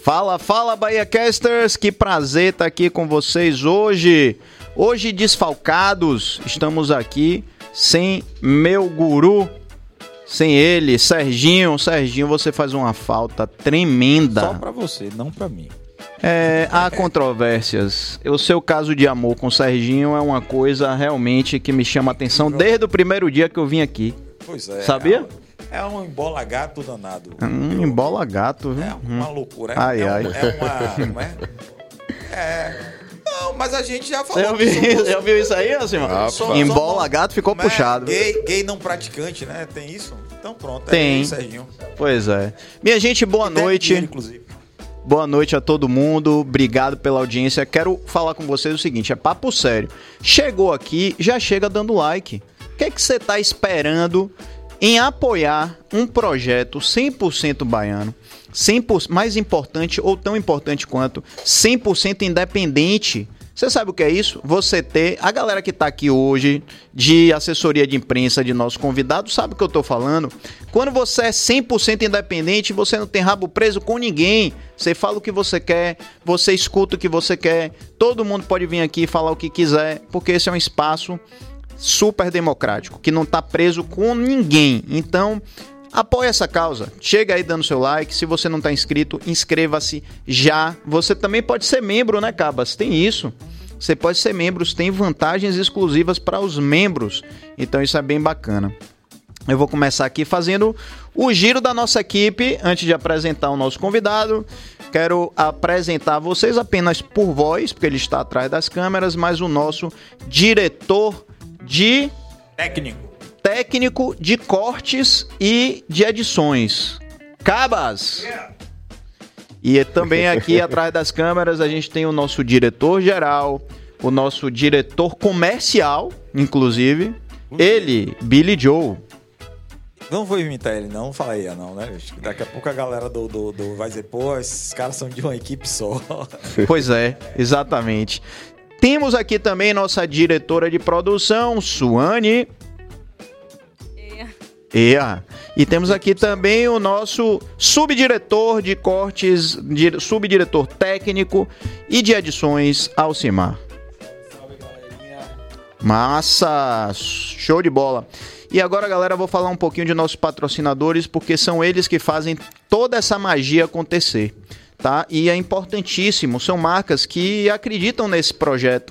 Fala, BahiaCasters, que prazer estar aqui com vocês hoje. Hoje desfalcados, estamos aqui sem meu guru, sem ele, Serginho. Serginho, você faz uma falta tremenda. Só pra você, não pra mim. Há controvérsias. O seu caso de amor com o Serginho é uma coisa realmente que me chama a atenção desde o primeiro dia que eu vim aqui. Pois é. Sabia? É um embola-gato danado. Embola-gato, viu? É uma loucura. Ai. Como é? Não, mas a gente já falou. Já viu isso aí, Alcimar? Embola-gato ficou puxado. Gay não praticante, né? Tem isso? Então pronto. Tem. É Serginho. Pois é. Minha gente, boa noite. Dinheiro, inclusive. Boa noite a todo mundo, obrigado pela audiência. Quero falar com vocês o seguinte, é papo sério. Chegou aqui, já chega dando like. O que é que você está esperando em apoiar um projeto 100% baiano, 100%, mais importante ou tão importante quanto 100% independente? Você sabe o que é isso? Você ter... A galera que está aqui hoje, de assessoria de imprensa de nosso convidado, sabe o que eu estou falando? Quando você é 100% independente, você não tem rabo preso com ninguém. Você fala o que você quer, você escuta o que você quer. Todo mundo pode vir aqui e falar o que quiser, porque esse é um espaço super democrático, que não está preso com ninguém. Então, apoie essa causa. Chega aí dando seu like. Se você não está inscrito, inscreva-se já. Você também pode ser membro, né, Cabas? Tem isso. Você pode ser membro, tem vantagens exclusivas para os membros. Então isso é bem bacana. Eu vou começar aqui fazendo o giro da nossa equipe. Antes de apresentar o nosso convidado, quero apresentar vocês apenas por voz, porque ele está atrás das câmeras, mas o nosso diretor de... técnico de cortes e de edições, Cabas. E também aqui atrás das câmeras a gente tem o nosso diretor-geral, o nosso diretor comercial, inclusive, ele, Billy Joe. Não vou imitar ele, não fala aí, não, né? Daqui a pouco a galera do vai dizer, pô, esses caras são de uma equipe só. Pois é, exatamente. Temos aqui também nossa diretora de produção, Suane. E temos aqui também o nosso subdiretor de cortes, subdiretor técnico e de edições, Alcimar. Salve, galerinha. Massa! Show de bola! E agora, galera, eu vou falar um pouquinho de nossos patrocinadores, porque são eles que fazem toda essa magia acontecer, tá? E é importantíssimo, são marcas que acreditam nesse projeto.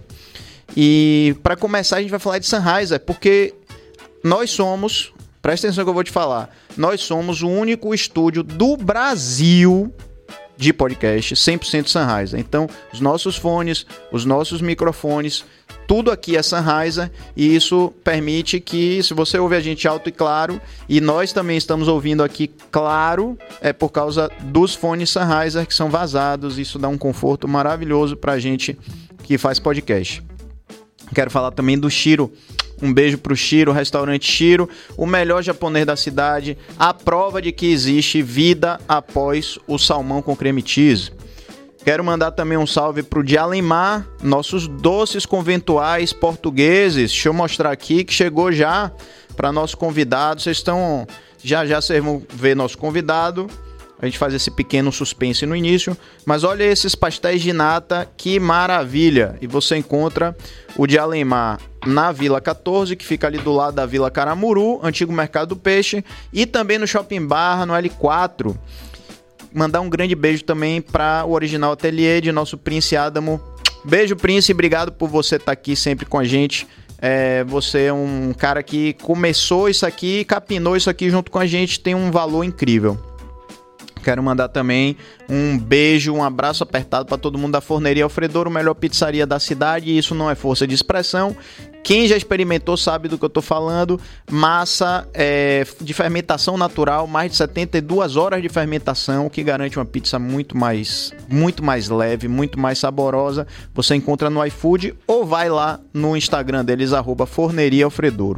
E para começar, a gente vai falar de Sennheiser, porque nós somos... Presta atenção que eu vou te falar. Nós somos o único estúdio do Brasil de podcast 100% Sennheiser. Então, os nossos fones, os nossos microfones, tudo aqui é Sennheiser. E isso permite que, se você ouve a gente alto e claro, e nós também estamos ouvindo aqui claro, é por causa dos fones Sennheiser que são vazados. Isso dá um conforto maravilhoso pra gente que faz podcast. Quero falar também do Shiro. Um beijo pro Shiro, restaurante Shiro, o melhor japonês da cidade, a prova de que existe vida após o salmão com creme cheese. Quero mandar também um salve pro de Alemar, nossos doces conventuais portugueses. Deixa eu mostrar aqui que chegou já para nosso convidado. Vocês estão... Já vocês vão ver nosso convidado. A gente faz esse pequeno suspense no início. Mas olha esses pastéis de nata, que maravilha! E você encontra o de Alemar na Vila 14, que fica ali do lado da Vila Caramuru, antigo Mercado do Peixe, e também no Shopping Barra, no L4. Mandar um grande beijo também para o Original Ateliê de nosso Prince Adamo. Beijo, Prince, obrigado por você estar aqui sempre com a gente. Você é um cara que começou isso aqui, capinou isso aqui junto com a gente, tem um valor incrível. Quero mandar também um beijo, um abraço apertado para todo mundo da Forneria Alfredouro, melhor pizzaria da cidade. E isso não é força de expressão. Quem já experimentou sabe do que eu estou falando. Massa de fermentação natural, mais de 72 horas de fermentação, que garante uma pizza muito mais leve, muito mais saborosa. Você encontra no iFood ou vai lá no Instagram deles, @Forneria Alfredouro.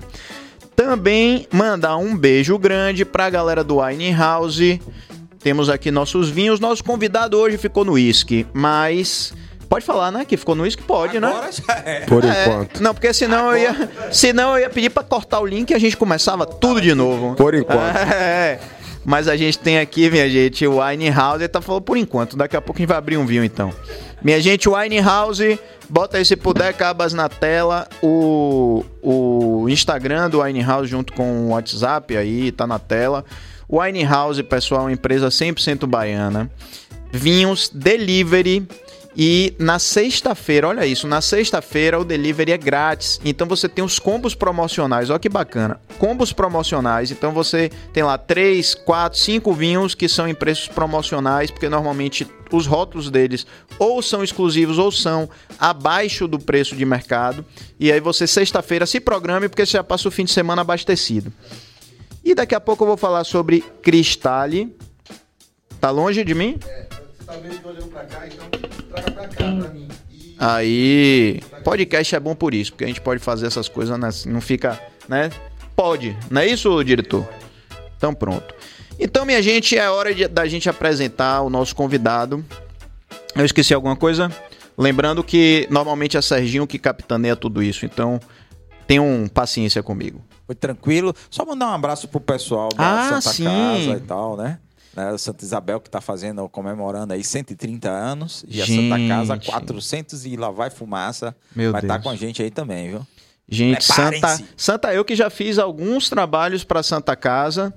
Também mandar um beijo grande para a galera do Wine House. Temos aqui nossos vinhos. Nosso convidado hoje ficou no uísque, mas... Pode falar, né? Que ficou no uísque? Pode, agora né? Já é. Por enquanto. Não, porque senão eu ia pedir pra cortar o link e a gente começava tudo de novo. Por enquanto. Mas a gente tem aqui, minha gente, o Winehouse. Ele tá falando por enquanto. Daqui a pouco a gente vai abrir um vinho, então. Minha gente, o Winehouse. Bota aí, se puder, Cabas, na tela. O Instagram do Winehouse junto com o WhatsApp aí, tá na tela. O Winehouse, pessoal, é uma empresa 100% baiana. Vinhos, delivery. E na sexta-feira, olha isso, na sexta-feira o delivery é grátis. Então você tem os combos promocionais, olha que bacana. Combos promocionais, então você tem lá 3, 4, 5 vinhos que são em preços promocionais, porque normalmente os rótulos deles ou são exclusivos ou são abaixo do preço de mercado. E aí você sexta-feira se programe, porque você já passa o fim de semana abastecido. E daqui a pouco eu vou falar sobre Cristalli. Tá longe de mim? Você tá meio que olhando pra cá, então traga pra cá pra mim. Aí, podcast é bom por isso, porque a gente pode fazer essas coisas, né? Não fica, né? Pode, não é isso, diretor? Então pronto. Então, minha gente, é hora da gente apresentar o nosso convidado. Eu esqueci alguma coisa? Lembrando que normalmente é Serginho que capitaneia tudo isso, então tenham paciência comigo. Foi tranquilo. Só mandar um abraço pro pessoal da Santa Casa e tal, né? Santa Isabel, que tá comemorando aí 130 anos. E a Santa Casa, 400 e lá vai fumaça. Meu vai Deus. estar com a gente aí também, viu? Gente, Santa, eu que já fiz alguns trabalhos para Santa Casa.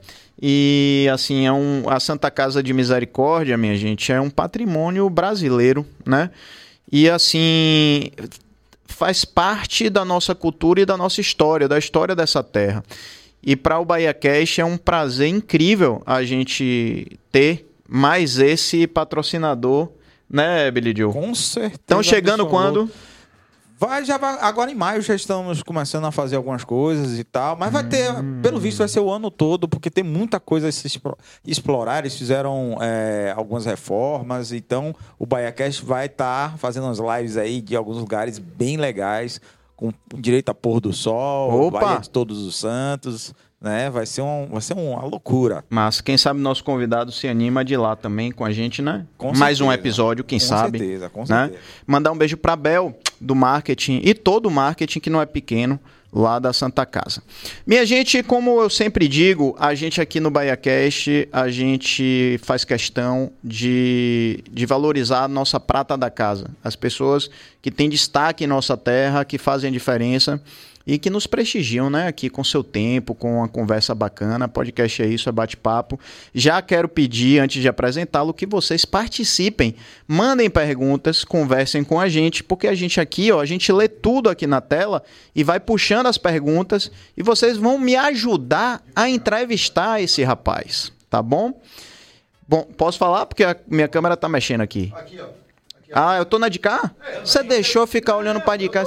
E assim, a Santa Casa de Misericórdia, minha gente, é um patrimônio brasileiro, né? E assim, faz parte da nossa cultura e da nossa história, da história dessa terra. E para o BahiaCast é um prazer incrível a gente ter mais esse patrocinador, né, Billy Joe? Com certeza. Estão chegando quando? Agora em maio já estamos começando a fazer algumas coisas e tal, mas vai ter, pelo visto vai ser o ano todo, porque tem muita coisa a se explorar. Eles fizeram algumas reformas, então o BahiaCast vai estar fazendo umas lives aí de alguns lugares bem legais, com direito a pôr do sol, Baía de Todos os Santos, né? Vai ser uma loucura. Mas quem sabe nosso convidado se anima de ir lá também com a gente, né? Com mais certeza. Um episódio, quem sabe. Com né? certeza. Mandar um beijo pra Bel, do marketing, e todo o marketing que não é pequeno, lá da Santa Casa. Minha gente, como eu sempre digo, a gente aqui no BahiaCast, a gente faz questão de valorizar a nossa prata da casa. As pessoas que têm destaque em nossa terra, que fazem a diferença e que nos prestigiam, né? Aqui com seu tempo, com uma conversa bacana. Podcast é isso, é bate-papo. Já quero pedir, antes de apresentá-lo, que vocês participem, mandem perguntas, conversem com a gente, porque a gente aqui, ó, a gente lê tudo aqui na tela e vai puxando as perguntas e vocês vão me ajudar a entrevistar esse rapaz, tá bom? Bom, posso falar? Porque a minha câmera tá mexendo aqui. Aqui, ó. Ah, eu tô na de cá? Você deixou ficar olhando pra de cá?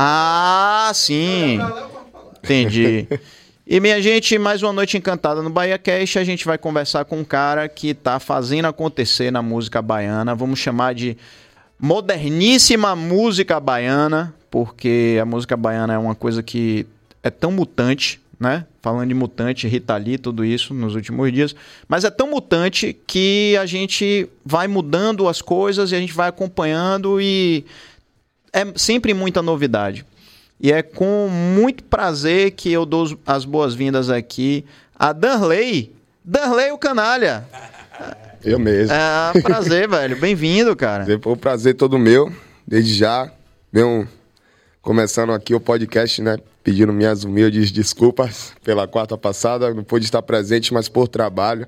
Ah, sim. Entendi. E, minha gente, mais uma noite encantada no BahiaCast. A gente vai conversar com um cara que tá fazendo acontecer na música baiana. Vamos chamar de moderníssima música baiana, porque a música baiana é uma coisa que é tão mutante, né? Falando de mutante, Rita Lee, tudo isso nos últimos dias. Mas é tão mutante que a gente vai mudando as coisas e a gente vai acompanhando e é sempre muita novidade. E é com muito prazer que eu dou as boas-vindas aqui a Danley. Danley, o canalha. Eu mesmo. É, prazer, velho. Bem-vindo, cara. Foi um prazer todo meu, desde já. Venho começando aqui o podcast, né? Pedindo minhas humildes desculpas pela quarta passada. Não pude estar presente, mas por trabalho.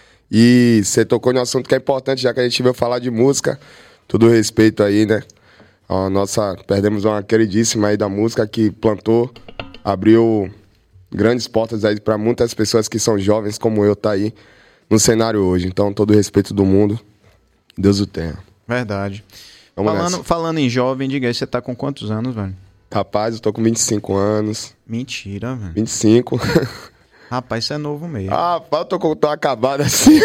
E você tocou num assunto que é importante, já que a gente veio falar de música. Todo respeito aí, né? Perdemos uma queridíssima aí da música que plantou, abriu grandes portas aí para muitas pessoas que são jovens como eu, tá aí no cenário hoje. Então, todo o respeito do mundo. Deus o tenha. Verdade. Vamos Falando em jovem, diga aí, você tá com quantos anos, velho? Rapaz, eu tô com 25 anos. Mentira, velho. 25. Rapaz, isso é novo mesmo. Rapaz, eu tô acabado assim.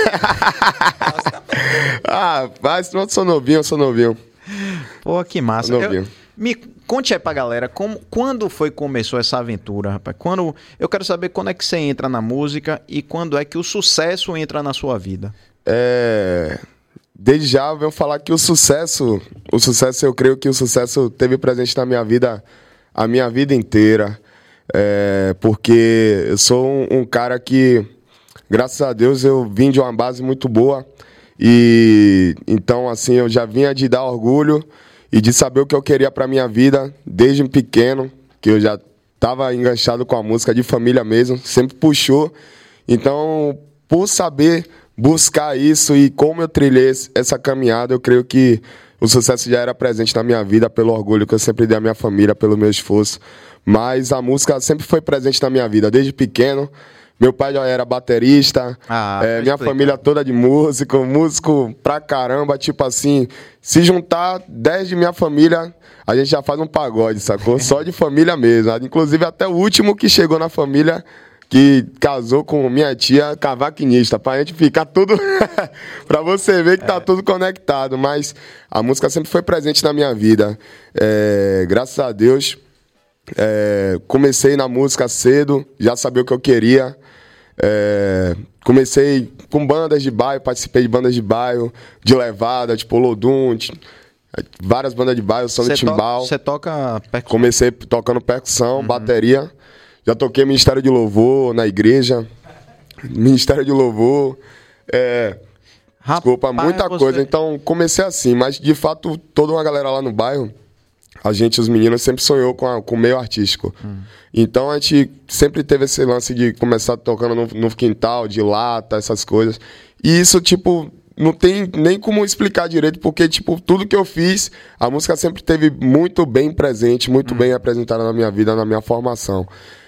Rapaz, eu sou novinho. Pô, que massa. Me conte aí pra galera, quando foi que começou essa aventura, rapaz? Eu quero saber quando é que você entra na música e quando é que o sucesso entra na sua vida. Desde já eu venho falar que o sucesso, eu creio que o sucesso teve presente na minha vida a minha vida inteira. Porque eu sou um cara que graças a Deus eu vim de uma base muito boa. E então, assim, eu já vinha de dar orgulho e de saber o que eu queria para minha vida desde pequeno, que eu já estava enganchado com a música de família mesmo, sempre puxou. Então, por saber buscar isso e como eu trilhei essa caminhada, eu creio que o sucesso já era presente na minha vida pelo orgulho que eu sempre dei à minha família, pelo meu esforço. Mas a música sempre foi presente na minha vida, desde pequeno. Meu pai já era baterista, minha família toda de músico pra caramba, tipo assim, se juntar 10 de minha família, a gente já faz um pagode, sacou? Só de família mesmo. Inclusive até o último que chegou na família, que casou com minha tia, cavaquinista, pra gente ficar tudo... pra você ver que tá tudo conectado. Mas a música sempre foi presente na minha vida. Graças a Deus, comecei na música cedo, já sabia o que eu queria. Comecei com bandas de bairro, participei de bandas de bairro, de levada, tipo Lodum, várias bandas de bairro, som de timbal. Você toca percussão? Comecei tocando percussão, bateria. Já toquei Ministério de Louvor na igreja. Ministério de Louvor. Desculpa, muita coisa. Então, comecei assim. Mas, de fato, toda uma galera lá no bairro, os meninos, sempre sonhou com o meio artístico. Então, a gente sempre teve esse lance de começar tocando no quintal, de lata, essas coisas. E isso, tipo, não tem nem como explicar direito, porque, tipo, tudo que eu fiz, a música sempre teve muito bem presente, muito bem apresentada na minha vida, na minha formação.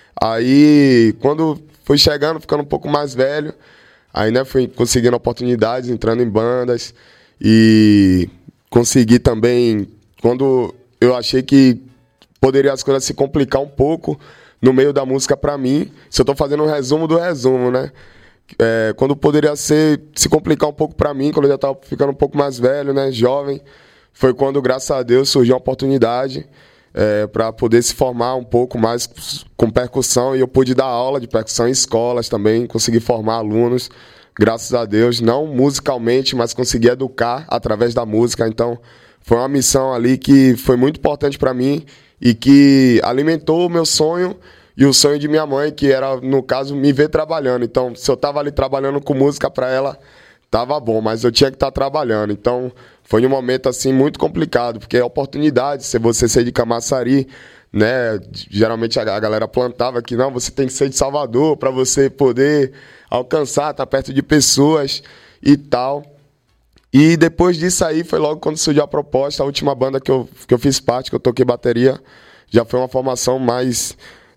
Aí, quando fui chegando, ficando um pouco mais velho, aí, né, fui conseguindo oportunidades, entrando em bandas e consegui também, quando eu achei que poderia as coisas se complicar um pouco no meio da música pra mim, se eu tô fazendo um resumo do resumo, né, quando poderia se complicar um pouco pra mim, quando eu já tava ficando um pouco mais velho, né, jovem, foi quando, graças a Deus, surgiu a oportunidade para poder se formar um pouco mais com percussão, e eu pude dar aula de percussão em escolas também, consegui formar alunos, graças a Deus, não musicalmente, mas consegui educar através da música. Então foi uma missão ali que foi muito importante para mim e que alimentou o meu sonho e o sonho de minha mãe, que era, no caso, me ver trabalhando. Então, se eu estava ali trabalhando com música para ela, tava bom, mas eu tinha que estar trabalhando. Então, foi um momento, assim, muito complicado, porque é oportunidade, se você ser de Camaçari, né, geralmente a galera plantava que não, você tem que ser de Salvador para você poder alcançar, estar perto de pessoas e tal. E depois disso aí, foi logo quando surgiu a proposta, a última banda que eu fiz parte, que eu toquei bateria, já foi uma formação mais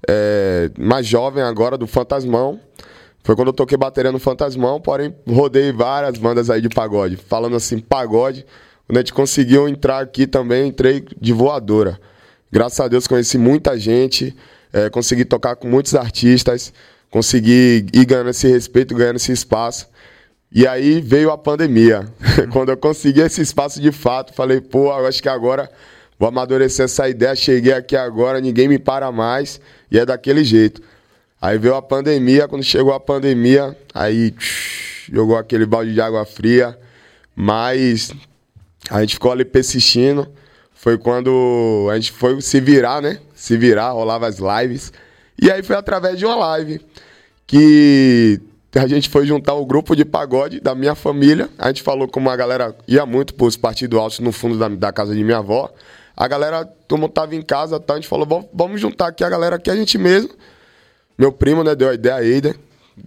jovem agora, do Fantasmão. Foi quando eu toquei bateria no Fantasmão, porém rodei várias bandas aí de pagode. Falando assim, pagode, quando a gente conseguiu entrar aqui também, entrei de voadora. Graças a Deus conheci muita gente, consegui tocar com muitos artistas, consegui ir ganhando esse respeito, ganhando esse espaço. E aí veio a pandemia. Quando eu consegui esse espaço de fato, falei, pô, eu acho que agora vou amadurecer essa ideia, cheguei aqui agora, ninguém me para mais, e é daquele jeito. Aí veio a pandemia, quando chegou a pandemia, aí jogou aquele balde de água fria, mas a gente ficou ali persistindo. Foi quando a gente foi se virar, né? Se virar, rolava as lives. E aí foi através de uma live que a gente foi juntar o grupo de pagode da minha família. A gente falou como a galera ia muito para os partidos altos no fundo da casa de minha avó. A galera, todo mundo tava em casa, tá? A gente falou, vamos juntar aqui a galera aqui, a gente mesmo. Meu primo, né, deu a ideia aí, né?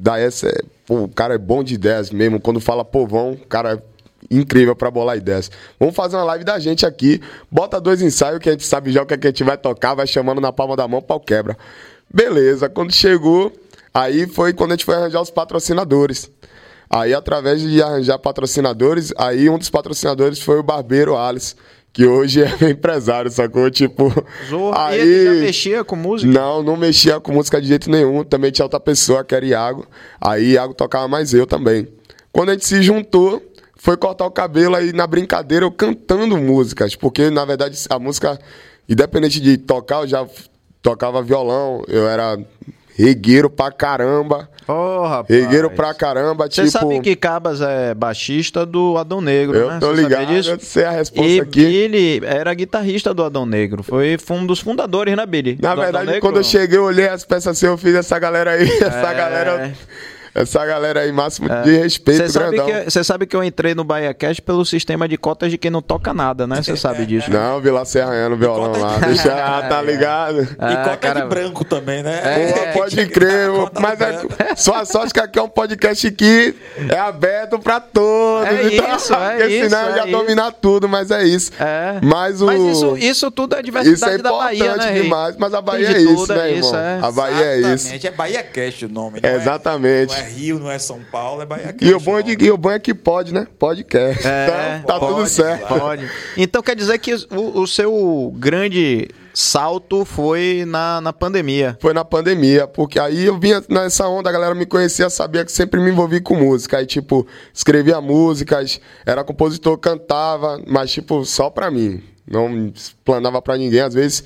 O cara é bom de ideias mesmo. Quando fala povão, o cara é incrível pra bolar ideias. Vamos fazer uma live da gente aqui. Bota 2 ensaios que a gente sabe já o que a gente vai tocar, vai chamando na palma da mão, pau quebra. Beleza, quando chegou, aí foi quando a gente foi arranjar os patrocinadores. Aí, através de arranjar patrocinadores, aí um dos patrocinadores foi o Barbeiro Alice, que hoje é empresário, sacou? Tipo, aí... E ele já mexia com música? Não mexia com música de jeito nenhum. Também tinha outra pessoa, que era Iago. Aí Iago tocava mais eu também. Quando a gente se juntou, foi cortar o cabelo, aí na brincadeira eu cantando músicas. Porque, na verdade, a música, independente de tocar, eu já tocava violão. Eu era regueiro pra caramba. Oh, rapaz. Regueiro pra caramba, Você sabe que Cabas é baixista do Adão Negro, eu né? Eu tô ligado, eu sei a resposta aqui. Ele era guitarrista do Adão Negro, foi um dos fundadores, né, Billy? Na verdade, quando eu cheguei, eu olhei as peças assim, eu fiz essa galera aí, essa galera... Essa galera aí, máximo de respeito, grandão. Você sabe que eu entrei no BahiaCast pelo sistema de cotas de quem não toca nada, né? Você sabe disso. Não, vi lá você arranhando o violão lá. Deixa, tá ligado? E cota de branco também, né? Pô, pode crer. Mas só a sorte que aqui é um podcast que é aberto pra todos. Porque senão eu ia dominar tudo, mas é isso. Mas isso tudo é diversidade da Bahia, né? Isso é importante demais, mas a Bahia é isso, né, irmão? A Bahia é isso. Exatamente, é BahiaCast o nome. Exatamente. Não é Rio, não é São Paulo, é BahiaCast. E o bom é que pode, né? Podcast. Então, tá tudo certo. Pode. Então quer dizer que o seu grande salto foi na pandemia. Foi na pandemia, porque aí eu vinha nessa onda, a galera me conhecia, sabia que sempre me envolvi com música. Aí, tipo, escrevia músicas, era compositor, cantava, mas, tipo, só pra mim. Não planava pra ninguém. Às vezes,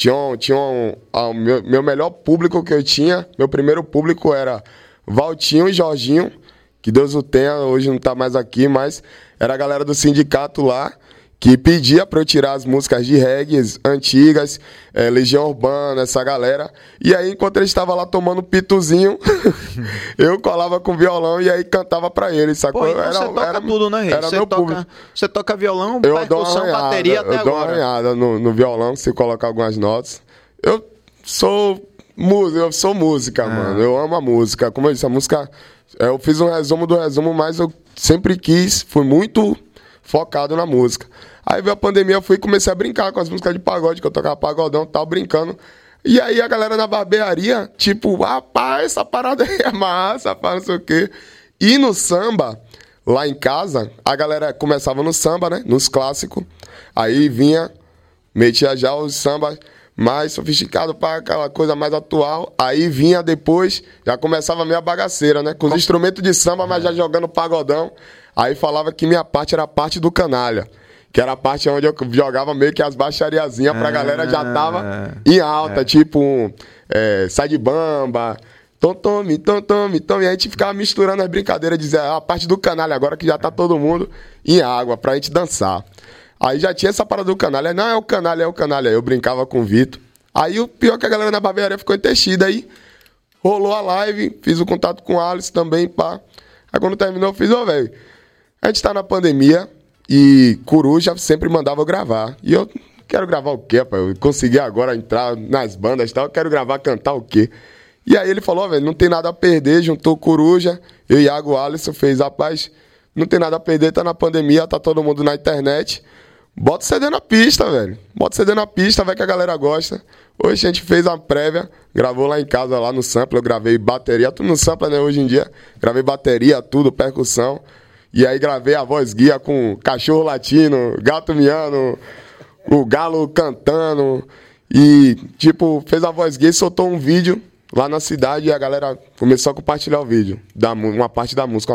meu melhor público que eu tinha, meu primeiro público era Valtinho e Jorginho, que Deus o tenha, hoje não tá mais aqui, mas era a galera do sindicato lá, que pedia pra eu tirar as músicas de reggae antigas, Legião Urbana, essa galera. E aí, enquanto ele estava lá tomando pituzinho, eu colava com violão e aí cantava pra ele, sacou? Pô, então você toca tudo, né, Rei? Você toca violão, percussão, bateria até agora. Eu dou uma arranhada no violão, se colocar algumas notas. Eu sou música, mano. Eu amo a música. Como eu disse, a música... Eu fiz um resumo do resumo, mas eu sempre fui muito focado na música. Aí veio a pandemia, eu fui e comecei a brincar com as músicas de pagode, que eu tocava pagodão e tal, brincando. E aí a galera na barbearia, tipo, rapaz, essa parada aí é massa, pá, não sei o quê. E no samba, lá em casa, a galera começava no samba, né, nos clássicos. Aí metia já os sambas mais sofisticados para aquela coisa mais atual. Aí vinha depois, já começava a minha bagaceira, né, com os instrumentos de samba, mas já jogando pagodão. Aí falava que minha parte era a parte do canalha. Que era a parte onde eu jogava meio que as baixariazinhas pra galera já tava em alta, tipo Sai de Bamba, Tom-tome, Tom-tome. E a gente ficava misturando as brincadeiras, dizer a parte do canalha agora que já tá todo mundo em água pra gente dançar. Aí já tinha essa parada do canalha. Não, é o canalha. Eu brincava com o Vitor. Aí o pior é que a galera na barbearia ficou entexida. Aí rolou a live, fiz o contato com o Alice também, pá. Aí quando terminou eu fiz, velho, a gente tá na pandemia... E Coruja sempre mandava eu gravar. E eu quero gravar o quê, pai? Eu consegui agora entrar nas bandas e tal. Eu quero gravar, cantar o quê? E aí ele falou, velho, não tem nada a perder. Juntou Coruja, eu e Iago Alisson fez, rapaz, não tem nada a perder, tá na pandemia, tá todo mundo na internet. Bota o CD na pista, velho. Bota o CD na pista, vai que a galera gosta. Hoje a gente fez uma prévia, gravou lá em casa, lá no sample. Eu gravei bateria, tudo no sample, né, hoje em dia. Gravei bateria, tudo, percussão. E aí gravei a voz guia com cachorro latino, gato miando, o galo cantando. E, tipo, fez a voz guia e soltou um vídeo lá na cidade e a galera começou a compartilhar o vídeo. Uma parte da música.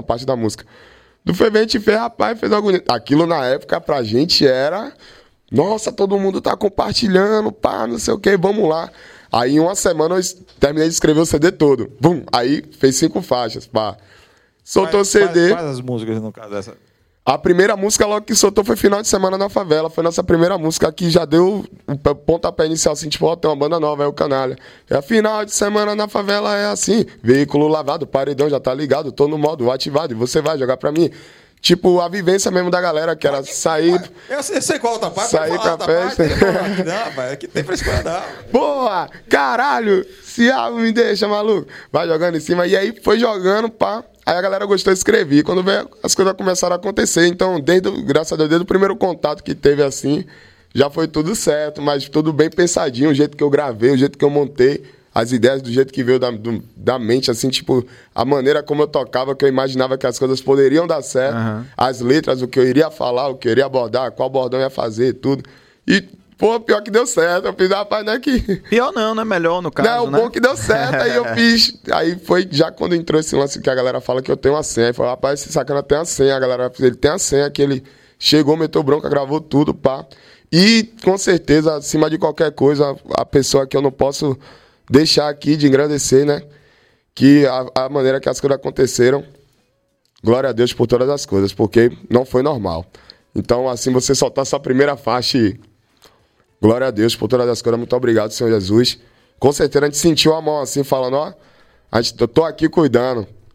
Do Fervente a gente fez, rapaz, fez algo... Aquilo na época pra gente era... Nossa, todo mundo tá compartilhando, pá, não sei o que, vamos lá. Aí em uma semana eu terminei de escrever o CD todo. Bum! Aí fez 5 faixas, pá. Soltou o CD. Quais as músicas no caso dessa? A primeira música logo que soltou foi Final de Semana na Favela. Foi nossa primeira música que já deu o pontapé inicial, assim, tipo, tem uma banda nova, é o Canalha. É Final de Semana na Favela, é assim. Veículo lavado, paredão já tá ligado, tô no modo ativado e você vai jogar pra mim. Tipo, a vivência mesmo da galera, que era sair... Eu sei qual outra parte. Sair pra festa. Não, pai, aqui tem frescura não. Porra, caralho, se me deixa, maluco. Vai jogando em cima. E aí foi jogando, pá. Aí a galera gostou de escrever. Quando veio, as coisas começaram a acontecer. Então, graças a Deus, desde o primeiro contato que teve assim, já foi tudo certo, mas tudo bem pensadinho, o jeito que eu gravei, o jeito que eu montei, as ideias do jeito que veio da mente, assim, tipo, a maneira como eu tocava, que eu imaginava que as coisas poderiam dar certo, as letras, o que eu iria falar, o que eu iria abordar, qual bordão ia fazer, tudo. E, pô, pior que deu certo. Eu fiz, rapaz, não é que... Pior não, né? Melhor no caso, não, né? Bom que deu certo, aí eu fiz. Aí foi já quando entrou esse lance que a galera fala que eu tenho uma senha. Aí falou, rapaz, esse sacana tem a senha. A galera, ele tem a senha, que ele chegou, meteu bronca, gravou tudo, pá. E, com certeza, acima de qualquer coisa, a pessoa que eu não posso deixar aqui de agradecer, né? Que a maneira que as coisas aconteceram, glória a Deus por todas as coisas, porque não foi normal. Então, assim, você soltar sua primeira faixa e... Glória a Deus por todas as coisas. Muito obrigado, Senhor Jesus. Com certeza a gente sentiu a mão assim, falando, ó, eu tô aqui cuidando.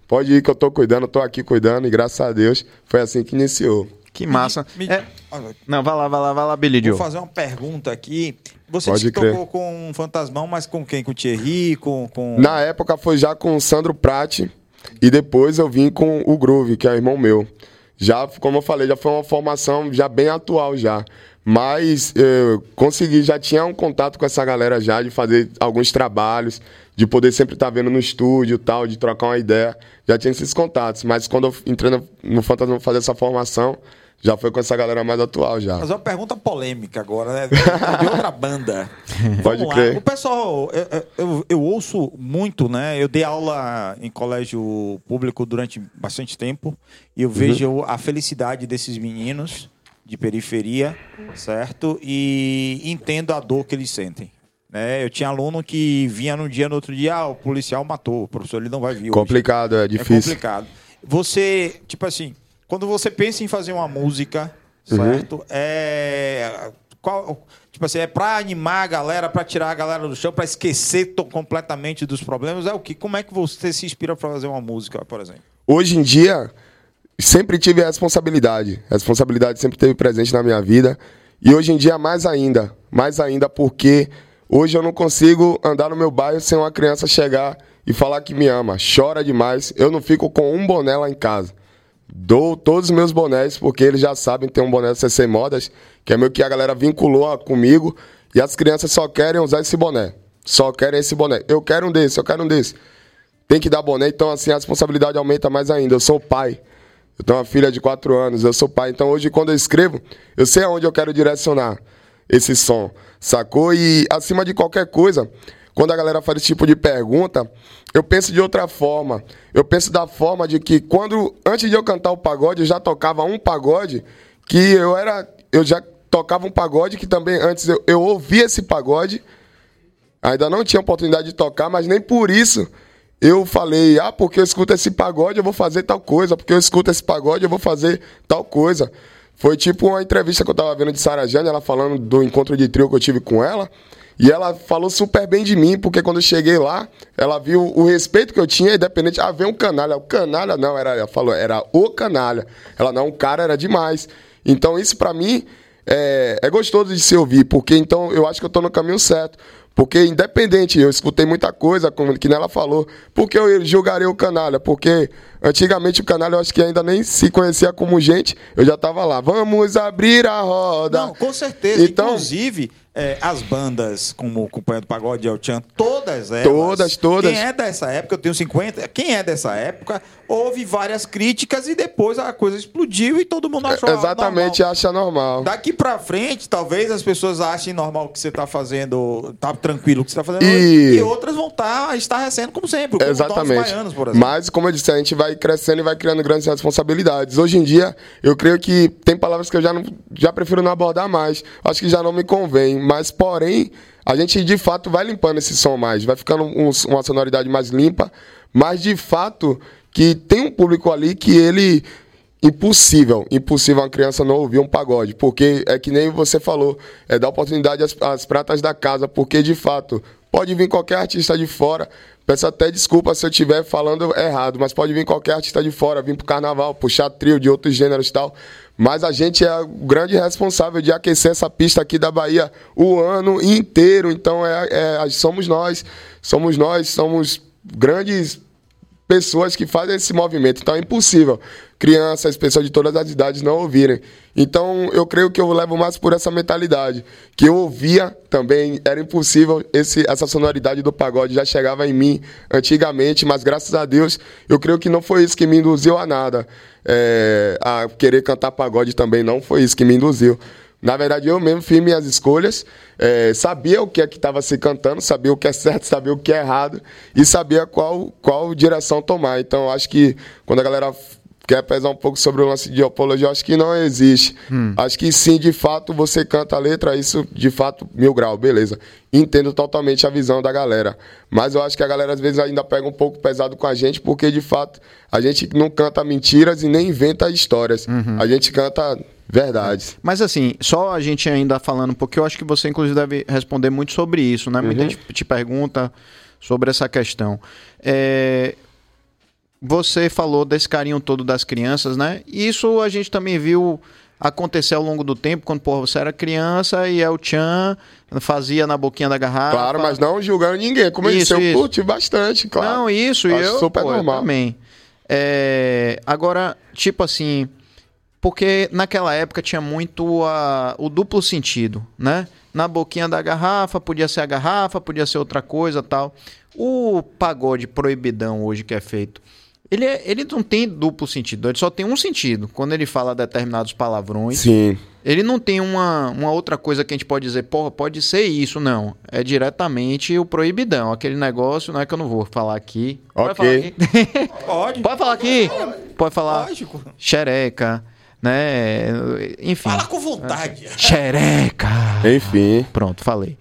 pode ir que eu tô cuidando, tô aqui cuidando e graças a Deus foi assim que iniciou. Que massa. Não, vai lá, Billy Joe. Vou fazer uma pergunta aqui. Você Pode disse que crer. tocou com um Fantasmão, mas com quem? Com o Thierry? Com... Na época foi já com o Sandro Prati e depois eu vim com o Groove, que é irmão meu. Já, como eu falei, já foi uma formação já bem atual já. Mas eu consegui, já tinha um contato com essa galera já, de fazer alguns trabalhos, de poder sempre estar vendo no estúdio e tal, de trocar uma ideia. Já tinha esses contatos, mas quando eu entrei no Fantasma fazer essa formação, já foi com essa galera mais atual já. Mas é uma pergunta polêmica agora, né? De outra banda. Pode Vamos lá. crer. O pessoal, eu ouço muito, né? Eu dei aula em colégio público durante bastante tempo e eu vejo a felicidade desses meninos de periferia, certo? E entendo a dor que eles sentem. Né? Eu tinha aluno que vinha no outro dia, o policial matou, o professor ele não vai vir hoje. Complicado, é difícil. É complicado. Você, tipo assim, quando você pensa em fazer uma música, certo? Tipo assim, é pra animar a galera, pra tirar a galera do chão, pra esquecer completamente dos problemas? É o que? Como é que você se inspira pra fazer uma música, por exemplo? Hoje em dia, sempre tive a responsabilidade. A responsabilidade sempre esteve presente na minha vida. E hoje em dia, mais ainda porque hoje eu não consigo andar no meu bairro sem uma criança chegar e falar que me ama. Chora demais. Eu não fico com um boné lá em casa. Dou todos os meus bonés, porque eles já sabem, tem um boné da CC Modas, que é meio que a galera vinculou comigo, e as crianças só querem usar esse boné. Só querem esse boné. Eu quero um desse. Tem que dar boné, então assim a responsabilidade aumenta mais ainda. Eu sou pai. Eu tenho uma filha de 4 anos, eu sou pai. Então hoje, quando eu escrevo, eu sei aonde eu quero direcionar esse som, sacou? E acima de qualquer coisa, quando a galera faz esse tipo de pergunta, eu penso de outra forma. Eu penso da forma de que antes de eu cantar o pagode, eu já tocava um pagode que eu já tocava um pagode que também antes eu ouvia esse pagode, ainda não tinha oportunidade de tocar, mas nem por isso eu falei, porque eu escuto esse pagode, eu vou fazer tal coisa, porque eu escuto esse pagode, eu vou fazer tal coisa. Foi tipo uma entrevista que eu tava vendo de Sarah Jane, ela falando do encontro de trio que eu tive com ela, e ela falou super bem de mim, porque quando eu cheguei lá, ela viu o respeito que eu tinha, independente, vem um canalha. O canalha não, ela falou, era o canalha. Ela não, o cara era demais. Então isso pra mim é gostoso de se ouvir, porque então eu acho que eu tô no caminho certo. Porque independente, eu escutei muita coisa, como que ela falou, porque eu julgarei o canalha, porque antigamente o canalha eu acho que ainda nem se conhecia como gente, eu já tava lá, vamos abrir a roda. Não, com certeza, então, inclusive as bandas como o Companhia do Pagode e El Chan, todas elas. Todas. Quem é dessa época, eu tenho 50, quem é dessa época, houve várias críticas e depois a coisa explodiu e todo mundo achou exatamente, normal. acha normal. Daqui pra frente, talvez as pessoas achem normal o que você tá fazendo, tá tranquilo o que você tá fazendo, e outras vão estar estarrecendo como sempre, como exatamente. Os baianos, por exemplo. Mas, como eu disse, a gente vai crescendo e vai criando grandes responsabilidades. Hoje em dia, eu creio que tem palavras que eu já prefiro não abordar mais. Acho que já não me convém. Mas, porém, a gente, de fato, vai limpando esse som mais. Vai ficando uma sonoridade mais limpa. Mas, de fato, que tem um público ali que ele... Impossível uma criança não ouvir um pagode. Porque é que nem você falou, dar oportunidade às pratas da casa. Porque, de fato, pode vir qualquer artista de fora. Peço até desculpa se eu estiver falando errado, mas pode vir qualquer artista de fora, vir pro carnaval, puxar trio de outros gêneros e tal. Mas a gente é o grande responsável de aquecer essa pista aqui da Bahia o ano inteiro. Então somos nós somos grandes pessoas que fazem esse movimento. Então é impossível crianças, pessoas de todas as idades não ouvirem. Então eu creio que eu levo mais por essa mentalidade. Que eu ouvia também, era impossível, essa sonoridade do pagode já chegava em mim antigamente, mas graças a Deus eu creio que não foi isso que me induziu a nada. A querer cantar pagode também não foi isso que me induziu. Na verdade, eu mesmo fiz minhas escolhas, sabia o que é que estava se cantando, sabia o que é certo, sabia o que é errado e sabia qual direção tomar. Então, acho que quando a galera quer pesar um pouco sobre o lance de apologia, eu acho que não existe. Acho que sim, de fato, você canta a letra, isso de fato, 1000 graus, beleza. Entendo totalmente a visão da galera. Mas eu acho que a galera às vezes ainda pega um pouco pesado com a gente, porque de fato a gente não canta mentiras e nem inventa histórias. A gente canta verdades. Mas assim, só a gente ainda falando um pouquinho, eu acho que você inclusive deve responder muito sobre isso, né? Muita gente te pergunta sobre essa questão. você falou desse carinho todo das crianças, né? E isso a gente também viu acontecer ao longo do tempo, quando, porra, você era criança e El Chan fazia na boquinha da garrafa. Claro, mas não julgando ninguém. Como eu disse, eu curti bastante, claro. Não, isso, e eu, super normal. Eu também. Agora, tipo assim, porque naquela época tinha muito o duplo sentido, né? Na boquinha da garrafa, podia ser a garrafa, podia ser outra coisa, tal. O pagode proibidão hoje que é feito, ele não tem duplo sentido, ele só tem um sentido. Quando ele fala determinados palavrões, sim, ele não tem uma outra coisa que a gente pode dizer, porra, pode ser isso, não. É diretamente o proibidão, aquele negócio, não é que eu não vou falar aqui. Ok. Pode falar aqui. Pode falar Lógico. xereca, né? Enfim. Fala com vontade. Xereca. Enfim. Pronto, falei.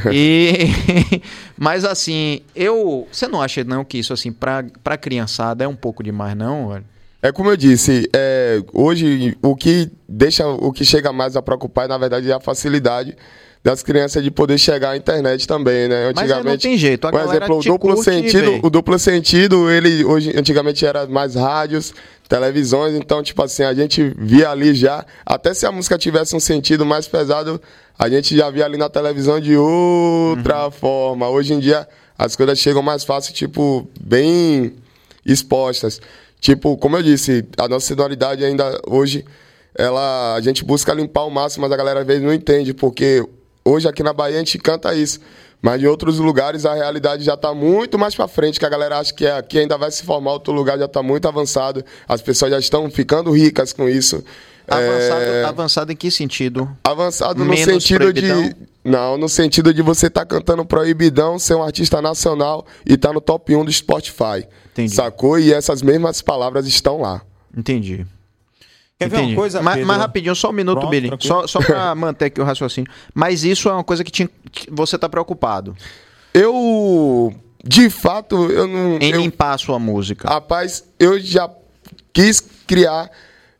Mas assim, você não acha não que isso assim pra criançada é um pouco demais não, velho? É como eu disse, hoje o que chega mais a preocupar, na verdade, é a facilidade das crianças de poder chegar à internet também, né? Antigamente, mas não tem jeito. Por exemplo, o duplo sentido, antigamente era mais rádios, televisões, então, tipo assim, a gente via ali já, até se a música tivesse um sentido mais pesado, a gente já via ali na televisão de outra forma. Hoje em dia, as coisas chegam mais fácil, tipo, bem expostas. Tipo, como eu disse, a nossa sonoridade ainda hoje, a gente busca limpar o máximo, mas a galera às vezes não entende, porque hoje aqui na Bahia a gente canta isso, mas em outros lugares a realidade já está muito mais para frente, que a galera acha que aqui ainda vai se formar, outro lugar já está muito avançado, as pessoas já estão ficando ricas com isso. Avançado em que sentido? Avançado no sentido proibidão? No sentido de você estar cantando proibidão, ser um artista nacional e estar no top 1 do Spotify. Entendi. Sacou? E essas mesmas palavras estão lá. Entendi. Quer ver uma coisa, mas rapidinho, só um minuto, pronto, Billy. Só para manter aqui o raciocínio. Mas isso é uma coisa que você está preocupado? De fato, eu não... Em limpar a sua música. Rapaz, eu já quis criar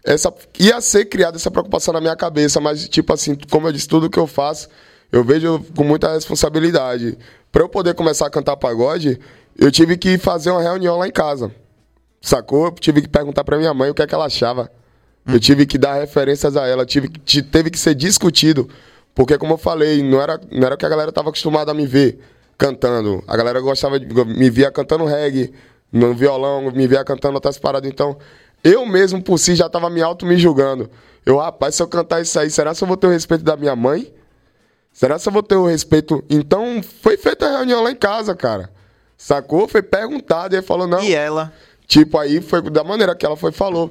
ia ser criada essa preocupação na minha cabeça, mas, tipo assim, como eu disse, tudo que eu faço, eu vejo com muita responsabilidade. Para eu poder começar a cantar pagode, eu tive que fazer uma reunião lá em casa. Sacou? Eu tive que perguntar para minha mãe o que é que ela achava. Eu tive que dar referências a ela, teve que ser discutido. Porque, como eu falei, não era o que a galera estava acostumada a me ver cantando. A galera gostava me via cantando reggae, no violão, me via cantando outras paradas. Então, eu mesmo, por si, já estava me julgando. Rapaz, se eu cantar isso aí, será que eu vou ter o respeito da minha mãe? Será que eu vou ter o respeito... Então, foi feita a reunião lá em casa, cara. Sacou? Foi perguntado e ele falou, não... E ela? Tipo, aí foi da maneira que ela falou.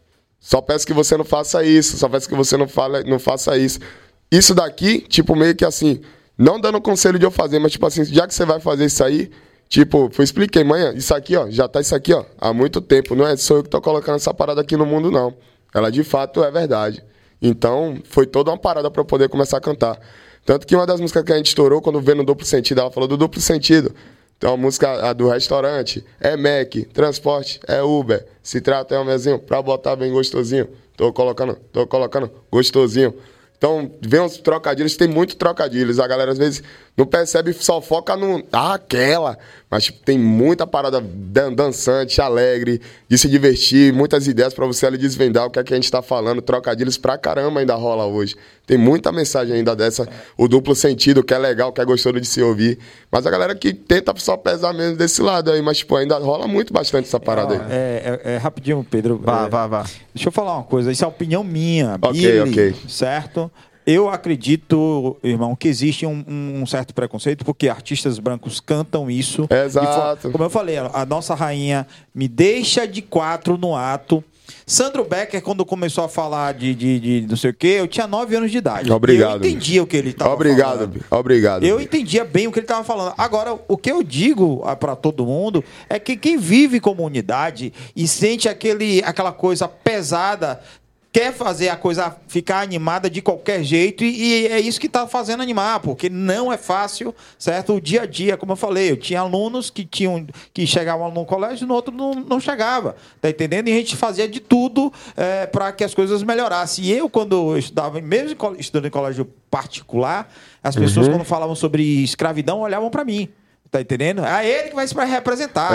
Só peço que você não faça isso, só peço que você não faça isso. Isso daqui, tipo, meio que assim, não dando conselho de eu fazer, mas tipo assim, já que você vai fazer isso aí, tipo, eu expliquei, mãe, isso aqui, ó, já tá isso aqui, ó, há muito tempo, não sou eu que tô colocando essa parada aqui no mundo, não. Ela de fato é verdade. Então, foi toda uma parada pra eu poder começar a cantar. Tanto que uma das músicas que a gente estourou, quando veio no duplo sentido, ela falou do duplo sentido. Então, a música do restaurante é Mac, transporte é Uber, se trata é um mezinho pra botar bem gostosinho. Tô colocando gostosinho. Então, vem uns trocadilhos, tem muito trocadilhos. A galera às vezes não percebe, só foca no... aquela. Mas tipo, tem muita parada dançante, alegre, de se divertir, muitas ideias pra você ali desvendar o que é que a gente tá falando. Trocadilhos pra caramba ainda rola hoje. Tem muita mensagem ainda dessa, o duplo sentido, que é legal, que é gostoso de se ouvir. Mas a galera que tenta só pesar mesmo desse lado aí, mas tipo, ainda rola muito bastante essa parada aí. Rapidinho, Pedro. Vá. Deixa eu falar uma coisa, isso é opinião minha, Ok. Certo? Eu acredito, irmão, que existe um certo preconceito, porque artistas brancos cantam isso. Exato. Como eu falei, a nossa rainha me deixa de 4 no ato. Sandro Becker, quando começou a falar de não sei o quê, eu tinha 9 anos de idade. Obrigado. Eu entendia o que ele estava falando. Obrigado. Eu entendia bem o que ele estava falando. Agora, o que eu digo para todo mundo é que quem vive comunidade e sente aquela coisa pesada, quer fazer a coisa ficar animada de qualquer jeito e é isso que está fazendo animar, porque não é fácil, certo? O dia a dia, como eu falei, eu tinha alunos que chegavam no colégio e no outro não chegava, tá entendendo? E a gente fazia de tudo para que as coisas melhorassem. E eu, quando eu estudava, mesmo estudando em colégio particular, as pessoas, quando falavam sobre escravidão, olhavam para mim. Tá entendendo? É ele que vai se representar.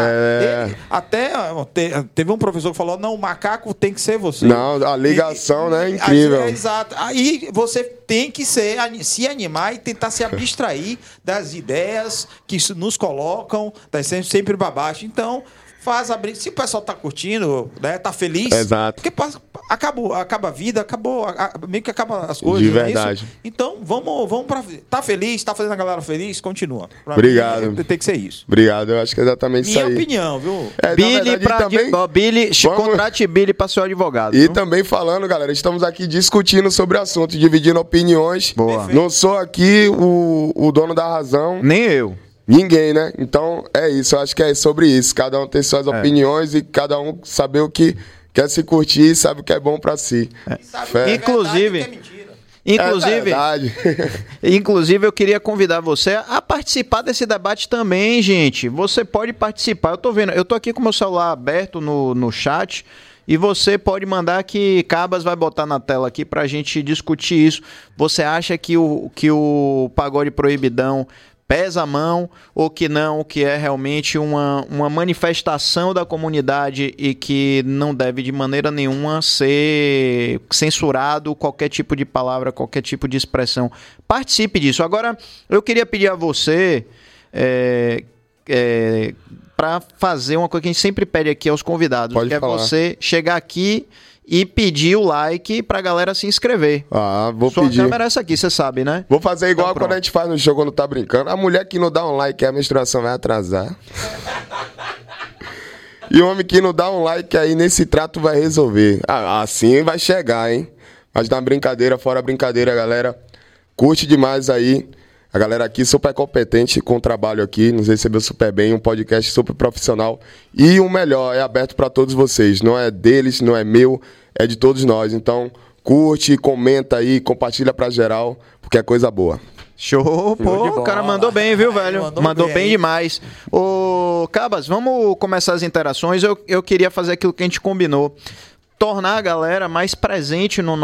Teve um professor que falou, não, o macaco tem que ser você. Não, a ligação, né, é incrível. Exato. Aí você tem que se animar e tentar se abstrair das ideias que nos colocam, tá sempre para baixo. Então, faz abrir. Se o pessoal tá curtindo, né, tá feliz. Exato. Porque acaba a vida, meio que acaba as coisas. De verdade. É isso? Então, vamos para. Tá feliz, tá fazendo a galera feliz? Continua. Obrigado. Mim, tem que ser isso. Obrigado, eu acho que é exatamente isso aí. Minha opinião, viu? Billy, contrate Billy para ser advogado. E viu? também falando, galera, estamos aqui discutindo sobre o assunto, dividindo opiniões. Boa. Não sou aqui o dono da razão. Nem eu. Ninguém, né? Então, é isso. Eu acho que é sobre isso. Cada um tem suas opiniões e cada um saber o que quer se curtir e sabe o que é bom pra si. Inclusive, eu queria convidar você a participar desse debate também, gente. Você pode participar. Eu tô vendo, eu tô aqui com o meu celular aberto no chat e você pode mandar que Cabas vai botar na tela aqui pra gente discutir isso. Você acha que o pagode proibidão pesa a mão ou que não, que é realmente uma manifestação da comunidade e que não deve de maneira nenhuma ser censurado qualquer tipo de palavra, qualquer tipo de expressão. Participe disso. Agora, eu queria pedir a você para fazer uma coisa que a gente sempre pede aqui aos convidados, Pode que falar. É você chegar aqui e pedir o like pra galera se inscrever. Vou Sua pedir. câmera é essa aqui, você sabe, né? Vou fazer igual Então, quando a gente faz no show quando tá brincando. A mulher que não dá um like, a menstruação vai atrasar. E o homem que não dá um like aí nesse trato vai resolver. Assim vai chegar, hein? Mas na brincadeira, fora a brincadeira, galera, curte demais aí. A galera aqui super competente com o trabalho aqui, nos recebeu super bem, um podcast super profissional. E o melhor, é aberto para todos vocês. Não é deles, não é meu, é de todos nós. Então, curte, comenta aí, compartilha pra geral, porque é coisa boa. Show, pô, o cara mandou bem, viu, velho? Mandou bem demais. Ô, Cabas, vamos começar as interações. Eu queria fazer aquilo que a gente combinou. Tornar a galera mais presente na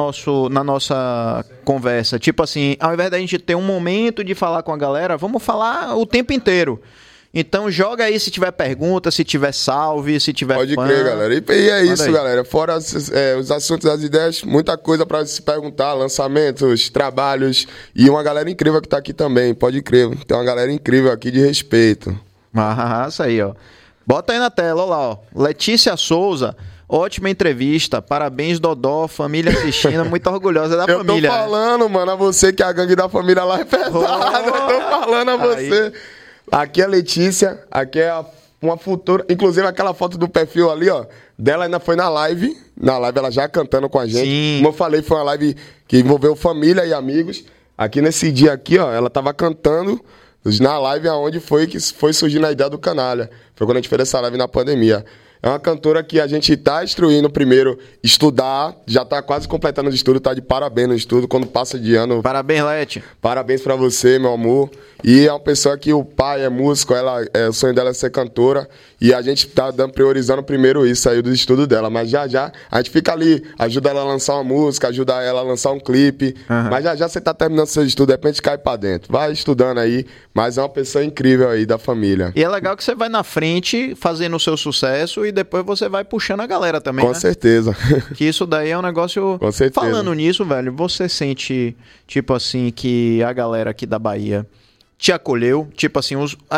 nossa conversa. Tipo assim, ao invés da gente ter um momento de falar com a galera, vamos falar o tempo inteiro. Então joga aí se tiver pergunta, se tiver salve, se tiver Pode fã. crer, galera. E é isso, aí. galera. Fora os assuntos, as ideias, muita coisa pra se perguntar, lançamentos, trabalhos e uma galera incrível que tá aqui também, pode crer. Tem uma galera incrível aqui de respeito. Isso aí, ó. Bota aí na tela, ó lá, ó. Letícia Souza. Ótima entrevista, parabéns Dodó, família assistindo, muito orgulhosa da família. Eu tô falando, mano, a você que a gangue da família lá é pesada, eu tô falando a você. Aqui é a Letícia, aqui é uma futura, inclusive aquela foto do perfil ali, ó, dela ainda foi na live ela já cantando com a gente. Sim. Como eu falei, foi uma live que envolveu família e amigos. Aqui nesse dia aqui, ó, ela tava cantando na live aonde foi que foi surgindo a ideia do Canalha. Foi quando a gente fez essa live na pandemia. É uma cantora que a gente tá instruindo primeiro estudar, já tá quase completando o estudo, tá de parabéns no estudo, quando passa de ano. Parabéns, Leti. Parabéns pra você, meu amor. E é uma pessoa que o pai é músico, o sonho dela é ser cantora, e a gente tá priorizando primeiro isso aí do estudo dela, mas já a gente fica ali, ajuda ela a lançar uma música, ajuda ela a lançar um clipe, mas já você tá terminando seu estudo, de repente cai pra dentro. Vai estudando aí, mas é uma pessoa incrível aí da família. E é legal que você vai na frente fazendo o seu sucesso e depois você vai puxando a galera também, Com né? certeza. Que isso daí é um negócio... Com certeza. Falando nisso, velho, você sente, tipo assim, que a galera aqui da Bahia te acolheu? Tipo assim,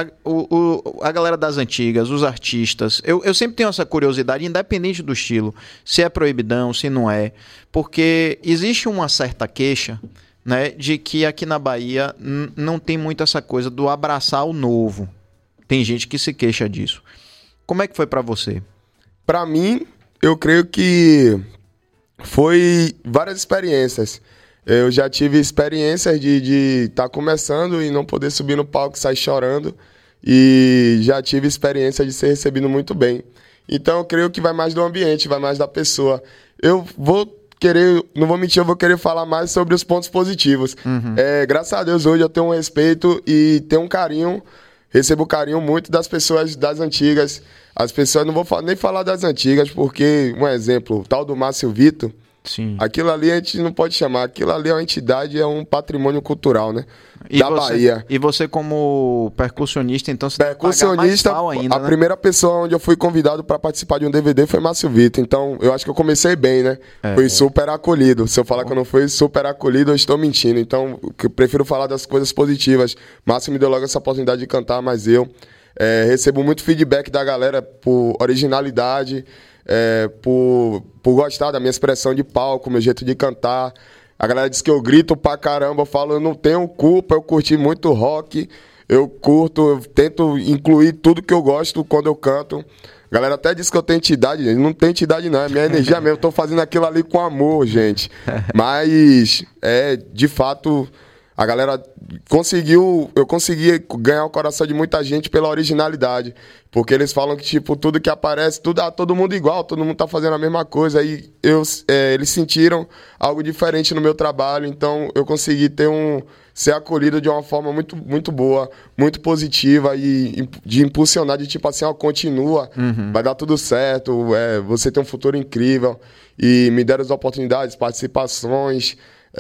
a galera das antigas, os artistas. Eu sempre tenho essa curiosidade, independente do estilo, se é proibidão, se não é. Porque existe uma certa queixa, né, de que aqui na Bahia não tem muito essa coisa do abraçar o novo. Tem gente que se queixa disso. Como é que foi pra você? Pra mim, eu creio que foi várias experiências. Eu já tive experiências de estar começando e não poder subir no palco e sair chorando. E já tive experiência de ser recebido muito bem. Então, eu creio que vai mais do ambiente, vai mais da pessoa. Eu vou querer, não vou mentir, eu vou querer falar mais sobre os pontos positivos. Graças a Deus, hoje eu tenho um respeito e tenho um carinho, recebo carinho muito das pessoas das antigas. As pessoas, não vou nem falar das antigas, porque, um exemplo, o tal do Márcio Vitor, Sim. Aquilo ali a gente não pode chamar. Aquilo ali é uma entidade, é um patrimônio cultural, né? E da você, Bahia. E você como percussionista, então você Percussionista, pagar mais pau ainda, a né? primeira pessoa onde eu fui convidado para participar de um DVD foi Márcio Vitor. Então, eu acho que eu comecei bem, né? Fui super acolhido. Se eu falar que eu não fui super acolhido, eu estou mentindo. Então, eu prefiro falar das coisas positivas. Márcio me deu logo essa oportunidade de cantar, mas eu recebo muito feedback da galera por originalidade, por gostar da minha expressão de palco, meu jeito de cantar. A galera diz que eu grito pra caramba, eu falo, eu não tenho culpa, eu curti muito rock, eu curto, eu tento incluir tudo que eu gosto quando eu canto. A galera até diz que eu tenho entidade, não tem entidade não, é minha energia mesmo, eu tô fazendo aquilo ali com amor, gente. Mas, de fato, a galera eu consegui ganhar o coração de muita gente pela originalidade. Porque eles falam que, tipo, tudo que aparece, todo mundo igual, todo mundo tá fazendo a mesma coisa. Aí eles sentiram algo diferente no meu trabalho, então eu consegui ser acolhido de uma forma muito, muito boa, muito positiva e de impulsionar, de tipo assim, continua, vai dar tudo certo, você tem um futuro incrível. E me deram as oportunidades, participações,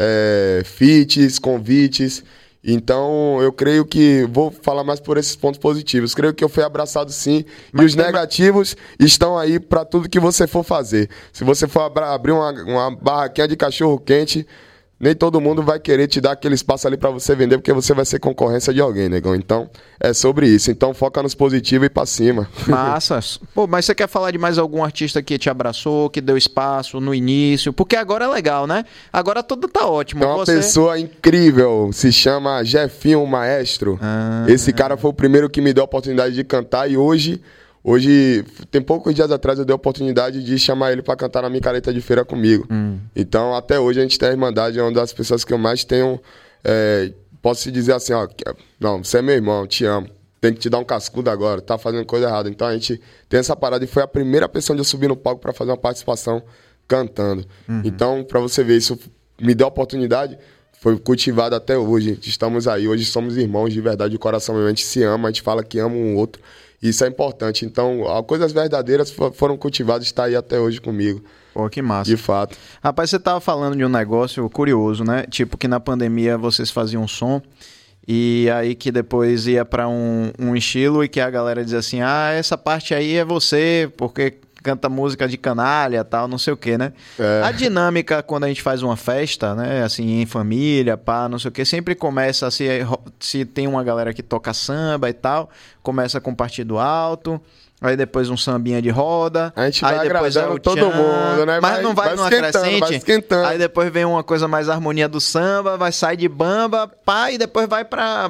feats, convites. Então, eu creio que vou falar mais por esses pontos positivos. Creio que eu fui abraçado sim. E os negativos estão aí para tudo que você for fazer. Se você for abrir uma barraquinha de cachorro-quente, nem todo mundo vai querer te dar aquele espaço ali para você vender, porque você vai ser concorrência de alguém, negão. Então, é sobre isso. Então, foca nos positivos e pra cima. Massa. Pô, mas você quer falar de mais algum artista que te abraçou, que deu espaço no início? Porque agora é legal, né? Agora tudo tá ótimo. É uma pessoa incrível, se chama Jefinho Maestro. Esse cara foi o primeiro que me deu a oportunidade de cantar e hoje, tem poucos dias atrás, eu dei a oportunidade de chamar ele pra cantar na Micareta de Feira comigo. Então, até hoje, a gente tem a Irmandade, é uma das pessoas que eu mais tenho... posso te dizer assim, não, você é meu irmão, te amo. Tem que te dar um cascudo agora, tá fazendo coisa errada. Então, a gente tem essa parada e foi a primeira pessoa onde eu subi no palco pra fazer uma participação cantando. Então, pra você ver, isso me deu a oportunidade... Foi cultivado até hoje. Estamos aí. Hoje somos irmãos de verdade, de coração mesmo. A gente se ama, a gente fala que ama um outro. Isso é importante. Então, coisas verdadeiras foram cultivadas e está aí até hoje comigo. Pô, que massa. De fato. Rapaz, você tava falando de um negócio curioso, né? Tipo, que na pandemia vocês faziam um som e aí que depois ia pra um estilo e que a galera dizia assim, essa parte aí é você, porque... canta música de canalha, tal, não sei o que, né? A dinâmica, quando a gente faz uma festa, né? Assim, em família, pá, não sei o que, sempre começa, se tem uma galera que toca samba e tal, começa com partido alto, aí depois um sambinha de roda, a gente aí vai depois agradando todo mundo, né? Mas não vai numa crescente, vai esquentando. Aí depois vem uma coisa mais harmonia do samba, sai de bamba, pá, e depois vai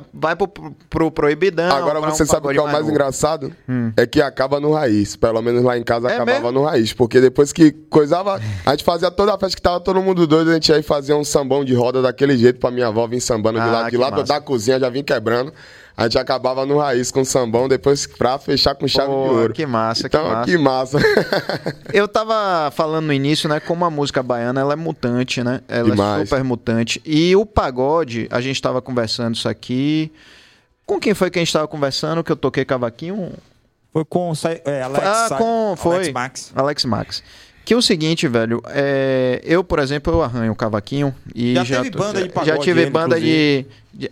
pro proibidão. Agora você sabe o que é o mais engraçado? É que acaba no raiz. Pelo menos lá em casa acabava mesmo? No raiz. Porque depois que coisava, a gente fazia toda a festa que tava todo mundo doido, a gente ia fazer um sambão de roda daquele jeito pra minha avó vir sambando de lá da cozinha, já vim quebrando. A gente acabava no raiz com sambão, depois pra fechar com chave de ouro. Que massa, então, que massa. Eu tava falando no início, né, como a música baiana, ela é mutante, né? Ela é super mutante. E o pagode, a gente tava conversando isso aqui... Com quem foi que a gente tava conversando, que eu toquei cavaquinho? Foi com Alex Max. Alex Max. Que é o seguinte, velho, eu, por exemplo, eu arranho o cavaquinho e já teve banda de pagode. Já tive banda de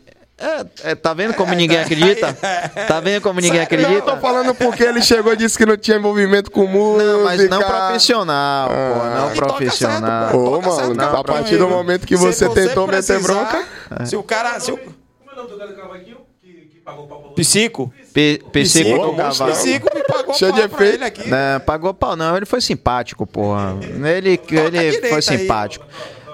tá vendo como ninguém acredita? Tá vendo como ninguém acredita? Eu tô falando porque ele chegou e disse que não tinha envolvimento com música. Não, mas não profissional, não profissional. Mano, a partir do momento que você tentou meter bronca... Se o cara... Como é o nome do cara do cavaquinho? Pagou pau pra Psico. Psico me pagou cheio pau de pra ele aqui. Não, pagou pau não, ele foi simpático, porra. Ele foi simpático.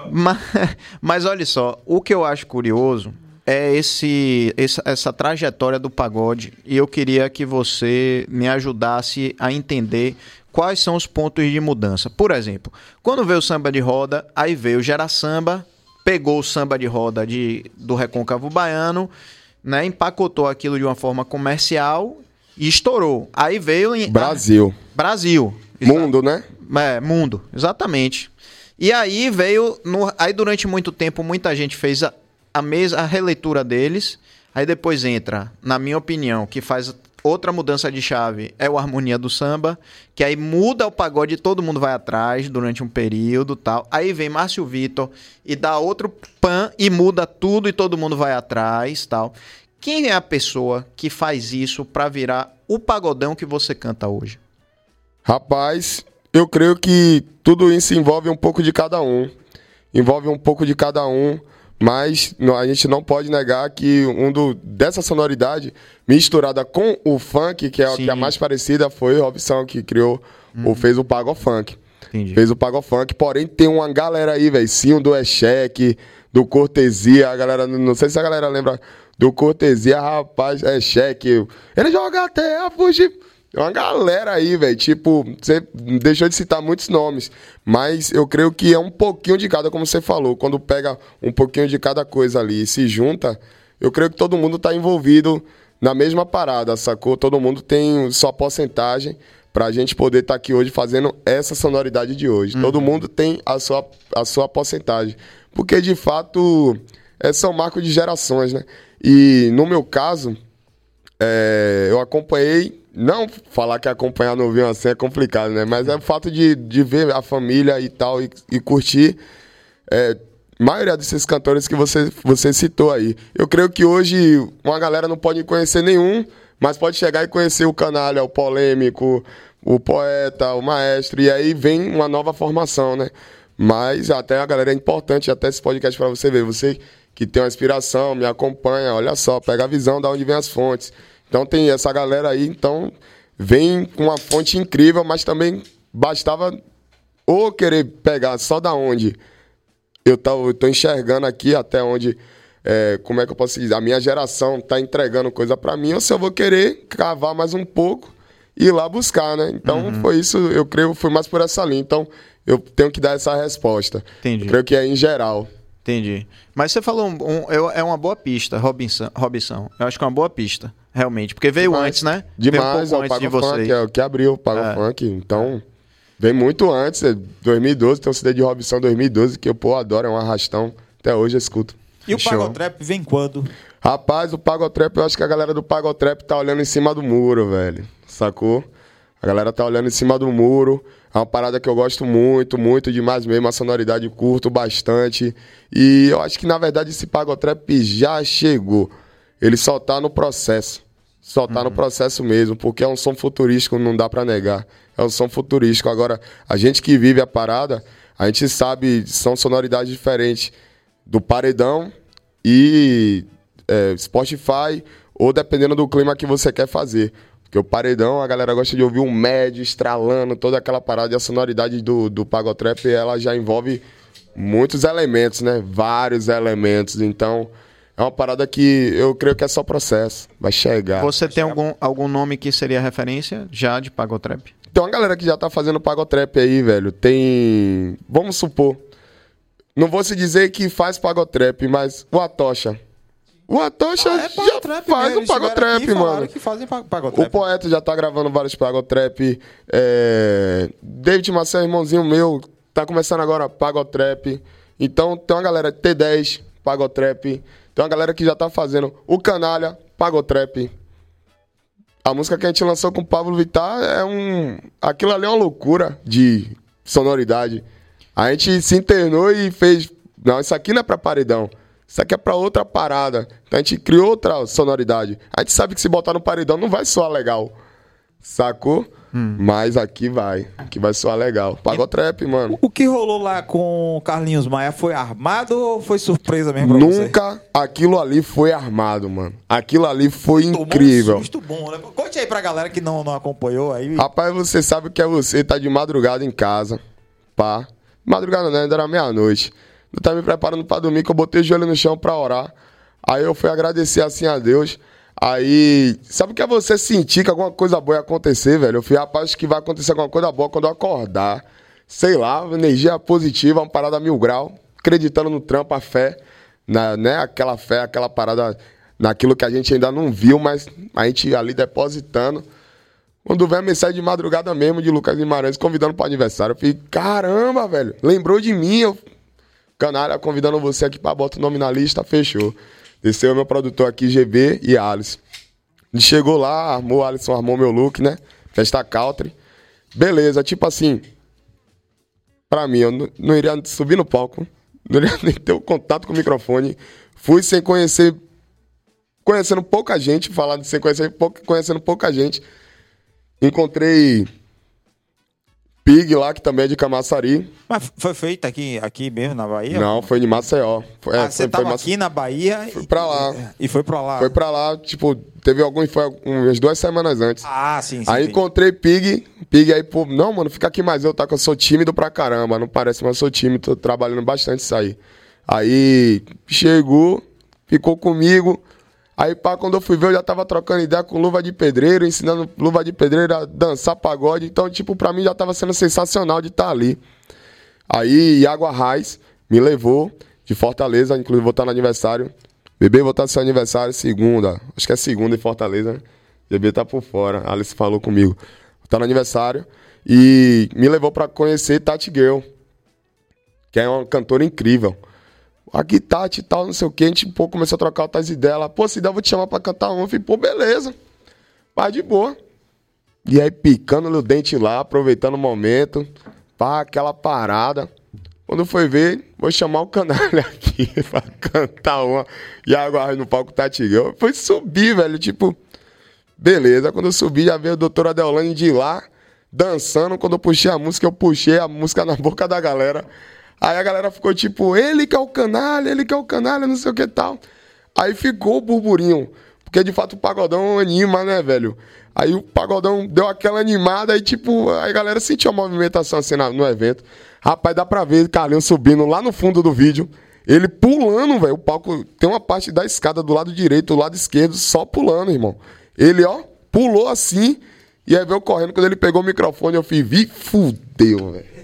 Mas olha só, o que eu acho curioso é essa trajetória do pagode. E eu queria que você me ajudasse a entender quais são os pontos de mudança. Por exemplo, quando veio o samba de roda, aí veio o Gera Samba, pegou o samba de roda do Recôncavo Baiano, né, empacotou aquilo de uma forma comercial e estourou. Aí veio... Brasil. Mundo, né? Mundo, exatamente. E aí veio... Aí durante muito tempo, muita gente fez a releitura deles. Aí depois entra, na minha opinião, que faz outra mudança de chave é o Harmonia do Samba, que aí muda o pagode e todo mundo vai atrás durante um período e tal. Aí vem Márcio Vitor e dá outro pan e muda tudo e todo mundo vai atrás e tal. Quem é a pessoa que faz isso pra virar o pagodão que você canta hoje? Rapaz, eu creio que tudo isso envolve um pouco de cada um. Envolve um pouco de cada um. Mas a gente não pode negar que dessa sonoridade misturada com o funk, que é a que é a mais parecida, foi o Robson que criou ou fez o Pagofunk. Entendi. Fez o Pagofunk, porém tem uma galera aí, velho, sim, do Echeque, do Cortesia, a galera, não sei se a galera lembra do Cortesia, rapaz, Echeque, ele joga até a fugir. É uma galera aí, velho, tipo, você deixou de citar muitos nomes, mas eu creio que é um pouquinho de cada, como você falou, quando pega um pouquinho de cada coisa ali e se junta, eu creio que todo mundo tá envolvido na mesma parada, sacou? Todo mundo tem sua porcentagem pra gente poder estar aqui hoje fazendo essa sonoridade de hoje. Todo mundo tem a sua porcentagem, porque de fato são marcos de gerações, né? E no meu caso, eu acompanhei. Não falar que acompanhar novinho assim é complicado, né? Mas é o fato de ver a família e tal e curtir a maioria desses cantores que você citou aí. Eu creio que hoje uma galera não pode conhecer nenhum, mas pode chegar e conhecer o Canalha, o Polêmico, o Poeta, o Maestro, e aí vem uma nova formação, né? Mas até a galera é importante, até esse podcast para você ver. Você que tem uma inspiração, me acompanha, olha só, pega a visão de onde vem as fontes. Então tem essa galera aí, então vem com uma fonte incrível, mas também bastava ou querer pegar só da onde eu tô enxergando aqui, até onde, como é que eu posso dizer, a minha geração tá entregando coisa pra mim, ou se eu vou querer cavar mais um pouco e ir lá buscar, né? Então foi isso, eu creio, foi mais por essa linha. Então eu tenho que dar essa resposta. Entendi. Eu creio que é em geral. Entendi. Mas você falou, é uma boa pista, Robson. Eu acho que é uma boa pista, realmente. Porque veio antes, né? Demais, veio um pouco antes de vocês. É o que abriu o Pagofunk. Então, vem muito antes, 2012, tem um CD de Robson 2012 que eu, adoro, é um arrastão. Até hoje eu escuto. E o Pagotrap vem quando? Rapaz, o Pagotrap, eu acho que a galera do Pagotrap tá olhando em cima do muro, velho. Sacou? A galera tá olhando em cima do muro. É uma parada que eu gosto muito, muito demais mesmo. A sonoridade curto bastante. E eu acho que, na verdade, esse Pagotrap já chegou. Ele só tá no processo. Só tá no processo mesmo, porque é um som futurístico, não dá pra negar. É um som futurístico. Agora, a gente que vive a parada, a gente sabe, são sonoridades diferentes do paredão e Spotify, ou dependendo do clima que você quer fazer. Porque o paredão, a galera gosta de ouvir um médio, estralando, toda aquela parada. E a sonoridade do Pagotrap, ela já envolve muitos elementos, né? Vários elementos. Então, é uma parada que eu creio que é só processo. Vai chegar. Você tem algum nome que seria referência já de Pagotrap? Tem uma galera que já tá fazendo Pagotrap aí, velho. Tem... Vamos supor. Não vou se dizer que faz Pagotrap, mas o Atocha. O Atocha já faz o Pagotrap, mano. Que fazem Pagotrap. O Poeta já tá gravando vários Pagotrap. David Marcel, irmãozinho meu, tá começando agora Pagotrap. Então tem uma galera T10, Pagotrap. Tem uma galera que já tá fazendo o Canalha, Pagotrap. A música que a gente lançou com o Pablo Vittar aquilo ali é uma loucura de sonoridade. A gente se internou e fez... Não, isso aqui não é pra paredão. Isso aqui é pra outra parada. Então a gente criou outra sonoridade. A gente sabe que se botar no paredão não vai soar legal. Sacou? Mas aqui vai soar legal. Pagotrap, mano. O que rolou lá com o Carlinhos Maia foi armado ou foi surpresa mesmo pra você? Nunca aquilo ali foi armado, mano. Aquilo ali foi incrível. Um susto bom, né? Conte aí pra galera que não acompanhou aí. Rapaz, você sabe que é você, tá de madrugada em casa. Pá. Madrugada não, ainda era meia-noite. Eu tava me preparando pra dormir, que eu botei o joelho no chão pra orar. Aí eu fui agradecer assim a Deus. Aí, sabe o que é você sentir que alguma coisa boa ia acontecer, velho? Eu falei, rapaz, acho que vai acontecer alguma coisa boa quando eu acordar. Sei lá, energia positiva, uma parada 1000 graus. Acreditando no trampo, a fé. Né? Aquela fé, aquela parada naquilo que a gente ainda não viu, mas a gente ali depositando. Quando vem a mensagem de madrugada mesmo de Lucas Guimarães convidando pro aniversário, eu falei, caramba, velho, lembrou de mim, Canalha, convidando você aqui pra botar o nome na lista, fechou. Desceu meu produtor aqui, GB e Alice. A gente chegou lá, o Alisson armou meu look, né? Festa country. Beleza, tipo assim, pra mim, eu não iria subir no palco, não iria nem ter o contato com o microfone. Fui sem conhecer, conhecendo pouca gente, falando sem conhecer, conhecendo pouca gente. Encontrei Pig lá, que também é de Camaçari. Mas foi feito aqui mesmo, na Bahia? Não, foi de Maceió. Você tava aqui na Bahia Fui pra lá. E foi pra lá? Foi pra lá, tipo, teve foi umas 2 semanas antes. Ah, sim. Aí encontrei Pig aí, pô, não, mano, fica aqui mais eu, tá? Que eu sou tímido pra caramba, não parece, mas eu sou tímido, tô trabalhando bastante isso aí. Aí chegou, ficou comigo. Aí, pá, quando eu fui ver, eu já tava trocando ideia com Luva de Pedreiro, ensinando Luva de Pedreiro a dançar pagode. Então, tipo, pra mim já tava sendo sensacional de estar ali. Aí, Iago Arraes me levou de Fortaleza, inclusive vou estar no aniversário. Bebê, vou estar no seu aniversário segunda. Acho que é segunda em Fortaleza, né? Bebê tá por fora. A Alice falou comigo. Vou estar no aniversário. E me levou pra conhecer Tati Girl, que é uma cantora incrível. Aqui, Tati e tal, não sei o que, a gente pô, começou a trocar outras ideias. Ela, pô, se der, eu vou te chamar pra cantar uma. Eu falei, pô, beleza. Pá, de boa. E aí, picando no dente lá, aproveitando o momento. Pá, aquela parada. Quando foi ver, vou chamar o Canalha aqui pra cantar uma. E agora no palco Tati Girl. Foi subir, velho, tipo... Beleza, quando eu subi, já veio a doutora Deolane de lá, dançando. Quando eu puxei a música na boca da galera. Aí a galera ficou tipo, ele que é o canalha, não sei o que tal. Aí ficou o burburinho, porque de fato o pagodão anima, né, velho? Aí o pagodão deu aquela animada, aí tipo, aí a galera sentiu a movimentação assim no evento. Rapaz, dá pra ver Carlinhos subindo lá no fundo do vídeo, ele pulando, velho. O palco tem uma parte da escada do lado direito, do lado esquerdo, só pulando, irmão. Ele, ó, pulou assim, e aí veio correndo. Quando ele pegou o microfone, eu fiz, fudeu, velho.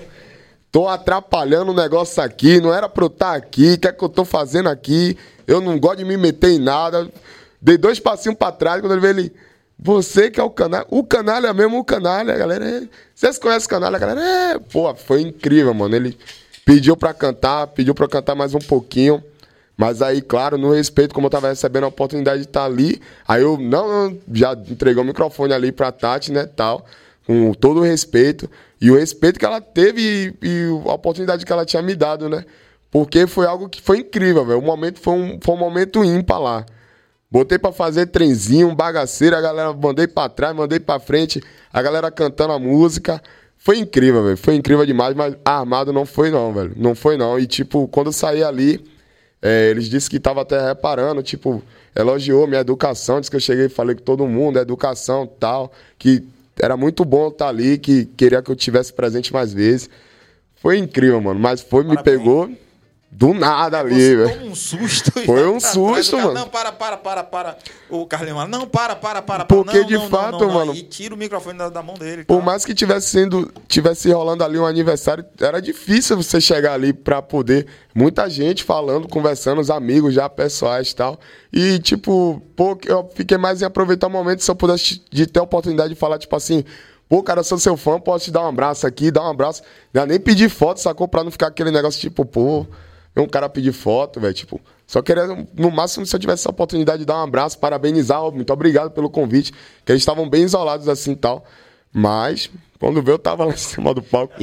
Tô atrapalhando o negócio aqui, não era pra eu estar aqui, o que é que eu tô fazendo aqui? Eu não gosto de me meter em nada. Dei 2 passinhos pra trás, quando ele veio, ele... Você que é o canalha é mesmo, o canalha, galera. Vocês conhecem o canalha, galera? Pô, foi incrível, mano. Ele pediu pra eu cantar mais um pouquinho. Mas aí, claro, no respeito, como eu tava recebendo a oportunidade de estar ali, aí eu já entreguei o microfone ali pra Tati, né, tal, com todo o respeito. E o respeito que ela teve e a oportunidade que ela tinha me dado, né? Porque foi algo que foi incrível, velho. O momento foi um momento ímpar lá. Botei pra fazer trenzinho, bagaceiro, a galera mandei pra trás, mandei pra frente, a galera cantando a música. Foi incrível, velho. Foi incrível demais, mas armado não foi não, velho. Não foi não. E, tipo, quando eu saí ali, eles disseram que tava até reparando, tipo, elogiou minha educação, disse que eu cheguei e falei com todo mundo, educação e tal, que... Era muito bom estar ali, que queria que eu tivesse presente mais vezes. Foi incrível, mano. Mas me pegou do nada ali, velho. Foi um susto. Foi um susto, mano. Não, para. O Carlinhos fala, não, para. Porque não, de fato, mano... E tira o microfone da mão dele. Por mais que tivesse rolando ali um aniversário, era difícil você chegar ali pra poder... Muita gente falando, conversando, os amigos já pessoais e tal. E, tipo, pô, eu fiquei mais em aproveitar o momento se eu pudesse de ter a oportunidade de falar, tipo assim... Pô, cara, eu sou seu fã, posso te dar um abraço aqui, dar um abraço. Já nem pedir foto, sacou? Pra não ficar aquele negócio, tipo, pô... Um cara pedir foto, velho, tipo... Só queria, no máximo, se eu tivesse essa oportunidade de dar um abraço, parabenizar, muito obrigado pelo convite, que eles estavam bem isolados assim e tal. Mas, quando veio, eu tava lá em cima do palco.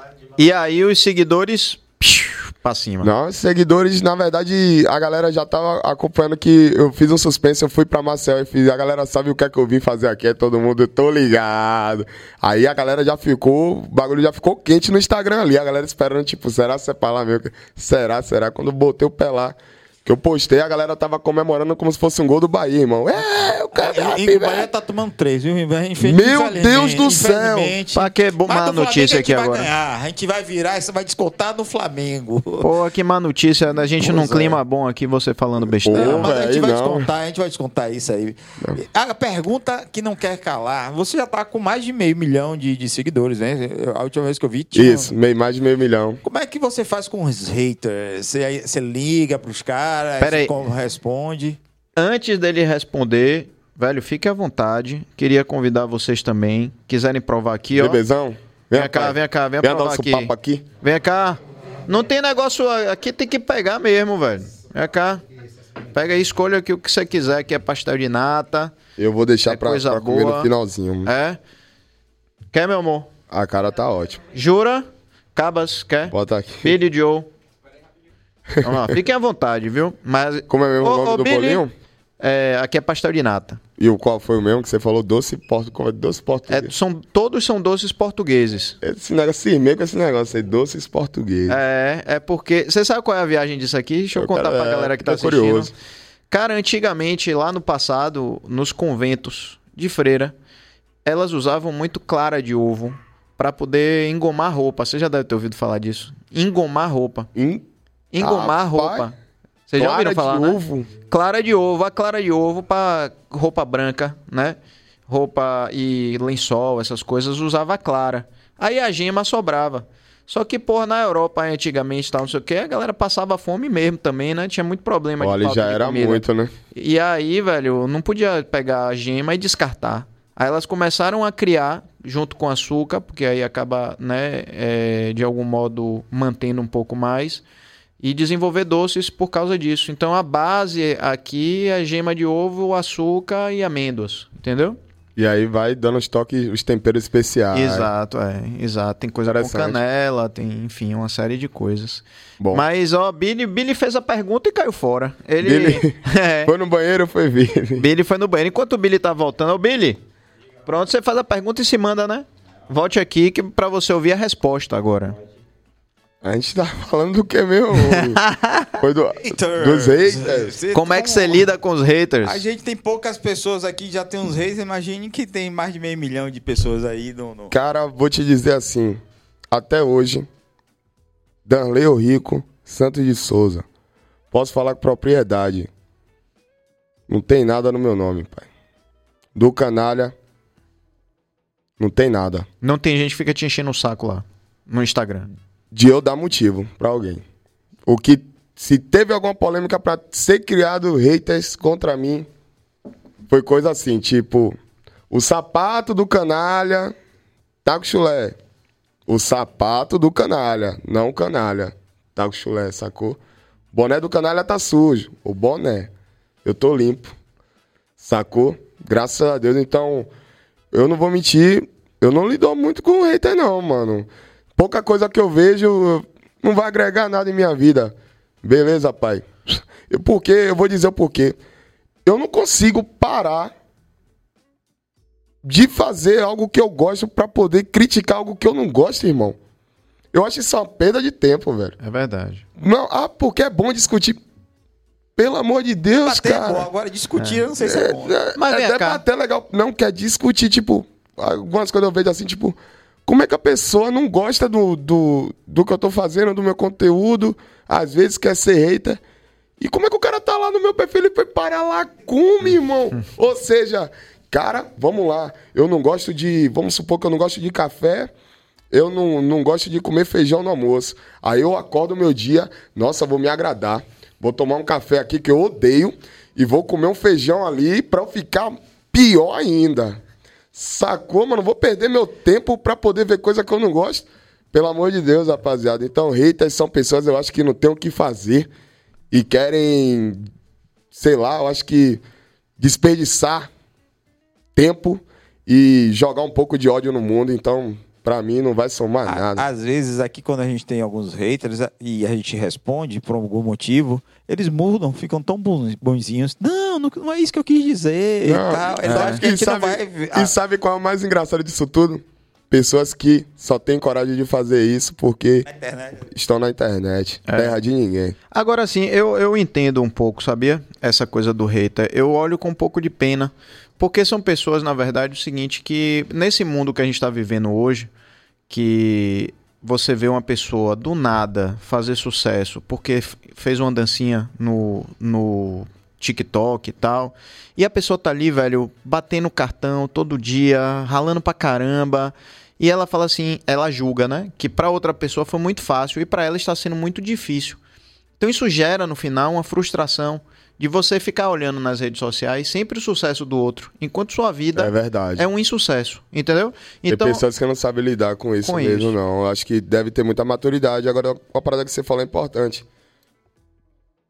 E aí os seguidores... Pra cima. Não, os seguidores, na verdade, a galera já tava acompanhando que eu fiz um suspense, eu fui pra Marcel e fiz. A galera sabe o que é que eu vim fazer aqui, é todo mundo, eu tô ligado. Aí a galera já ficou, o bagulho já ficou quente no Instagram ali, a galera esperando, tipo, será que é pra lá mesmo? Será? Quando eu botei o pé lá, que eu postei, a galera tava comemorando como se fosse um gol do Bahia, irmão. O cara o Bahia tá tomando 3, viu? Meu Deus do céu! Pra que má notícia aqui agora? A gente vai virar, isso vai descontar no Flamengo. Pô, que má notícia, a gente num clima bom aqui, você falando besteira. Não, mas a gente vai descontar isso aí. Não. A pergunta que não quer calar, você já tá com mais de 500 mil de seguidores, né? A última vez que eu vi tinha... Isso, mais de 500 mil. Como é que você faz com os haters? Você liga pros caras? Peraí. Como responde? Antes dele responder, velho, fique à vontade. Queria convidar vocês também. Quiserem provar aqui, ó. Bebezão? Vem cá, vem provar aqui. Papo aqui. Vem cá. Não tem negócio aqui, tem que pegar mesmo, velho. Vem cá. Pega aí, escolha aqui o que você quiser, que é pastel de nata. Eu vou deixar pra coisa comer boa. no finalzinho. É? Quer, meu amor? A cara tá ótima. Jura? Cabas, quer? Bota aqui. Billy Joe. Vamos lá, fiquem à vontade, viu? Mas... Como é mesmo o nome do Billy, bolinho? aqui é pastel de nata. E o qual foi o mesmo que você falou? Doce português. Todos são doces portugueses. Esse negócio, cismei com esse negócio aí, doces portugueses. É porque... Você sabe qual é a viagem disso aqui? Deixa eu contar pra galera que tá assistindo. Curioso. Cara, antigamente, lá no passado, nos conventos de freira, elas usavam muito clara de ovo pra poder engomar roupa. Você já deve ter ouvido falar disso. Engomar roupa. Engomar roupa. Vocês já ouviram falar, né? Ovo. Clara de ovo. A clara de ovo pra roupa branca, né? Roupa e lençol, essas coisas, usava a clara. Aí a gema sobrava. Só que, porra, na Europa, antigamente, tal, não sei o que, a galera passava fome mesmo também, né? Tinha muito problema de Olha, falta já de era comida. muito, né? E aí, velho, não podia pegar a gema e descartar. Aí elas começaram a criar, junto com açúcar, porque aí acaba, né, de algum modo, mantendo um pouco mais, e desenvolver doces por causa disso. Então a base aqui é gema de ovo, açúcar e amêndoas, entendeu? E aí vai dando os temperos especiais. Exato. Tem coisa com Interessante. canela, tem, enfim, uma série de coisas. Bom. Mas, ó, Billy fez a pergunta e caiu fora. Ele... Billy foi no banheiro ou foi Billy? Billy foi no banheiro. Enquanto o Billy tá voltando, ô Billy, pronto, você faz a pergunta e se manda, né? Volte aqui que pra você ouvir a resposta agora. A gente tá falando do que mesmo? Foi dos haters. Como é que você lida com os haters? A gente tem poucas pessoas aqui, já tem uns reis. Imagine que tem mais de 500 mil de pessoas aí no... Cara, vou te dizer assim. Até hoje, Danley Rico, Santos de Souza. Posso falar com propriedade. Não tem nada no meu nome, pai. Do Canalha, não tem nada. Não tem gente que fica te enchendo o saco lá, no Instagram. De eu dar motivo pra alguém. O que, se teve alguma polêmica pra ser criado haters contra mim, foi coisa assim, tipo, o sapato do Canalha tá com chulé. O sapato do Canalha, não o Canalha, tá com chulé, sacou? O boné do Canalha tá sujo. O boné, eu tô limpo, sacou? Graças a Deus. Então, eu não vou mentir, eu não lido muito com hater não, mano. Pouca coisa que eu vejo não vai agregar nada em minha vida. Beleza, pai? Porque eu vou dizer o porquê. Eu não consigo parar de fazer algo que eu gosto pra poder criticar algo que eu não gosto, irmão. Eu acho isso uma perda de tempo, velho. É verdade. Não, porque é bom discutir. Pelo amor de Deus, Bater é cara. bom, agora discutir eu não sei se é bom. Mas vem cá. Debater é legal. Não, quer discutir, tipo... Algumas coisas eu vejo assim, tipo... Como é que a pessoa não gosta do que eu tô fazendo, do meu conteúdo, às vezes quer ser hater, e como é que o cara tá lá no meu perfil e foi parar lá como, irmão? Ou seja, cara, vamos lá, eu não gosto de, vamos supor que eu não gosto de café, eu não gosto de comer feijão no almoço, aí eu acordo meu dia, nossa, vou me agradar, vou tomar um café aqui que eu odeio, e vou comer um feijão ali pra eu ficar pior ainda. Sacou, mano? Vou perder meu tempo pra poder ver coisa que eu não gosto. Pelo amor de Deus, rapaziada. Então, haters são pessoas, eu acho que não tem o que fazer e querem, sei lá, eu acho que desperdiçar tempo e jogar um pouco de ódio no mundo. Então, pra mim, não vai somar nada. Às vezes, aqui, quando a gente tem alguns haters e a gente responde por algum motivo, eles mudam, ficam tão bonzinhos. Não é isso que eu quis dizer. Não, e tal. Eles acham que a gente não vai... E sabe qual é o mais engraçado disso tudo? Pessoas que só têm coragem de fazer isso porque estão na internet. Terra de ninguém. Agora sim, eu entendo um pouco, sabia? Essa coisa do hater. Eu olho com um pouco de pena. Porque são pessoas, na verdade, o seguinte, que nesse mundo que a gente está vivendo hoje, que você vê uma pessoa do nada fazer sucesso porque fez uma dancinha no TikTok e tal, e a pessoa tá ali, velho, batendo cartão todo dia, ralando pra caramba, e ela fala assim, ela julga, né, que pra outra pessoa foi muito fácil e pra ela está sendo muito difícil. Então isso gera, no final, uma frustração de você ficar olhando nas redes sociais sempre o sucesso do outro, enquanto sua vida É verdade. é um insucesso, entendeu? Então, Tem pessoas que não sabem lidar com isso mesmo, não. Eu acho que deve ter muita maturidade. Agora, uma parada que você falou é importante.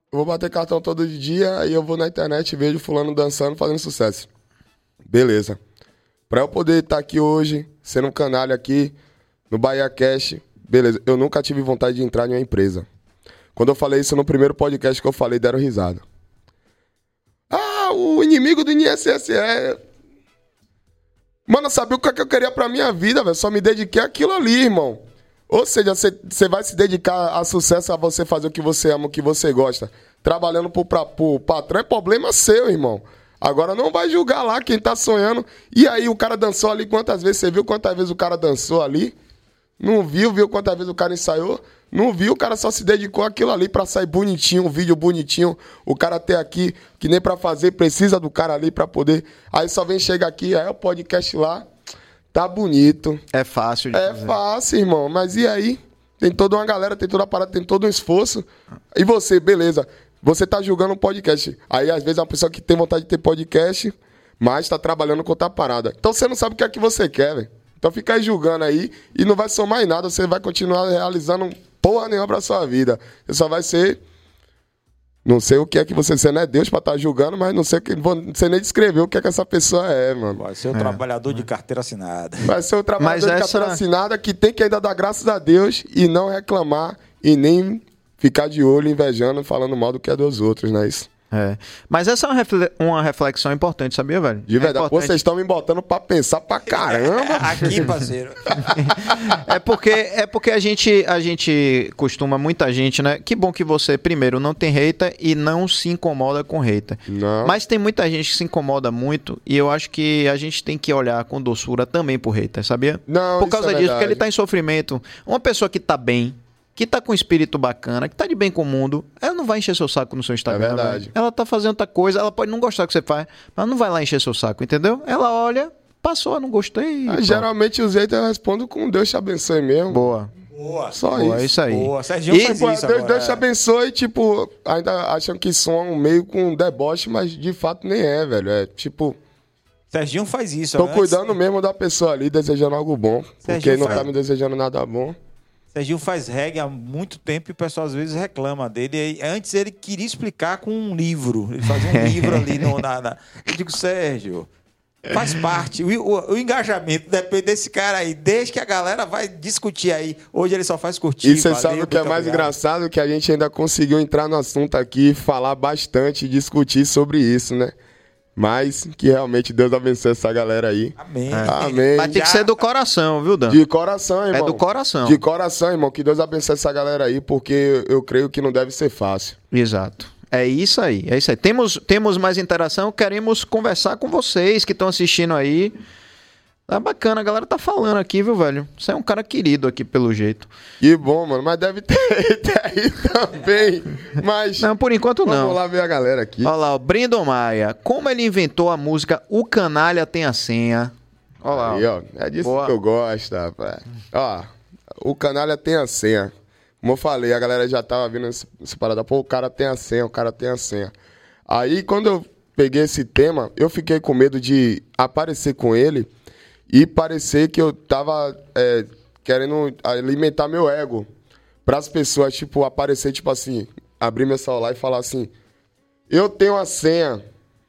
eu vou bater cartão todo dia, aí eu vou na internet e vejo fulano dançando, fazendo sucesso. Beleza. Pra eu poder estar aqui hoje, sendo um canalha aqui, no Bahia Cash, beleza. Eu nunca tive vontade de entrar em uma empresa. Quando eu falei isso no primeiro podcast que eu falei, deram risada. Ah, o inimigo do INSS é... Mano, eu sabia o que eu queria pra minha vida, velho. Só me dediquei àquilo ali, irmão. Ou seja, você vai se dedicar a sucesso, a você fazer o que você ama, o que você gosta. Trabalhando pro patrão é problema seu, irmão. Agora não vai julgar lá quem tá sonhando. E aí o cara dançou ali quantas vezes? Você viu quantas vezes o cara dançou ali? Não viu? Viu quantas vezes o cara ensaiou? Não viu? O cara só se dedicou àquilo ali pra sair bonitinho, um vídeo bonitinho. O cara ter aqui, que nem pra fazer, precisa do cara ali pra poder. Aí só vem, chega aqui, aí o podcast lá, tá bonito. É fácil de fazer. É fácil, irmão. Mas e aí? Tem toda uma galera, tem toda a parada, tem todo um esforço. E você, beleza. Você tá julgando um podcast. Aí, às vezes, é uma pessoa que tem vontade de ter podcast, mas tá trabalhando com outra parada. Então, você não sabe o que é que você quer, velho. Então, fica aí julgando aí e não vai somar em nada. Você vai continuar realizando porra nenhuma pra sua vida. Você só vai ser... Não sei o que é que você não é Deus pra estar julgando, mas não sei, não sei nem descrever o que é que essa pessoa é, mano. Vai ser o trabalhador de carteira assinada. Vai ser o trabalhador de carteira assinada que tem que ainda dar graças a Deus e não reclamar e nem ficar de olho invejando, falando mal do que é dos outros, não é isso? É. Mas essa é uma reflexão importante, sabia, velho? De verdade, importante. vocês estão me botando pra pensar pra caramba. Aqui, parceiro. É porque a gente costuma, muita gente, né? Que bom que você, primeiro, não tem hater e não se incomoda com hater. Não. Mas tem muita gente que se incomoda muito e eu acho que a gente tem que olhar com doçura também pro hater, sabia? Não, Por causa isso é disso, porque verdade. ele tá em sofrimento. Uma pessoa que tá bem, que tá com um espírito bacana, que tá de bem com o mundo, ela não vai encher seu saco no seu Instagram. É verdade. Velho. Ela tá fazendo outra coisa, ela pode não gostar do que você faz, mas não vai lá encher seu saco, entendeu? Ela olha, passou, não gostei. Ah, geralmente os haters respondem com Deus te abençoe mesmo. Boa. Boa. Só Boa, é isso. isso aí. Boa. Serginho E- faz Pô, isso Deus, agora. Deus te abençoe, tipo, ainda acham que soam meio com deboche, mas de fato nem é, velho. É tipo, Serginho faz isso. tô Antes- cuidando mesmo da pessoa ali, desejando algo bom. Porque Serginho não faz- tá me desejando nada bom. Serginho faz reggae há muito tempo e o pessoal às vezes reclama dele. E antes ele queria explicar com um livro. Ele fazia um livro ali Eu digo, Sérgio, faz parte. O engajamento depende desse cara aí. Desde que a galera vai discutir aí. Hoje ele só faz curtir. E você valeu, sabe o que é muito mais obrigado. engraçado? Que a gente ainda conseguiu entrar no assunto aqui, falar bastante, discutir sobre isso, né? Mas que realmente Deus abençoe essa galera aí. Amém. Amém. Mas tem que ser do coração, viu, Dan? De coração, irmão. É do coração. De coração, irmão. Que Deus abençoe essa galera aí, porque eu creio que não deve ser fácil. Exato. É isso aí, é isso aí. Temos mais interação, queremos conversar com vocês que estão assistindo aí. Tá bacana, a galera tá falando aqui, viu, velho? Você é um cara querido aqui, pelo jeito. Que bom, mano. Mas deve ter aí também. Mas Não, por enquanto não. vamos lá ver a galera aqui. Olha lá, o Brindon Maia. Como ele inventou a música O Canalha Tem a Senha. Olha lá. Aí, ó. É disso Boa. que eu gosto, rapaz. Ó, o canalha tem a senha. Como eu falei, a galera já tava vindo essa parada. Pô, o cara tem a senha, o cara tem a senha. Aí, quando eu peguei esse tema, eu fiquei com medo de aparecer com ele e parecer que eu tava querendo alimentar meu ego. Para as pessoas, tipo, aparecer, tipo assim, abrir meu celular e falar assim, eu tenho a senha.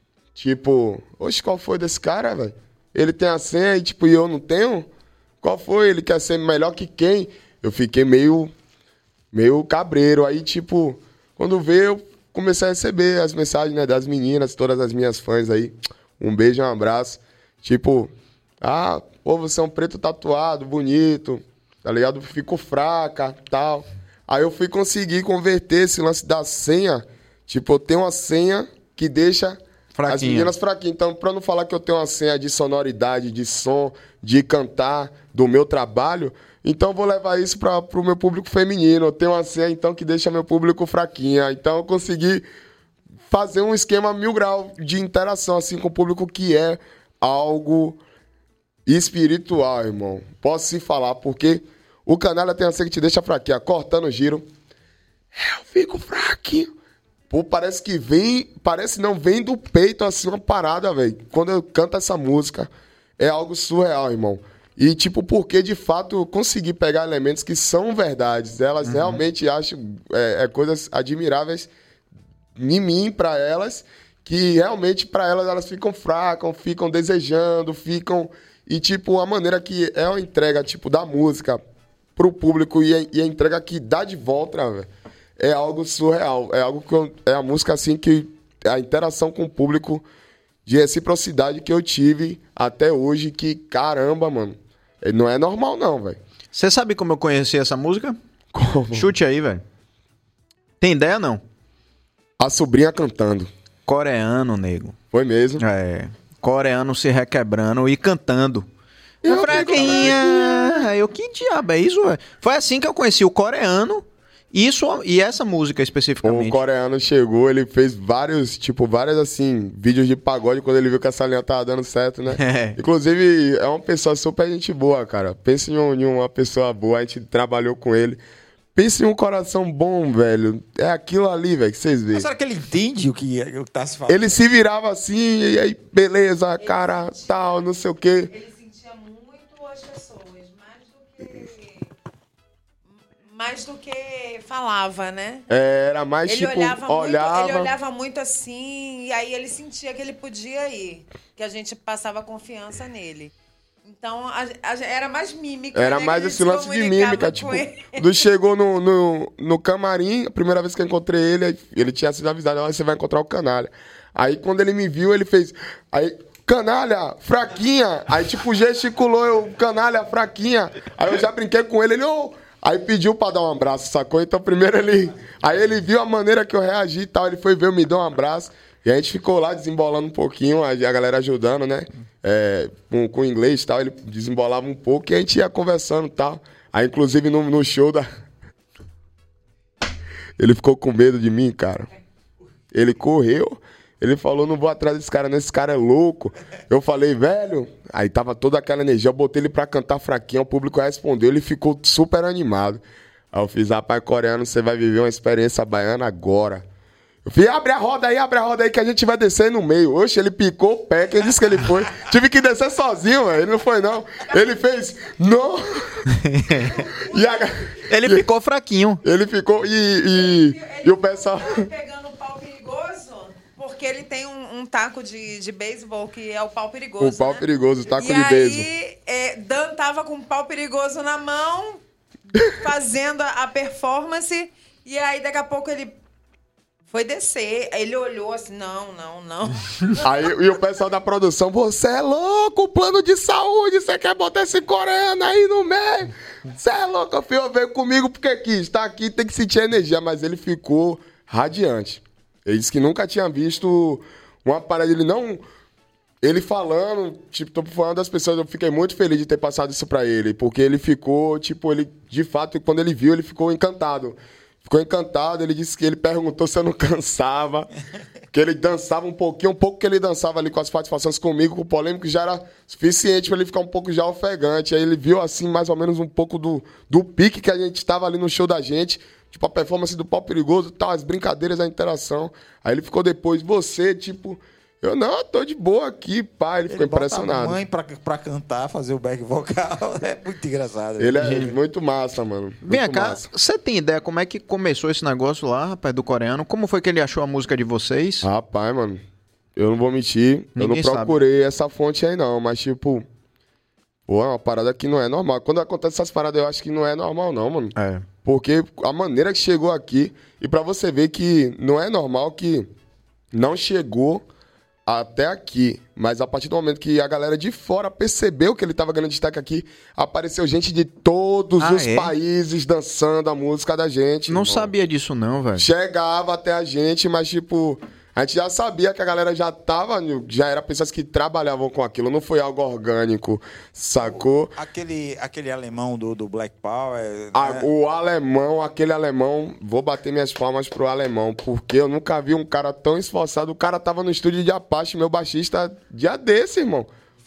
Tipo, oxe, qual foi desse cara, velho? Ele tem a senha e, tipo, e eu não tenho? Qual foi? Ele quer ser melhor que quem? Eu fiquei meio cabreiro. Aí, tipo, quando veio, eu comecei a receber as mensagens, né, das meninas, todas as minhas fãs aí. Um beijo, um abraço. Tipo, pô, você é um preto tatuado, bonito, tá ligado? Fico fraca, tal. Aí eu fui conseguir converter esse lance da senha. Tipo, eu tenho uma senha que deixa Fraquinha. as meninas fraquinhas. Então, pra não falar que eu tenho uma senha de sonoridade, de som, de cantar, do meu trabalho, então eu vou levar isso pro meu público feminino. Eu tenho uma senha, então, que deixa meu público fraquinha. Então, eu consegui fazer um esquema 1000 graus de interação, assim, com o público, que é algo espiritual, irmão. Posso se falar, porque o canal tem a senha que te deixa fraquinha. Cortando o giro, eu fico fraquinho. Pô, parece que vem do peito, assim, uma parada, velho. Quando eu canto essa música, é algo surreal, irmão. E, tipo, porque, de fato, eu consegui pegar elementos que são verdades. Elas realmente acham coisas admiráveis em mim, pra elas, que realmente pra elas ficam fracas, ficam desejando, ficam... E, tipo, a maneira que é a entrega, tipo, da música pro público e a entrega que dá de volta, velho, é algo surreal. É algo que é a música, assim, que a interação com o público de reciprocidade que eu tive até hoje, que, caramba, mano, não é normal, não, velho. Você sabe como eu conheci essa música? Como? Chute aí, velho. Tem ideia, não? A sobrinha cantando. Coreano, nego. Foi mesmo. É. Coreano se requebrando e cantando. Eu Fraquinha. Eu, que diabo é isso, velho? Foi assim que eu conheci o coreano e essa música especificamente. O coreano chegou, ele fez vários, assim, vídeos de pagode quando ele viu que essa linha tava dando certo, né? Inclusive, é uma pessoa super gente boa, cara. Pensa em uma pessoa boa, a gente trabalhou com ele. Pensa em um coração bom, velho. É aquilo ali, velho, que vocês veem. Mas será que ele entende o que tá se falando? Ele se virava assim, e aí, beleza, cara, tal, não sei o quê. Ele sentia muito as pessoas, mais do que falava, né? Era mais, Ele tipo, olhava... Ele olhava muito assim, e aí ele sentia que ele podia ir. Que a gente passava confiança nele. Então, era mais mímica. Era né, mais esse lance de mímica, tipo, chegou no camarim, a primeira vez que eu encontrei ele tinha sido avisado, você vai encontrar o Canalha. Aí, quando ele me viu, ele fez, aí, Canalha, fraquinha, aí, tipo, gesticulou, eu, Canalha, fraquinha, aí eu já brinquei com ele, aí pediu pra dar um abraço, sacou? Então, primeiro aí ele viu a maneira que eu reagi e tal, ele foi ver, me deu um abraço, e a gente ficou lá desembolando um pouquinho, a galera ajudando, né? Com inglês e tal, ele desembolava um pouco e a gente ia conversando e tal. Aí, inclusive, no show ele ficou com medo de mim, cara. Ele correu, ele falou, não vou atrás desse cara, não, esse cara é louco. Eu falei, velho, aí tava toda aquela energia, eu botei ele pra cantar fraquinho, o público respondeu, ele ficou super animado. Aí eu fiz, rapaz, coreano, você vai viver uma experiência baiana agora. Eu falei, abre a roda aí que a gente vai descer no meio. Oxe, ele picou o pé, quem disse que ele foi? Tive que descer sozinho, velho. Ele não foi, não. Ele fez, não. Ele ficou fraquinho. Ele ficou, e o pessoal... Pegando o pau perigoso, porque ele tem um taco de beisebol, que é o pau perigoso, O pau perigoso, o taco de E beisebol. aí, Dan tava com o pau perigoso na mão, fazendo a performance, e aí daqui a pouco ele... Foi descer, aí ele olhou assim, não. Aí, e o pessoal da produção, você é louco, plano de saúde, você quer botar esse coreano aí no meio? Você é louco, o filho veio comigo porque quis, tá aqui, tem que sentir a energia, mas ele ficou radiante. Ele disse que nunca tinha visto uma parada, ele falando, tipo, foi uma das pessoas, eu fiquei muito feliz de ter passado isso pra ele, porque ele ficou, tipo, ele, de fato, quando ele viu, ele ficou encantado. Ficou encantado, ele disse que ele perguntou se eu não cansava, que ele dançava um pouco que ele dançava ali com as participações comigo, com o polêmico, já era suficiente para ele ficar um pouco já ofegante. Aí ele viu, assim, mais ou menos um pouco do pique que a gente estava ali no show da gente, tipo, a performance do pau perigoso e tal, as brincadeiras, a interação. Aí ele ficou depois, você, tipo... Eu não, tô de boa aqui, pá. Ele ficou impressionado. Bota a mãe pra cantar, fazer o back vocal. É muito engraçado. Ele é muito massa, mano. Vem cá, você tem ideia como é que começou esse negócio lá, rapaz, do coreano? Como foi que ele achou a música de vocês? Rapaz, mano, eu não vou mentir. Ninguém eu não procurei essa fonte aí, não. Mas, tipo, pô, é uma parada que não é normal. Quando acontece essas paradas, eu acho que não é normal, não, mano. É. Porque a maneira que chegou aqui... E pra você ver que não é normal que não chegou... até aqui, mas a partir do momento que a galera de fora percebeu que ele tava ganhando destaque aqui, apareceu gente de todos os países dançando a música da gente. Não irmão. sabia disso não, velho. Chegava até a gente, mas tipo, a gente já sabia que a galera já era pessoas que trabalhavam com aquilo, não foi algo orgânico, sacou? Aquele alemão do Black Power... Né? Aquele alemão, vou bater minhas palmas pro alemão, porque eu nunca vi um cara tão esforçado. O cara tava no estúdio de Apache, meu baixista, dia desse, irmão.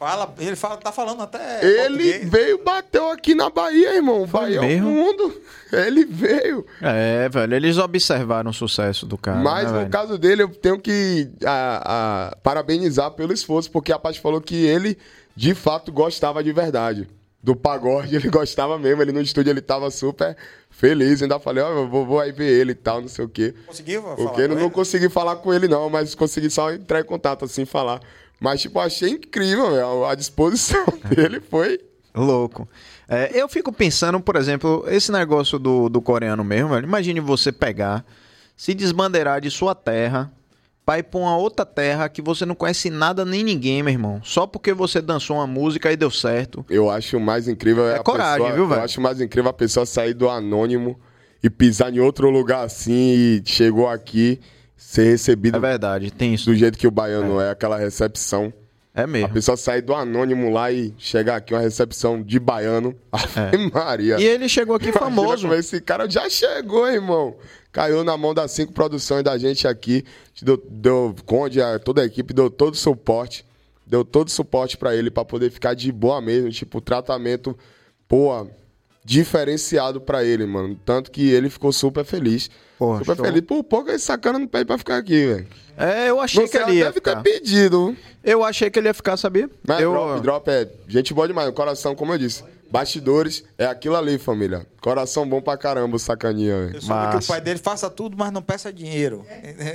Tá falando até Ele português. veio, bateu aqui na Bahia, irmão. Bahia é o mundo. Ele veio. É, velho, eles observaram o sucesso do cara. Mas né, no caso dele, eu tenho que parabenizar pelo esforço, porque a Apache falou que ele, de fato, gostava de verdade. do pagode, ele gostava mesmo. Ele no estúdio, ele tava super feliz. Ainda falei, ó, eu vou aí ver ele e tal, não sei o quê. Conseguiu falar Porque com eu não ele? consegui falar com ele, não, mas consegui só entrar em contato, assim, falar. Mas, tipo, achei incrível, velho. A disposição dele foi... Louco. Eu fico pensando, por exemplo, esse negócio do coreano mesmo, velho. Imagine você pegar, se desbandeirar de sua terra, pra ir pra uma outra terra que você não conhece nada nem ninguém, meu irmão. Só porque você dançou uma música e deu certo. Eu acho mais incrível É coragem, viu, velho? Eu acho mais incrível a pessoa sair do anônimo e pisar em outro lugar assim e chegou aqui, ser recebido É verdade, tem isso. do jeito que o baiano é, aquela recepção. É A mesmo. pessoa sair do anônimo lá e chegar aqui, uma recepção de baiano. Ave Maria. E ele chegou aqui Imagina famoso. como esse cara já chegou, irmão. Caiu na mão das 5 produções da gente aqui. Deu Conde, toda a equipe deu todo o suporte. Deu todo o suporte pra ele, pra poder ficar de boa mesmo. Tipo, tratamento, pô, diferenciado pra ele, mano. Tanto que ele ficou super feliz. Porra, super show. feliz. Por pouco esse sacana não pede pra ficar aqui, velho. Eu achei que ele ia deve ficar. ter pedido. Eu achei que ele ia ficar, sabia? Mas Eu... drop é gente boa demais. O coração, como eu disse. Bastidores é aquilo ali, família. Coração bom pra caramba, o sacaninha, velho. Eu soube que o Massa. pai dele faça tudo, mas não peça dinheiro.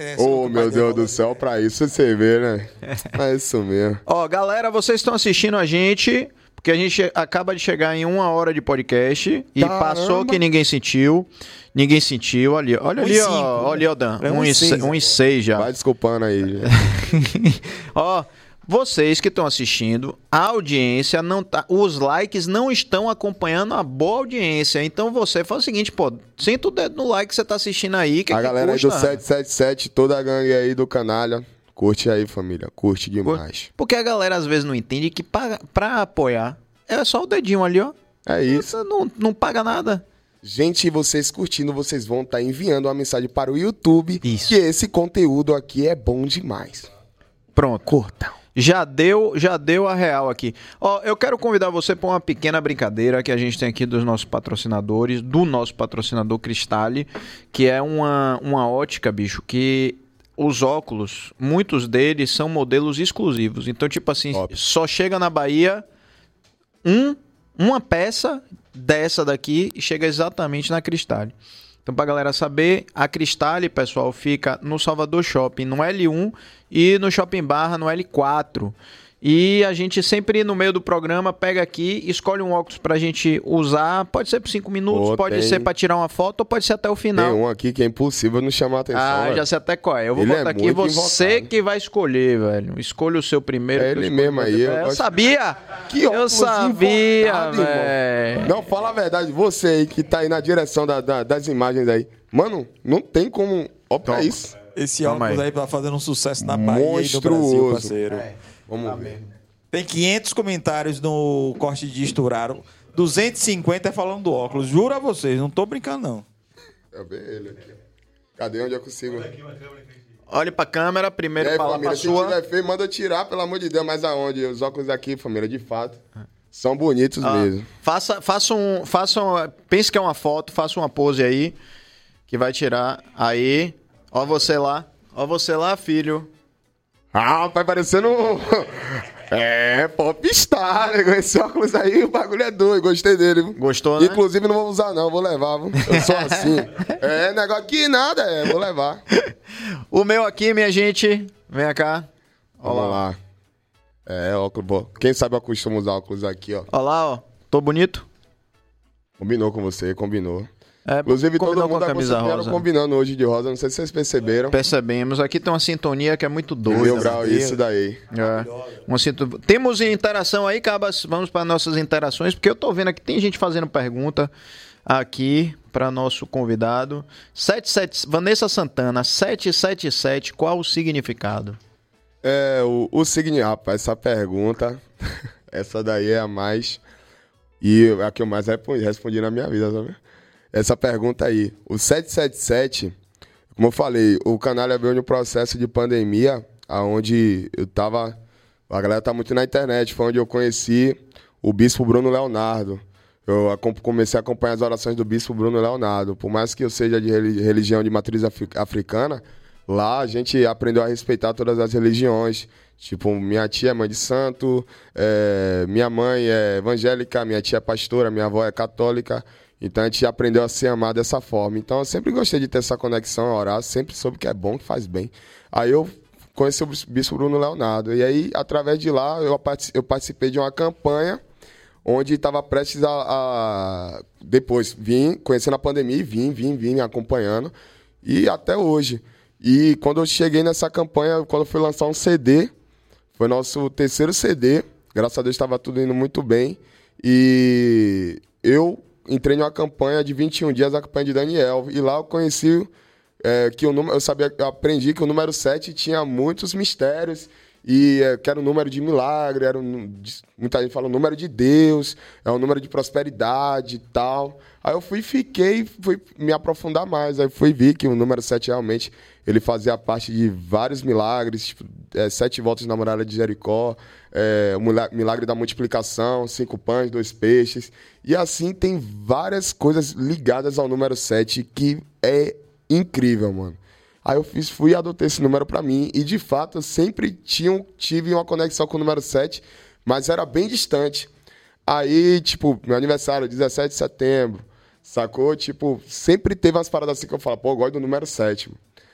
Ô, meu Deus do céu, pra isso você vê, né? É isso mesmo. Ó, galera, vocês estão assistindo a gente, porque a gente acaba de chegar em 1 hora de podcast e Caramba. passou que ninguém sentiu. Ninguém sentiu. Ali, olha ali, ó. Olha ali, ó, Dan. É 1,6, 1,6 já. Vai desculpando aí. gente. Ó, vocês que estão assistindo, a audiência não tá. Os likes não estão acompanhando a boa audiência. Então você faz o seguinte, pô, senta o dedo no like que você tá assistindo aí. Que A que galera aí do custa? 777, toda a gangue aí do canalha. Curte aí, família. Curte demais. Porque a galera às vezes não entende que pra apoiar é só o dedinho ali, ó. É isso. Você não paga nada. Gente, vocês curtindo, vocês vão estar enviando uma mensagem para o YouTube. Isso. Que esse conteúdo aqui é bom demais. Pronto. Curtam. Já deu a real aqui. Ó, eu quero convidar você para uma pequena brincadeira que a gente tem aqui dos nossos patrocinadores, do nosso patrocinador Cristalli, que é uma ótica, bicho, que os óculos, muitos deles são modelos exclusivos. Então, tipo assim, Top. só chega na Bahia uma peça dessa daqui e chega exatamente na Cristalli. Então, pra galera saber, a Cristalli, pessoal, fica no Salvador Shopping, no L1 e no Shopping Barra, no L4. E a gente sempre, no meio do programa, pega aqui, escolhe um óculos pra gente usar. Pode ser por 5 minutos, Pô, pode tem- ser pra tirar uma foto ou pode ser até o Tem final. um aqui que é impossível não chamar a atenção. Ah, velho. já sei até qual é. Eu vou Ele botar é aqui, muito você invocado. que vai escolher, velho. Escolha o seu primeiro. É que eu ele escolho mesmo aí, eu Eu gosto- sabia! Que Eu óculos sabia, invocado, irmão. velho. Não, fala a verdade. Você aí que tá aí na direção das imagens aí. Mano, não tem como... Ó pra isso. Esse Calma óculos aí. aí tá fazendo um sucesso na Bahia e no Monstruoso. Brasil, parceiro. Vamos ver. Tem 500 comentários no corte de estouraram. 250 é falando do óculos. Juro a vocês, não tô brincando, não. Eu ver ele aqui. Cadê onde eu consigo? Olhe pra câmera, E primeiro aí, fala pra família, se sua. tiver feio, manda tirar, pelo amor de Deus. Mas aonde? Os óculos aqui, família, de fato, são bonitos Ah, mesmo. pense que é uma foto, faça uma pose aí, que vai tirar. Aí, ó você lá, filho. Ah, vai parecendo um... É, popstar, né? Com esse óculos aí, o bagulho é doido. Gostei dele. Viu? Gostou, né? Inclusive, não vou usar não, vou levar. Viu? Eu sou assim. É, negócio que nada, vou levar. O meu aqui, minha gente, vem cá. Vamos lá. É, óculos, bom. Quem sabe eu costumo usar óculos aqui, ó. Ó lá, ó, tô bonito? Combinou com você, combinou. É, Inclusive, todo combinou mundo com a camisa vieram rosa. combinando hoje de rosa. Não sei se vocês perceberam. Percebemos, aqui tem uma sintonia que é muito doida. Meu grau, isso daí. Temos interação aí, Cabas. Vamos para nossas interações, porque eu tô vendo aqui tem gente fazendo pergunta aqui para nosso convidado. Vanessa Santana, 777, qual o significado? É, o significado, rapaz, essa pergunta, essa daí é a mais... E a que eu mais respondi na minha vida, sabe? Essa pergunta aí. O 777, como eu falei, o Canalha veio no processo de pandemia, onde eu tava... A galera tá muito na internet, foi onde eu conheci o Bispo Bruno Leonardo. Eu comecei a acompanhar as orações do Bispo Bruno Leonardo. Por mais que eu seja de religião de matriz africana, Lá a gente aprendeu a respeitar todas as religiões. Tipo, minha tia é mãe de santo, minha mãe é evangélica, minha tia é pastora, minha avó é católica. Então a gente aprendeu a se amar dessa forma. Então eu sempre gostei de ter essa conexão, a orar, sempre soube que é bom, que faz bem. Aí eu conheci o Bispo Bruno Leonardo. E aí, através de lá, eu participei de uma campanha onde estava prestes depois, vim, conhecendo a pandemia, e vim me acompanhando. E até hoje. E quando eu cheguei nessa campanha, quando eu fui lançar um CD, foi nosso terceiro CD. Graças a Deus estava tudo indo muito bem. E eu entrei numa campanha de 21 dias, a campanha de Daniel. E lá eu conheci que o número, eu aprendi que o número 7 tinha muitos mistérios. E que era um número de milagre, muita gente fala o número de Deus, é um número de prosperidade e tal. Aí eu fui me aprofundar mais. Aí fui que o número 7 realmente ele fazia parte de vários milagres, tipo, 7 voltas na muralha de Jericó, o milagre da multiplicação, 5 pães, 2 peixes. E assim tem várias coisas ligadas ao número 7 que é incrível, mano. Aí eu fui e adotei esse número pra mim. E, de fato, eu sempre tive uma conexão com o número 7, mas era bem distante. Aí, tipo, meu aniversário, 17 de setembro, sacou? Tipo, sempre teve umas paradas assim que eu falo, pô, eu gosto do número 7.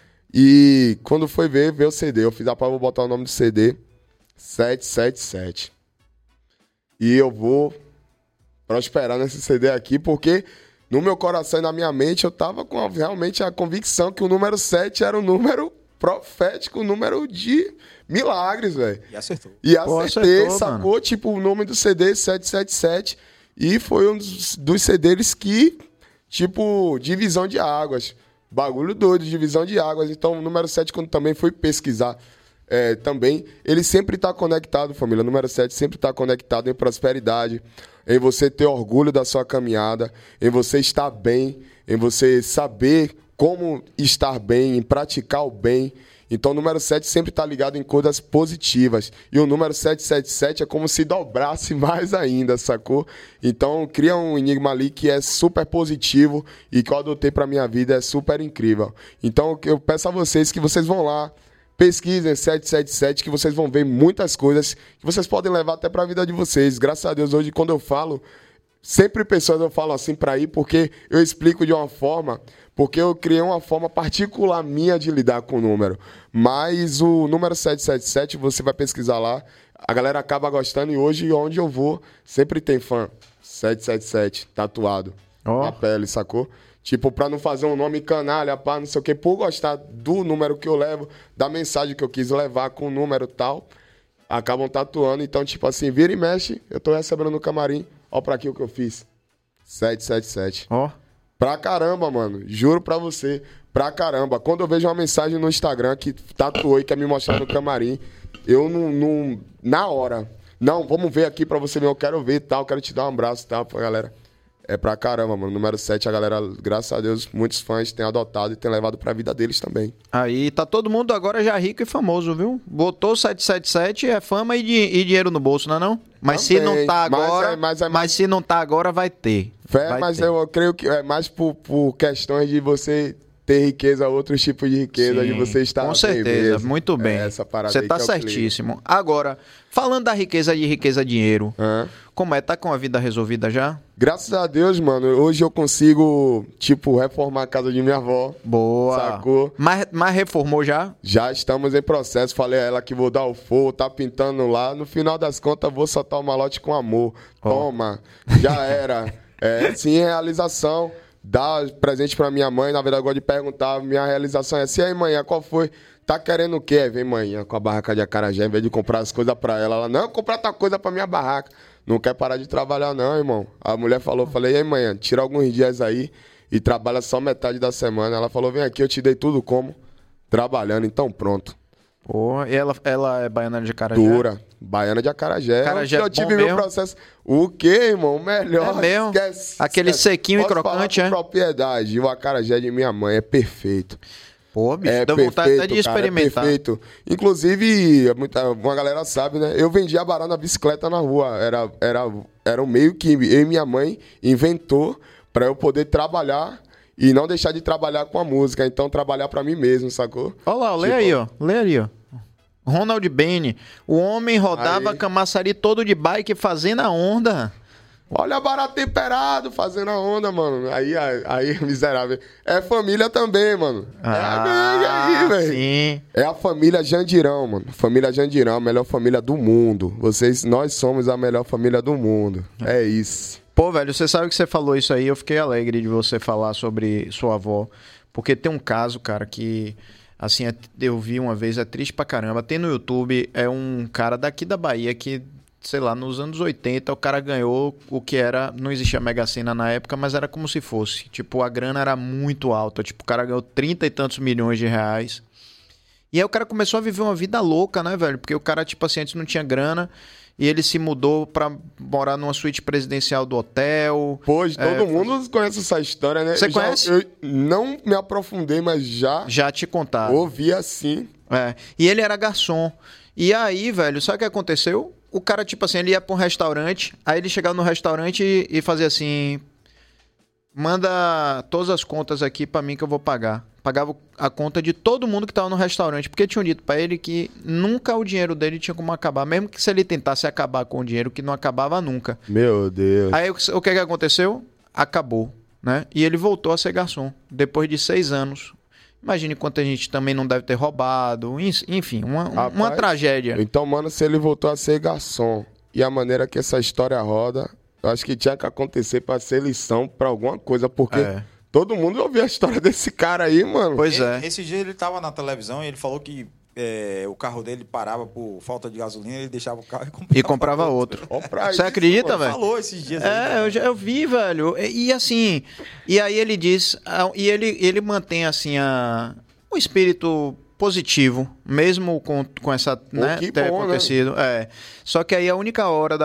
E quando foi ver o CD, eu fiz a prova, vou botar o nome do CD, 777. E eu vou prosperar nesse CD aqui, porque no meu coração e na minha mente, eu tava com realmente a convicção que o número 7 era um número profético, um número de milagres, velho. E acertou. E acertei, sacou? Mano. Tipo, o nome do CD, 777. E foi um dos CDs que, tipo, divisão de águas. Bagulho doido, divisão de águas. Então, o número 7, quando também fui pesquisar também, ele sempre tá conectado, família. O número 7 sempre tá conectado em prosperidade, em você ter orgulho da sua caminhada, em você estar bem, em você saber como estar bem, em praticar o bem. Então o número 7 sempre está ligado em coisas positivas. E o número 777 é como se dobrasse mais ainda, sacou? Então cria um enigma ali que é super positivo e que eu adotei para minha vida, é super incrível. Então eu peço a vocês que vocês vão lá, pesquisem 777, que vocês vão ver muitas coisas que vocês podem levar até para a vida de vocês. Graças a Deus, hoje, quando eu falo, sempre pessoas eu falo assim para ir, porque eu explico de uma forma, porque eu criei uma forma particular minha de lidar com o número. Mas o número 777, você vai pesquisar lá, a galera acaba gostando e hoje, onde eu vou, sempre tem fã 777 tatuado na pele, sacou? Tipo, pra não fazer um nome canalha, pá, não sei o quê, por gostar do número que eu levo, da mensagem que eu quis levar com o número e tal, acabam tatuando. Então, tipo assim, vira e mexe, eu tô recebendo no camarim, ó pra aqui o que eu fiz. 777. Ó. Pra caramba, mano, juro pra você, pra caramba. Quando eu vejo uma mensagem no Instagram que tatuou e quer me mostrar no camarim, eu não na hora, não, vamos ver aqui pra você ver, eu quero ver e tal, quero te dar um abraço e tal, pra galera. É pra caramba, mano. Número 7, a galera, graças a Deus, muitos fãs têm adotado e têm levado pra vida deles também. Aí tá todo mundo agora já rico e famoso, viu? Botou 777, é fama e dinheiro no bolso, não é não? Mas Também, se não tá agora, mas se não tá agora, vai ter. Vai mas ter. eu creio que é mais por questões de você ter riqueza, outros tipos de riqueza, Sim, de você estar com bem certeza, mesmo. muito bem. Essa parada Você aí tá que é o certíssimo. Agora, falando da riqueza dinheiro, Hã? como é? Tá com a vida resolvida já? Graças a Deus, mano, hoje eu consigo, tipo, reformar a casa de minha avó. Boa. Sacou? Mas reformou já? Já estamos em processo, falei a ela que vou dar o fogo, tá pintando lá. No final das contas, vou soltar o malote com amor. Toma, já era. Sim, realização. Dar presente pra minha mãe, na verdade, eu gosto de perguntar. Minha realização é assim, aí, manhã, qual foi? Tá querendo o quê? Aí vem manhã com a barraca de acarajé, em vez de comprar as coisas pra ela. Ela, não, comprar outra coisa pra minha barraca. Não quer parar de trabalhar, não, irmão. A mulher falou, falei, e aí, manhã, tira alguns dias aí e trabalha só metade da semana. Ela falou, vem aqui, eu te dei tudo como? Trabalhando, então pronto. Pô, e ela é baiana de acarajé? Dura. Baiana de acarajé. Acarajé eu é tive bom meu mesmo? processo. O quê, irmão? Melhor. É mesmo? Aquele sequinho e Posso crocante, falar com é? propriedade. O acarajé de minha mãe é perfeito. Pô, bicho, É deu perfeito, vontade até de cara, experimentar. é perfeito. Inclusive, uma galera sabe, né? Eu vendia abará na bicicleta na rua. Era um meio que eu e minha mãe inventou pra eu poder trabalhar e não deixar de trabalhar com a música. Então, trabalhar pra mim mesmo, sacou? Olha lá, lê aí, ó. Lê ali, ó. Ronald Bene. O homem rodava Aí. Camaçari todo de bike fazendo a onda. Olha barato temperado, fazendo a onda, mano. Aí, miserável. É família também, mano. É a gangue aí, velho. Sim. É a família Jandirão, mano. Família Jandirão, a melhor família do mundo. Nós somos a melhor família do mundo. É isso. Pô, velho, você sabe que você falou isso aí, eu fiquei alegre de você falar sobre sua avó. Porque tem um caso, cara, que... Assim, eu vi uma vez, é triste pra caramba. Tem no YouTube, é um cara daqui da Bahia que, sei lá, nos anos 80, o cara ganhou o que era... Não existia Mega Sena na época, mas era como se fosse. Tipo, a grana era muito alta. Tipo, o cara ganhou 30 e tantos milhões de reais. E aí o cara começou a viver uma vida louca, né, velho? Porque o cara, tipo assim, antes não tinha grana... E ele se mudou pra morar numa suíte presidencial do hotel. Pô, todo mundo conhece essa história, né? Você conhece? Eu não me aprofundei, mas Já te contaram. ouvi assim. É. E ele era garçom. E aí, velho, sabe o que aconteceu? O cara, tipo assim, ele ia pra um restaurante, aí ele chegava no restaurante e fazia assim... Manda todas as contas aqui pra mim que eu vou pagar. Pagava a conta de todo mundo que tava no restaurante, porque tinham dito pra ele que nunca o dinheiro dele tinha como acabar. Mesmo que se ele tentasse acabar com o dinheiro, que não acabava nunca. Meu Deus. Aí o que aconteceu? Acabou, né? E ele voltou a ser garçom, depois de 6 anos. Imagine quanta gente também não deve ter roubado. Enfim, uma Rapaz, tragédia. Então, mano, se ele voltou a ser garçom e a maneira que essa história roda, eu acho que tinha que acontecer pra ser lição pra alguma coisa, porque todo mundo ouviu a história desse cara aí, mano. Pois é. Esse dia ele tava na televisão e ele falou que o carro dele parava por falta de gasolina, ele deixava o carro E comprava outro. Ó pra Você isso, acredita, mano. velho? Falou esses dias aí. Eu vi, velho. E assim, e aí ele diz, e ele mantém assim o espírito positivo, mesmo com essa, né, que ter bom, acontecido. É. Só que aí a única hora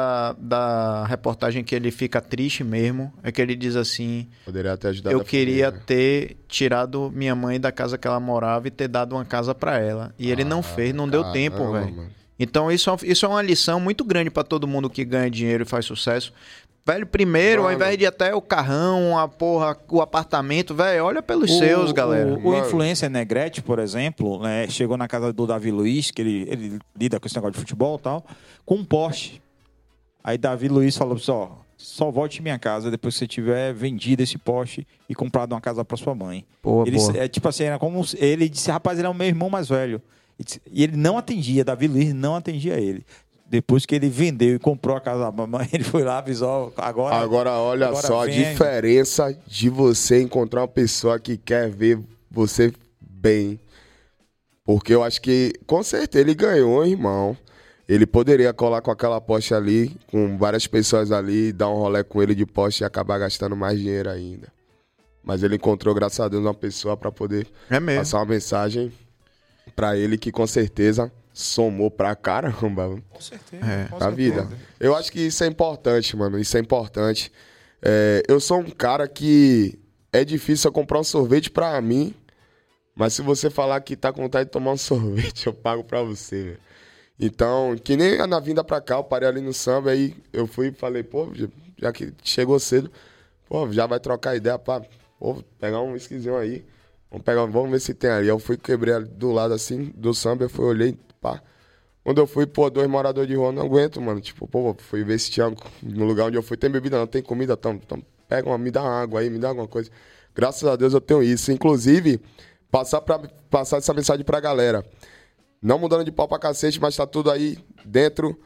da reportagem que ele fica triste mesmo é que ele diz assim: Poderia ter ajudado eu a queria família. ter tirado minha mãe da casa que ela morava e ter dado uma casa pra ela. E ele não fez, não deu tempo, caramba, velho. mano. Então isso é uma lição muito grande pra todo mundo que ganha dinheiro e faz sucesso. Velho, primeiro, ao Mano. invés de até o carrão, o apartamento, velho, olha pelos seus, galera. O influencer Negrete, por exemplo, né, chegou na casa do Davi Luiz, que ele lida com esse negócio de futebol e tal, com um Porsche. Aí Davi Luiz falou assim, ó, só volte em minha casa depois que você tiver vendido esse Porsche e comprado uma casa pra sua mãe. Boa, Ele, boa. tipo assim, era como ele disse, rapaz, ele é o meu irmão mais velho. E ele não atendia, Davi Luiz não atendia ele. Depois que ele vendeu e comprou a casa da mamãe, ele foi lá, avisou, Agora olha agora só vem. a diferença de você encontrar uma pessoa que quer ver você bem. Porque eu acho que, com certeza, ele ganhou, irmão. Ele poderia colar com aquela Porsche ali, com várias pessoas ali, dar um rolê com ele de Porsche e acabar gastando mais dinheiro ainda. Mas ele encontrou, graças a Deus, uma pessoa para poder É mesmo. passar uma mensagem para ele que, com certeza, somou pra caramba. Com certeza. com A vida. certeza. Eu acho que isso é importante, mano. Isso é importante. Eu sou um cara que é difícil eu comprar um sorvete pra mim, mas se você falar que tá com vontade de tomar um sorvete, eu pago pra você, velho. Então, que nem na vinda pra cá, eu parei ali no samba, aí eu fui e falei, pô, já que chegou cedo, pô, já vai trocar ideia, pá, pô, pegar um whiskyzinho aí, vamos ver se tem ali. Eu fui, quebrei ali do lado assim, do samba, eu fui, olhei, pá. Quando eu fui, pô, 2 moradores de rua, não aguento, mano. Tipo, pô, fui ver se tinha no lugar onde eu fui, tem bebida não, tem comida, então pega me dá uma água aí, me dá alguma coisa. Graças a Deus eu tenho isso. Inclusive, passar essa mensagem pra galera. Não mudando de pau pra cacete, mas tá tudo aí dentro.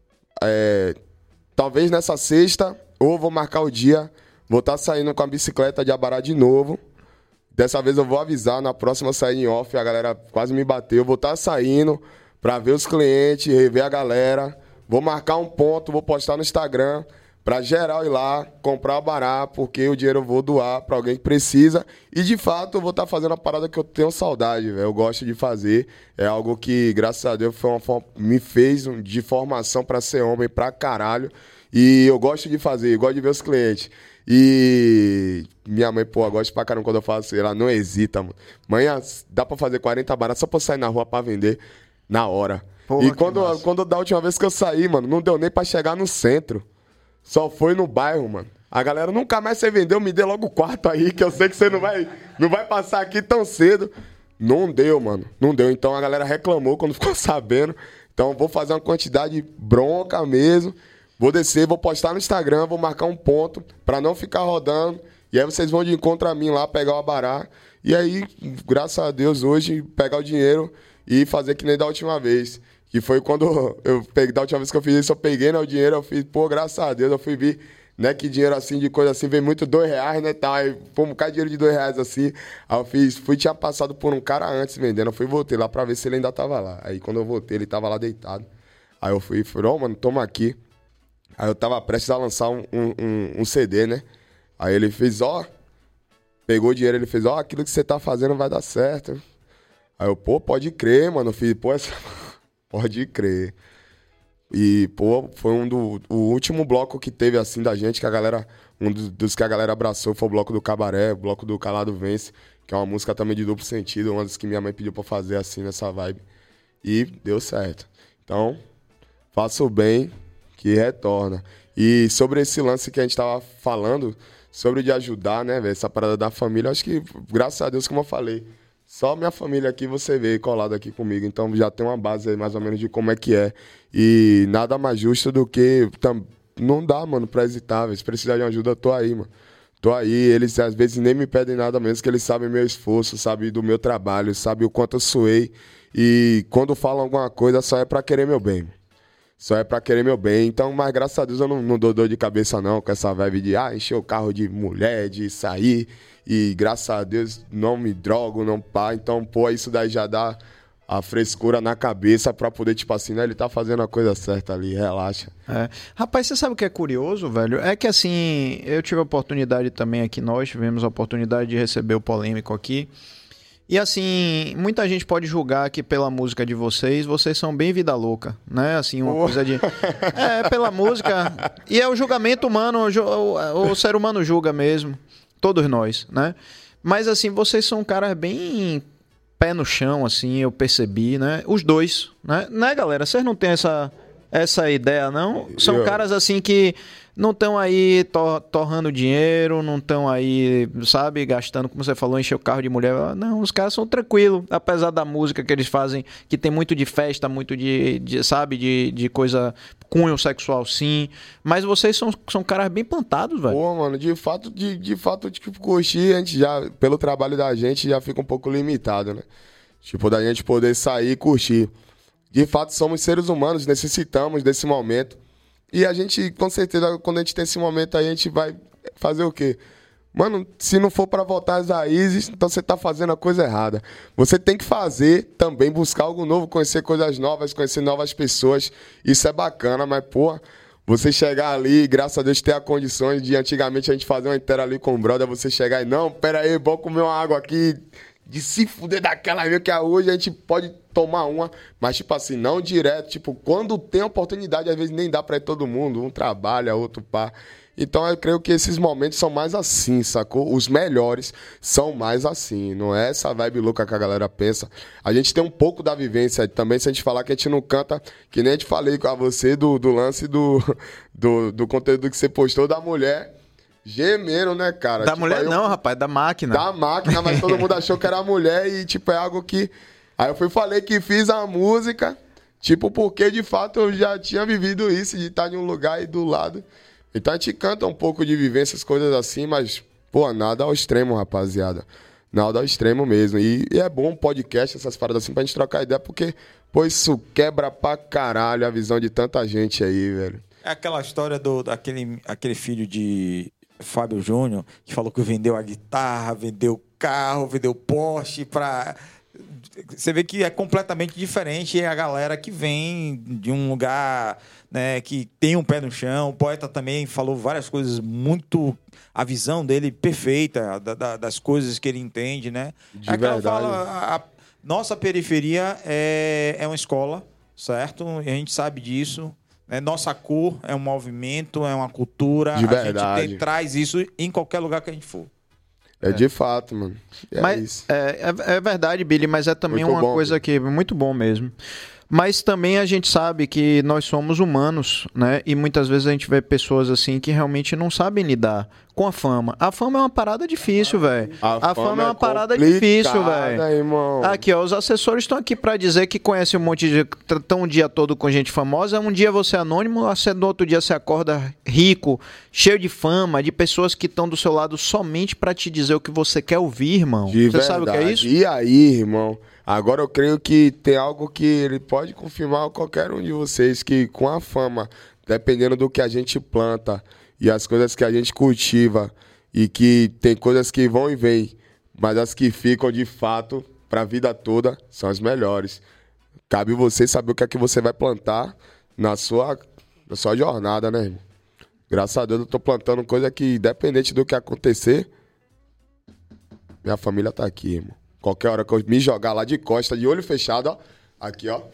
Talvez nessa sexta, ou vou marcar o dia, vou estar saindo com a bicicleta de Abará de novo. Dessa vez eu vou avisar, na próxima sair em off, a galera quase me bateu. Vou estar saindo pra ver os clientes, rever a galera. Vou marcar um ponto, vou postar no Instagram pra geral ir lá, comprar o Abará, porque o dinheiro eu vou doar pra alguém que precisa. E de fato eu vou estar fazendo a parada que eu tenho saudade, velho. Eu gosto de fazer. É algo que, graças a Deus, me fez de formação pra ser homem pra caralho. E eu gosto de fazer, eu gosto de ver os clientes. E minha mãe, pô, gosta pra caramba quando eu faço, ela não hesita, mano. Manhã dá pra fazer 40 baratos só pra eu sair na rua pra vender na hora. Porra, E que quando da última vez que eu saí, mano, não deu nem pra chegar no centro. Só foi no bairro, mano. A galera, nunca mais você vendeu, me dê logo o quarto aí, que eu sei que você não vai passar aqui tão cedo. Não deu, mano. Não deu. Então a galera reclamou quando ficou sabendo. Então vou fazer uma quantidade bronca mesmo. Vou descer, vou postar no Instagram, vou marcar um ponto pra não ficar rodando. E aí vocês vão de encontro a mim lá, pegar o abará. E aí, graças a Deus, hoje, pegar o dinheiro e fazer que nem da última vez. Que foi quando eu peguei, da última vez que eu fiz isso, eu peguei, né, o dinheiro, eu fiz, pô, graças a Deus, eu fui ver, né, que dinheiro assim, de coisa assim, vem muito R$2, né, tal. Aí, pô, um bocado de dinheiro de R$2 assim. Aí eu fiz, tinha passado por um cara antes vendendo, eu fui e voltei lá pra ver se ele ainda tava lá. Aí quando eu voltei, ele tava lá deitado. Aí eu fui e falei, ó, mano, toma aqui. Aí eu tava prestes a lançar um CD, né? Aí ele fez, ó, pegou o dinheiro, ele fez, ó, aquilo que você tá fazendo vai dar certo. Aí eu, pô, pode crer, mano. Eu fiz, pô, pode crer. E, pô, foi o último bloco que teve, assim, da gente, que a galera, dos que a galera abraçou foi o bloco do Cabaré, o bloco do Calado Vence, que é uma música também de duplo sentido, uma das que minha mãe pediu pra fazer, assim, nessa vibe. E deu certo. Então, faça o bem que retorna. E sobre esse lance que a gente tava falando, sobre de ajudar, né, velho, essa parada da família, acho que, graças a Deus, como eu falei, só minha família aqui você veio colado aqui comigo, então já tem uma base aí mais ou menos de como é que é. E nada mais justo do que, não dá, mano, pra hesitar, velho, se precisar de ajuda, eu tô aí, mano. Tô aí, eles às vezes nem me pedem nada mesmo, que eles sabem meu esforço, sabem do meu trabalho, sabem o quanto eu suei. E quando falam alguma coisa, só é pra querer meu bem, mano. Só é pra querer meu bem. Então, mas graças a Deus eu não dou dor de cabeça não com essa vibe de encher o carro de mulher, de sair. E graças a Deus não me drogo, não pá. Então, pô, isso daí já dá a frescura na cabeça pra poder, tipo assim, né? Ele tá fazendo a coisa certa ali, relaxa. É. Rapaz, você sabe o que é curioso, velho? É que assim, eu tive a oportunidade também aqui, nós tivemos a oportunidade de receber o Polêmico aqui. E assim, muita gente pode julgar que pela música de vocês são bem vida louca, né? Assim, uma coisa de... pela música... E é o julgamento humano, o ser humano julga mesmo, todos nós, né? Mas assim, vocês são caras bem pé no chão, assim, eu percebi, né? Os dois, né, galera? Vocês não têm essa ideia, não? São caras assim que não estão aí torrando dinheiro, não estão aí, sabe, gastando, como você falou, encher o carro de mulher. Não, os caras são tranquilos, apesar da música que eles fazem, que tem muito de festa, muito de coisa, cunho sexual, sim. Mas vocês são caras bem plantados, velho. Pô, mano, de fato, tipo, curtir, a gente já, pelo trabalho da gente, já fica um pouco limitado, né? Tipo, da gente poder sair e curtir. De fato, somos seres humanos, necessitamos desse momento. E a gente, com certeza, quando a gente tem esse momento aí, a gente vai fazer o quê? Mano, se não for pra voltar às raízes, então você tá fazendo a coisa errada. Você tem que fazer também, buscar algo novo, conhecer coisas novas, conhecer novas pessoas. Isso é bacana, mas, pô, você chegar ali, graças a Deus, ter as condições de antigamente a gente fazer uma inteira ali com o brother, você chegar e, não, pera aí, vou comer uma água aqui, de se fuder daquela mesmo, que hoje a gente pode tomar uma, mas tipo assim, não direto, tipo, quando tem oportunidade, às vezes nem dá pra ir todo mundo, um trabalha, outro pá. Então eu creio que esses momentos são mais assim, sacou? Os melhores são mais assim, não é essa vibe louca que a galera pensa. A gente tem um pouco da vivência também, se a gente falar que a gente não canta, que nem a gente falei com você do lance do conteúdo que você postou da mulher gemendo, né, cara? Da tipo, mulher não, rapaz, da máquina. Da máquina, mas todo mundo achou que era mulher e, tipo, é algo que... Aí eu falei que fiz a música, tipo, porque, de fato, eu já tinha vivido isso, de estar em um lugar e do lado. Então a gente canta um pouco de vivências, coisas assim, mas, pô, nada ao extremo, rapaziada. Nada ao extremo mesmo. E é bom um podcast, essas paradas assim, pra gente trocar ideia, porque, pô, isso quebra pra caralho a visão de tanta gente aí, velho. É aquela história daquele filho de Fábio Júnior, que falou que vendeu a guitarra, vendeu o carro, vendeu o Porsche pra... Você vê que é completamente diferente a galera que vem de um lugar, né, que tem um pé no chão. O poeta também falou várias coisas muito... A visão dele perfeita, das coisas que ele entende, né? De verdade. A nossa periferia é uma escola, certo? E a gente sabe disso. Nossa cor é um movimento, é uma cultura. De verdade. A gente traz isso em qualquer lugar que a gente for. De fato, mano. Mas isso. É verdade, Billy, mas é também muito uma bom, coisa Billy. que é muito bom mesmo. Mas também a gente sabe que nós somos humanos, né? E muitas vezes a gente vê pessoas assim que realmente não sabem lidar com a fama. A fama é uma parada difícil, velho. A fama é uma parada difícil, velho. Aqui, ó, os assessores estão aqui pra dizer que conhecem um monte de... Estão o dia todo com gente famosa. Um dia você é anônimo, no outro dia você acorda rico, cheio de fama, de pessoas que estão do seu lado somente pra te dizer o que você quer ouvir, irmão. Você sabe o que é isso? E aí, irmão? Agora eu creio que tem algo que ele pode confirmar qualquer um de vocês, que com a fama, dependendo do que a gente planta e as coisas que a gente cultiva, e que tem coisas que vão e vêm, mas as que ficam de fato para a vida toda são as melhores. Cabe você saber o que é que você vai plantar na sua jornada, né, irmão? Graças a Deus eu tô plantando coisa que, independente do que acontecer, minha família tá aqui, irmão. Qualquer hora que eu me jogar lá de costa, de olho fechado, ó. Aqui, ó.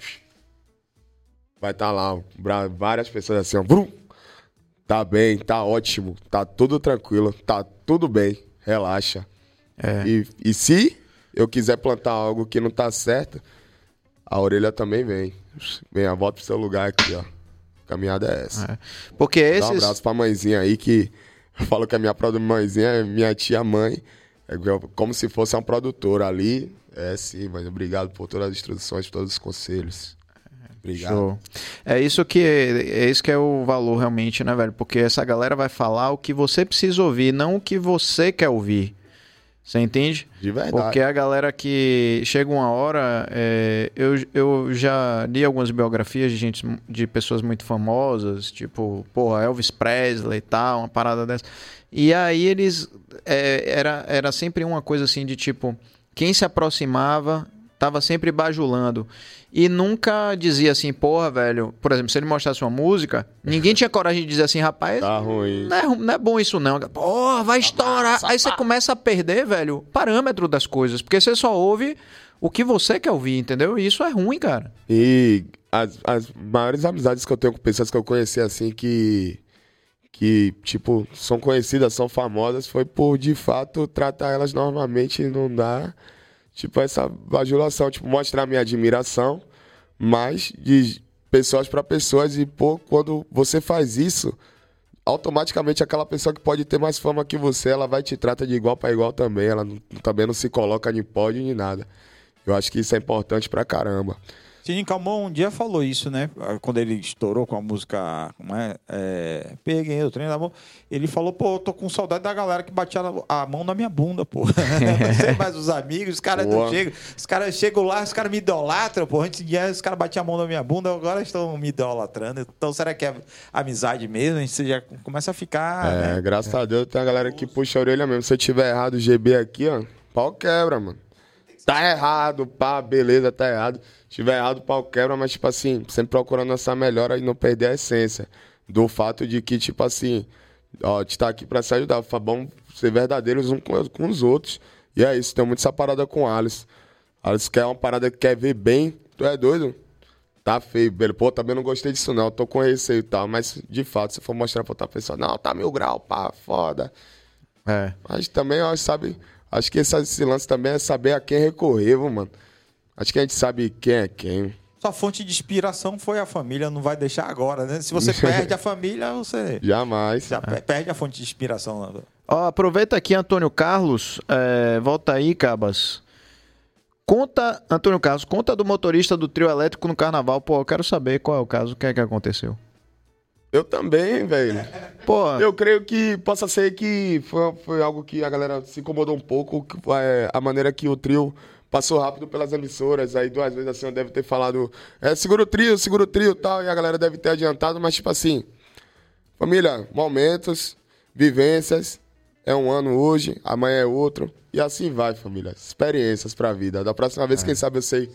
Vai estar lá, várias pessoas assim, ó. Brum. Tá bem, tá ótimo. Tá tudo tranquilo. Tá tudo bem. Relaxa. E se eu quiser plantar algo que não tá certo, a orelha também vem. Vem, volta pro seu lugar aqui, ó. A caminhada é essa. Porque esses... Dá um abraço pra mãezinha aí, que eu falo que a minha mãezinha é minha tia-mãe. É como se fosse uma produtora ali. É sim, mas obrigado por todas as instruções, por todos os conselhos. Obrigado. Show. É isso que é o valor realmente, né, velho? Porque essa galera vai falar o que você precisa ouvir, não o que você quer ouvir. Você entende? De verdade. Porque a galera que chega uma hora... eu já li algumas biografias de pessoas muito famosas, tipo, porra, Elvis Presley e tal, uma parada dessa. E aí eles... Era sempre uma coisa assim de tipo... Quem se aproximava tava sempre bajulando. E nunca dizia assim, porra, velho... Por exemplo, se ele mostrasse uma música, ninguém tinha coragem de dizer assim, rapaz... Tá ruim. Não é bom isso não. Porra, vai estourar. Aí você começa a perder, velho, o parâmetro das coisas. Porque você só ouve o que você quer ouvir, entendeu? E isso é ruim, cara. E as maiores amizades que eu tenho com pessoas que eu conheci assim que tipo, são conhecidas, são famosas, foi por, de fato, tratar elas normalmente e não dar, tipo, essa bajulação, tipo, mostrar minha admiração, mas de pessoas para pessoas, e, pô, quando você faz isso, automaticamente aquela pessoa que pode ter mais fama que você, ela vai te tratar de igual para igual também, ela também não se coloca nem pódio nem nada. Eu acho que isso é importante pra caramba. Sininho Calmon um dia falou isso, né? Quando ele estourou com a música, como Peguei o Trem da Mão. Ele falou, pô, eu tô com saudade da galera que batia a mão na minha bunda, pô. Não sei mais os amigos, os caras não chegam. Os caras chegam lá, os caras me idolatram, pô. Antes de os caras batiam a mão na minha bunda, agora estão me idolatrando. Então, será que é amizade mesmo? A gente já começa a ficar... né? Graças a Deus tem a galera que puxa a orelha mesmo. Se eu tiver errado o GB aqui, ó, pau quebra, mano. Tá errado, pá, beleza, tá errado. Se tiver errado, pau quebra, mas, tipo assim, sempre procurando essa melhora e não perder a essência. Do fato de que, tipo assim, ó, a gente tá aqui pra se ajudar. Vamos ser verdadeiros uns com os outros. E é isso, tem muito essa parada com o Alisson. Alisson quer uma parada que quer ver bem. Tu é doido? Tá feio, beleza. Pô, também não gostei disso não, tô com receio e tal. Mas, de fato, se for mostrar pra outra pessoa, não, tá 1000 graus, pá, foda. Mas também, ó, sabe... Acho que esse lance também é saber a quem recorrer, mano. Acho que a gente sabe quem é quem. Sua fonte de inspiração foi a família, não vai deixar agora, né? Se você perde a família, você... Jamais. Já perde a fonte de inspiração. Ó, aproveita aqui, Antônio Carlos. Volta aí, Cabas. Antônio Carlos, conta do motorista do trio elétrico no carnaval. Pô, eu quero saber qual é o caso, o que é que aconteceu. Eu também, velho. Pô, eu creio que possa ser que foi algo que a galera se incomodou um pouco, a maneira que o trio passou rápido pelas emissoras, aí 2 vezes assim eu deve ter falado, segura o trio e tal, e a galera deve ter adiantado, mas tipo assim, família, momentos, vivências, é um ano hoje, amanhã é outro, e assim vai, família, experiências pra vida. Da próxima vez, quem sabe eu sei...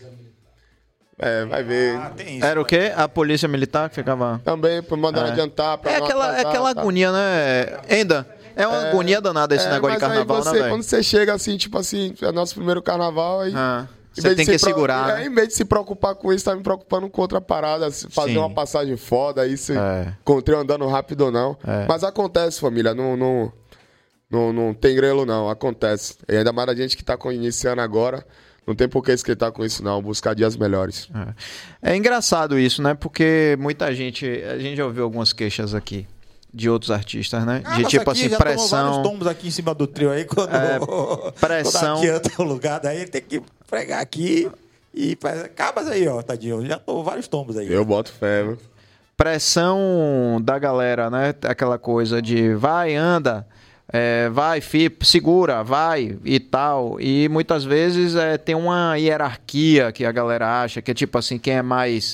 vai ver. Tem isso, era o quê? A polícia militar que ficava... Também, por mandar adiantar. Pra aquela agonia, né? Ainda. É uma agonia danada esse negócio de carnaval, né, velho? Quando você chega assim, tipo assim, é nosso primeiro carnaval, aí... Você tem que segurar, né? Em vez de se preocupar com isso, tá me preocupando com outra parada, fazer uma passagem foda, aí se encontrei andando rápido ou não. Mas acontece, família, não tem grelo não, acontece. E ainda mais a gente que tá iniciando agora, Não tem por que esquentar com isso, não. Buscar dias melhores. É engraçado isso, né? Porque muita gente... A gente já ouviu algumas queixas aqui de outros artistas, né? De tipo assim, já pressão... tomou vários tombos aqui em cima do trio aí. Quando, pressão... quando adianta o lugar, daí ele tem que pregar aqui e faz... Acaba aí, ó, tadinho. Já tomou vários tombos aí. Eu boto fé, viu? Pressão da galera, né? Aquela coisa de vai, anda, vai, segura, vai e tal. E muitas vezes tem uma hierarquia que a galera acha que é tipo assim, quem é mais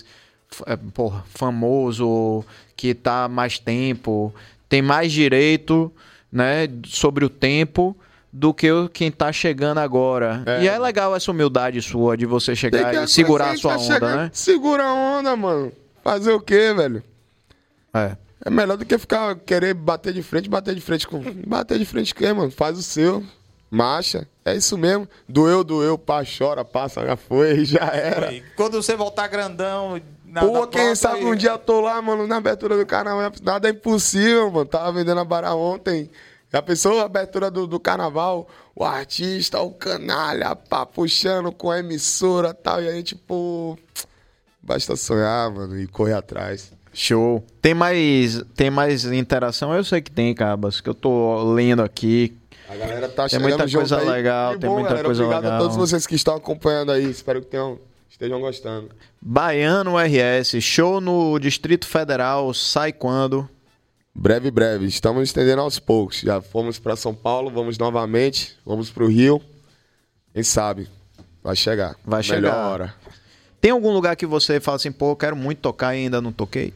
famoso, que tá mais tempo, tem mais direito, né, sobre o tempo do que quem tá chegando agora. E é legal essa humildade sua de você chegar e segurar a sua onda, né? Segura a onda, mano. Fazer o quê, velho? É melhor do que querer bater de frente com... Bater de frente com quem, mano? Faz o seu. Marcha. É isso mesmo. Doeu, pá, chora, passa, já foi, já era. Quando você voltar grandão... Pô, quem sabe um dia eu tô lá, mano, na abertura do carnaval. Nada é impossível, mano. Tava vendendo a bara ontem. Já pensou a abertura do carnaval? O artista, o canalha, pá, puxando com a emissora e tal. E a gente, pô... Basta sonhar, mano, e correr atrás. Show. Tem mais interação? Eu sei que tem, Cabas, que eu tô lendo aqui. A galera tá chegando junto. Tem muita coisa legal, tem muita coisa legal. Obrigado a todos vocês que estão acompanhando aí. Espero que estejam gostando. Baiano RS, show no Distrito Federal, sai quando? Breve. Estamos estendendo aos poucos. Já fomos para São Paulo, vamos novamente, vamos pro Rio. Quem sabe? Vai chegar. Vai chegar. Melhor hora. Tem algum lugar que você fala assim, pô, eu quero muito tocar e ainda não toquei?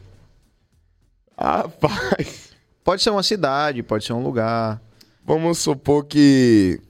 Rapaz. Pode ser uma cidade, pode ser um lugar. Vamos supor que...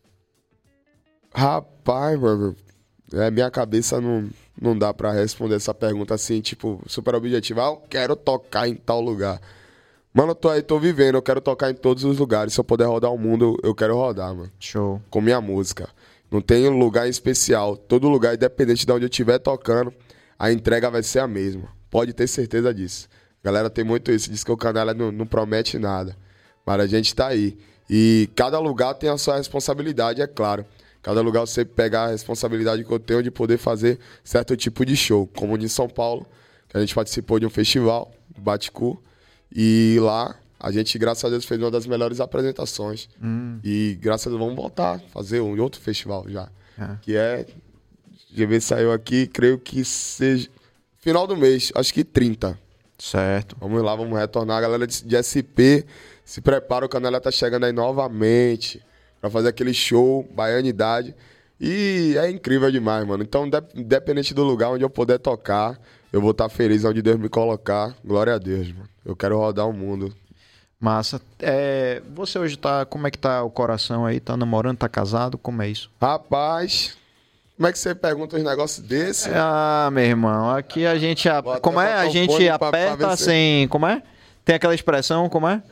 Rapaz, mano. Minha cabeça não dá pra responder essa pergunta assim, tipo, super objetiva. Eu quero tocar em tal lugar. Mano, eu tô vivendo, eu quero tocar em todos os lugares. Se eu puder rodar o mundo, eu quero rodar, mano. Show. Com minha música. Não tem um lugar especial. Todo lugar, independente de onde eu estiver tocando, a entrega vai ser a mesma. Pode ter certeza disso. A galera tem muito isso. Diz que o canal não promete nada. Mas a gente tá aí. E cada lugar tem a sua responsabilidade, é claro. Cada lugar você pega a responsabilidade que eu tenho de poder fazer certo tipo de show. Como o de São Paulo, que a gente participou de um festival, do Baticu. E lá... A gente, graças a Deus, fez uma das melhores apresentações. E, graças a Deus, vamos voltar a fazer um outro festival já. Que é... GV saiu aqui, creio que seja... Final do mês, acho que 30. Certo. Vamos lá, vamos retornar. A galera de SP, se prepara, o Canela tá chegando aí novamente pra fazer aquele show, baianidade. E é incrível demais, mano. Então, independente do lugar onde eu puder tocar, eu vou estar feliz onde Deus me colocar. Glória a Deus, mano. Eu quero rodar o mundo. Massa. Você hoje tá... Como é que tá o coração aí? Tá namorando? Tá casado? Como é isso? Rapaz, como é que você pergunta uns negócios desses? Meu irmão, aqui a gente... Como é? A gente aperta sem... Como é? Tem aquela expressão, como é?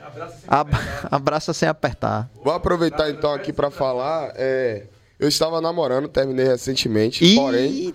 Abraça sem apertar. Vou aproveitar então aqui pra falar. Eu estava namorando, terminei recentemente. Eita! Porém,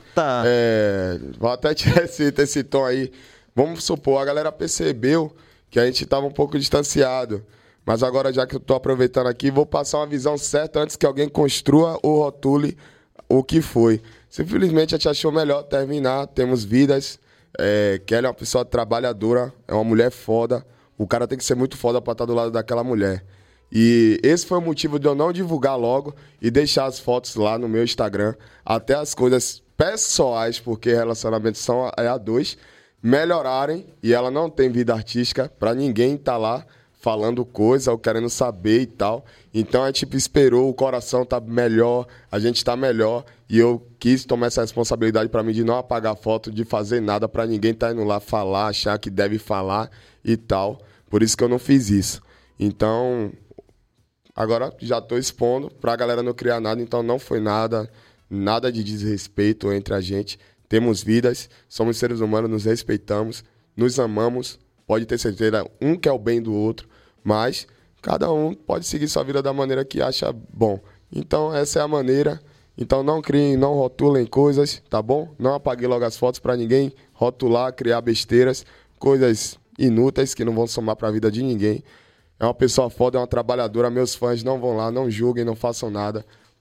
vou até tirar esse tom aí. Vamos supor, a galera percebeu que a gente estava um pouco distanciado. Mas agora, já que eu estou aproveitando aqui, vou passar uma visão certa antes que alguém construa ou rotule o que foi. Simplesmente a gente achou melhor terminar, temos vidas. Kelly é uma pessoa trabalhadora, é uma mulher foda. O cara tem que ser muito foda para estar do lado daquela mulher. E esse foi o motivo de eu não divulgar logo e deixar as fotos lá no meu Instagram. Até as coisas pessoais, porque relacionamentos são a dois, melhorarem, e ela não tem vida artística pra ninguém tá lá falando coisa ou querendo saber e tal. Então a gente esperou, o coração tá melhor, a gente tá melhor, e eu quis tomar essa responsabilidade pra mim de não apagar foto, de fazer nada pra ninguém tá indo lá falar, achar que deve falar e tal. Por isso que eu não fiz isso. Então, agora já tô expondo pra galera não criar nada, então não foi nada de desrespeito entre a gente. Temos vidas, somos seres humanos, nos respeitamos, nos amamos, pode ter certeza, um quer o bem do outro, mas cada um pode seguir sua vida da maneira que acha bom. Então essa é a maneira, então não criem, não rotulem coisas, tá bom? Não apaguem logo as fotos para ninguém rotular, criar besteiras, coisas inúteis que não vão somar para a vida de ninguém. É uma pessoa foda, é uma trabalhadora, meus fãs não vão lá, não julguem, não façam nada,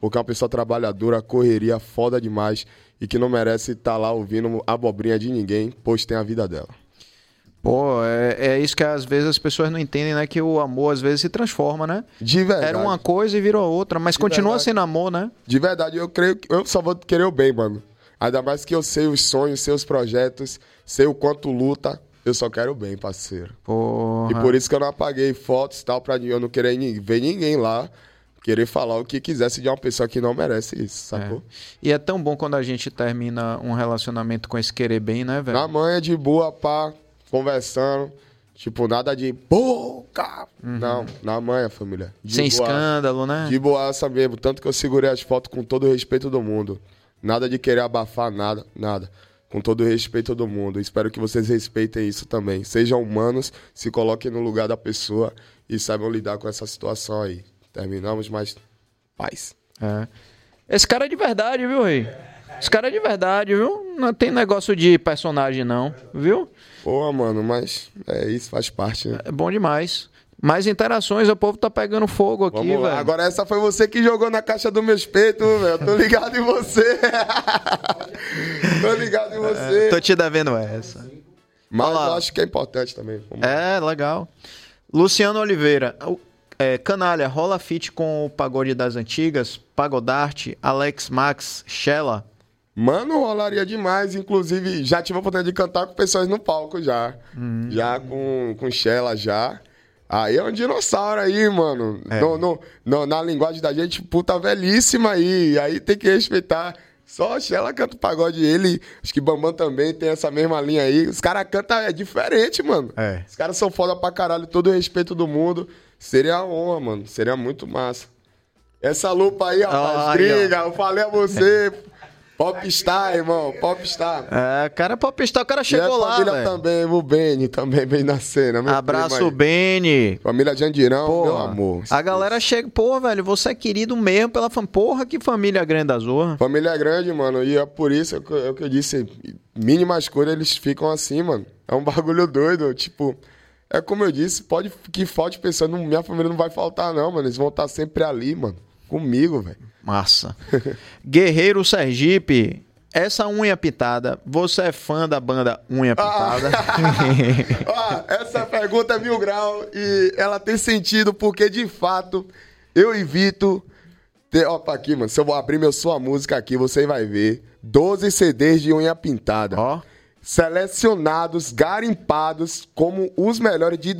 porque é uma pessoa trabalhadora, correria, foda demais e que não merece estar lá ouvindo abobrinha de ninguém, pois tem a vida dela. Pô, é isso que às vezes as pessoas não entendem, né? Que o amor às vezes se transforma, né? De verdade. Era uma coisa e virou outra, mas continua verdade. sendo amor, né? De verdade, eu creio que eu só vou querer o bem, mano. Ainda mais que eu sei os sonhos, sei os projetos, sei o quanto luta, eu só quero o bem, parceiro. Porra. E por isso que eu não apaguei fotos e tal, pra eu não querer ver ninguém lá, querer falar o que quisesse de uma pessoa que não merece isso, sacou? E é tão bom quando a gente termina um relacionamento com esse querer bem, né, velho? Na manhã de boa, pá, conversando, tipo, nada de boca. Não, na manhã, família. De Sem boa, escândalo, né? de boaça mesmo, tanto que eu segurei as fotos com todo o respeito do mundo. Nada de querer abafar, nada. Com todo o respeito do mundo. Espero que vocês respeitem isso também. Sejam humanos, se coloquem no lugar da pessoa e saibam lidar com essa situação aí. Terminamos, mas paz. É. Esse cara é de verdade, viu, Rei? Esse cara é de verdade, viu? Não tem negócio de personagem, não, viu? Pô, mano, mas é isso, faz parte, né? É bom demais. Mais interações, o povo tá pegando fogo aqui, Vamos lá. velho. Agora essa foi você que jogou na caixa dos meus peitos, velho. Eu tô ligado em você. Tô ligado em você. Tô te devendo essa. Mas Olha lá. eu acho que é importante também. Vamos lá. É, legal. Luciano Oliveira. Canalha, rola feat com o Pagode das Antigas, Pagodarte, Alex Max, Shella. Mano, rolaria demais. Inclusive, já tive a oportunidade de cantar com pessoas no palco já. Já com Shella, já. Aí é um dinossauro aí, mano. Na linguagem da gente, puta velhíssima aí. Aí tem que respeitar. Só Shella canta o pagode. Ele, acho que Bambam também tem essa mesma linha aí. Os caras cantam diferente, mano. É. Os caras são foda pra caralho. Todo o respeito do mundo. Seria uma honra, mano. Seria muito massa. Essa lupa aí, rapaz. Gringa, eu falei a você. Popstar, irmão. Popstar. Cara, Popstar, o cara E chegou a lá, família velho. também, o Beni também vem na cena. meu Abraço, primo aí. Beni. Família Jandirão, Porra, meu amor. a galera chega, pô, velho, você é querido mesmo pela família. Porra, que família grande da Zorra. Família é grande, mano, e é por isso é o que eu disse. Mínimas coisas eles ficam assim, mano. É um bagulho doido, tipo. É como eu disse, pode que falte pessoa, minha família não vai faltar, não, mano. Eles vão estar sempre ali, mano. Comigo, velho. Massa. Guerreiro Sergipe, essa unha pintada, você é fã da banda Unha Pintada? Essa pergunta é 1000 graus e ela tem sentido porque, de fato, eu evito ter... Ó, pra aqui, mano, se eu vou abrir sua música aqui, você vai ver 12 CDs de unha pintada. Ó. Selecionados, garimpados como os melhores de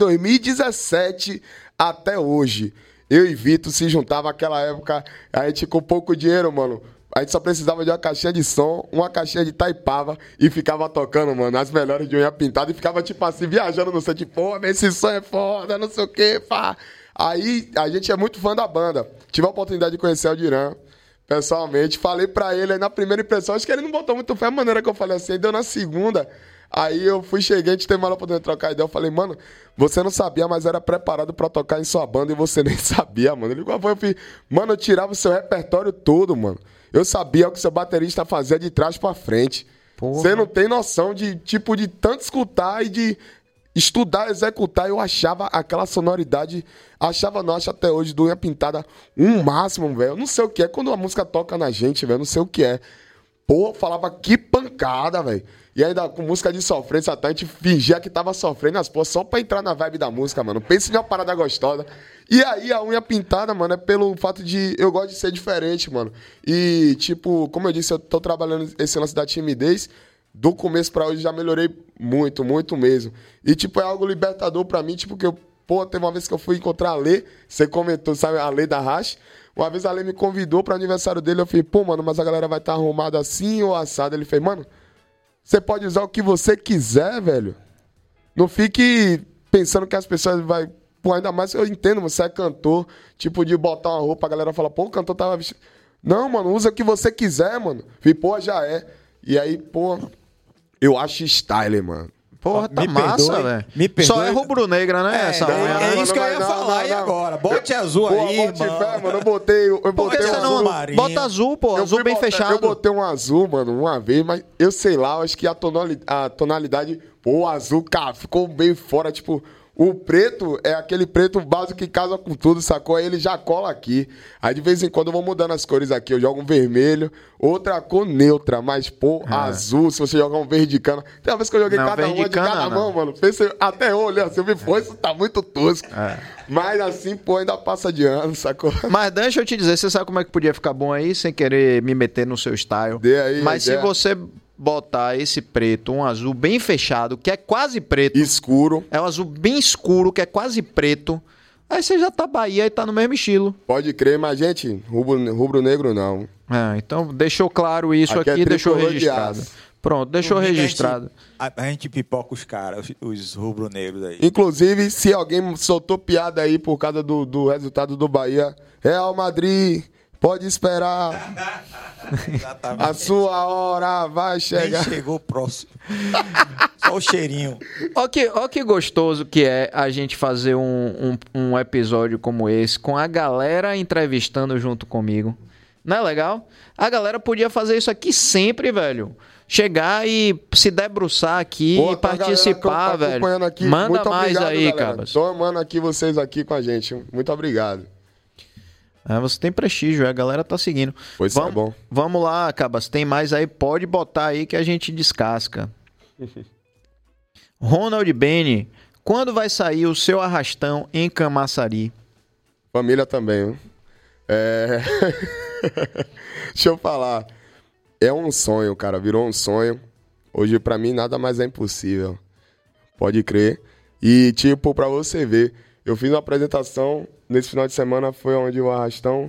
2017 até hoje. Eu e Vitor se juntava naquela época, a gente com pouco dinheiro, mano. A gente só precisava de uma caixinha de som, uma caixinha de taipava e ficava tocando, mano, as melhores de unha pintada e ficava, tipo assim, viajando no set, pô, esse som é foda, não sei o quê, pá. Aí, a gente é muito fã da banda. Tive a oportunidade de conhecer o Dirã, pessoalmente. Falei pra ele, aí na primeira impressão, acho que ele não botou muito fé a maneira que eu falei assim, deu na segunda. Aí eu cheguei, a gente teve uma oportunidade de trocar ideia. Eu falei, mano, você não sabia, mas era preparado pra tocar em sua banda e você nem sabia, mano. Ele falou, eu falei, mano, eu tirava o seu repertório todo, mano. Eu sabia o que seu baterista fazia de trás pra frente. Porra. Você não tem noção de, tipo, de tanto escutar e de estudar, executar. Eu achava aquela sonoridade, acho até hoje, do Unha Pintada um máximo, velho. Eu não sei o que é. Quando a música toca na gente, velho, eu não sei o que é. Pô, falava que pancada, velho. E ainda com música de sofrência, até a gente fingia que tava sofrendo as porras só pra entrar na vibe da música, mano. Pensa em uma parada gostosa. E aí a Unha Pintada, mano, é pelo fato de eu gosto de ser diferente, mano. E, tipo, como eu disse, eu tô trabalhando esse lance da timidez. Do começo pra hoje já melhorei muito, muito mesmo. E, tipo, é algo libertador pra mim, tipo, que eu... Pô, teve uma vez que eu fui encontrar a Lê, você comentou, sabe, a Lê da Rash. Uma vez a Lê me convidou pro aniversário dele, eu falei, pô, mano, mas a galera vai estar arrumada assim ou assado? Ele fez, mano, você pode usar o que você quiser, velho. Não fique pensando que as pessoas vai... Pô, ainda mais eu entendo, você é cantor, tipo, de botar uma roupa, a galera fala, pô, o cantor tava vestido... Não, mano, usa o que você quiser, mano. Falei, pô, já é. E aí, pô, eu acho style, mano. Porra, tá Me massa, perdoe, velho. me perdoe. Só é rubro-negra, né? Essa unha. É né? isso que eu ia Não, falar. não, E não. agora? Bote azul Pô, aí, bote mano. fé, mano, eu botei Por que um você não azul. marinho. bota azul, pô? Eu Azul fui bem botar- fechado. Eu botei um azul, mano, uma vez, mas eu sei lá, eu acho que a tonalidade, pô, o azul, cara, ficou bem fora, tipo, O preto é aquele preto básico que casa com tudo, sacou? Aí ele já cola aqui. Aí de vez em quando eu vou mudando as cores aqui. Eu jogo um vermelho, outra cor neutra, mas azul, se você jogar um verde de cana. Tem uma vez que eu joguei cada uma de cada mão, mano. Pensei, até eu olhei assim, eu vi, pô, isso tá muito tosco. Mas assim, pô, ainda passa de ano, sacou? Mas deixa eu te dizer, você sabe como é que podia ficar bom aí, sem querer me meter no seu style. Dê aí, mas se você botar esse preto, um azul bem fechado, que é quase preto. Escuro. É um azul bem escuro, que é quase preto. Aí você já tá Bahia e tá no mesmo estilo. Pode crer, mas, gente, rubro-negro não. Então deixou claro isso aqui deixou registrado. Pronto, deixou registrado. A gente pipoca os caras, os rubro-negros aí. Inclusive, se alguém soltou piada aí por causa do resultado do Bahia, Real Madrid, pode esperar. A sua hora vai chegar. Nem chegou próximo. Só o cheirinho. Ó que gostoso que é a gente fazer um episódio como esse, com a galera entrevistando junto comigo. Não é legal? A galera podia fazer isso aqui sempre, velho. Chegar e se debruçar aqui e participar, velho. Aqui. Manda muito mais obrigado, aí, galera. Cabas. Tô amando aqui vocês aqui com a gente. Muito obrigado. Você tem prestígio, a galera tá seguindo. Pois é, bom. Vamos lá, Cabas. Tem mais aí? Pode botar aí que a gente descasca. Ronald Beni, quando vai sair o seu arrastão em Camaçari? Família também, viu? Deixa eu falar. É um sonho, cara. Virou um sonho. Hoje, pra mim, nada mais é impossível. Pode crer. E, tipo, pra você ver, eu fiz uma apresentação nesse final de semana, foi onde o arrastão...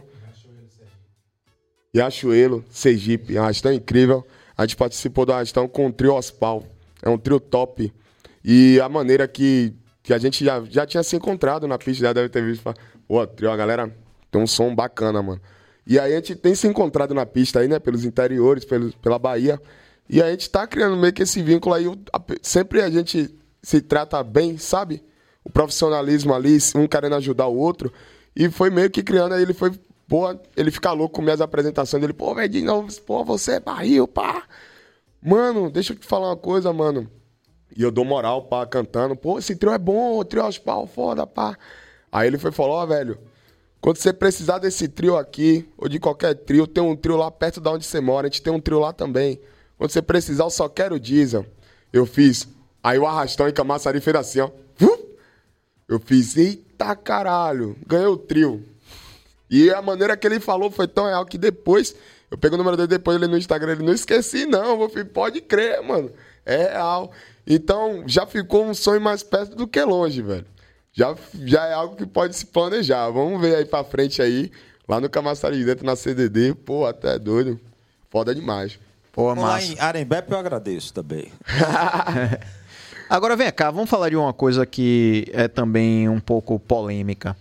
Riachuelo, Sergipe. Arrastão incrível. A gente participou do arrastão com o trio Ospal. É um trio top. E a maneira que a gente já tinha se encontrado na pista, já deve ter visto. Pô, trio, a galera tem um som bacana, mano. E aí a gente tem se encontrado na pista aí, né? Pelos interiores, pela Bahia. E a gente tá criando meio que esse vínculo aí. Sempre a gente se trata bem, sabe? O profissionalismo ali, um querendo ajudar o outro. E foi meio que criando aí, ele foi... Pô, ele fica louco com minhas apresentações dele. Pô, velho, de novo, pô, você é barril, pá. Mano, deixa eu te falar uma coisa, mano. E eu dou moral, pá, cantando. Pô, esse trio é bom, o trio Ospal, foda, pá. Aí ele foi e falou, ó, velho, quando você precisar desse trio aqui, ou de qualquer trio, tem um trio lá perto de onde você mora, a gente tem um trio lá também. Quando você precisar, eu só quero diesel. Eu fiz. Aí o arrastão em Camaçari fez assim, ó. Eu fiz, eita caralho, ganhei o trio. E a maneira que ele falou foi tão real que depois, eu peguei o número dele depois ele no Instagram, ele não esqueci não, meu filho, pode crer, mano. É real. Então, já ficou um sonho mais perto do que longe, velho. Já é algo que pode se planejar. Vamos ver aí pra frente aí, lá no Camaçari dentro, na CDD. Pô, até doido. Foda demais. Pô, Vamos massa. lá em Arembepe, eu agradeço também. Agora vem cá, vamos falar de uma coisa que é também um pouco polêmica.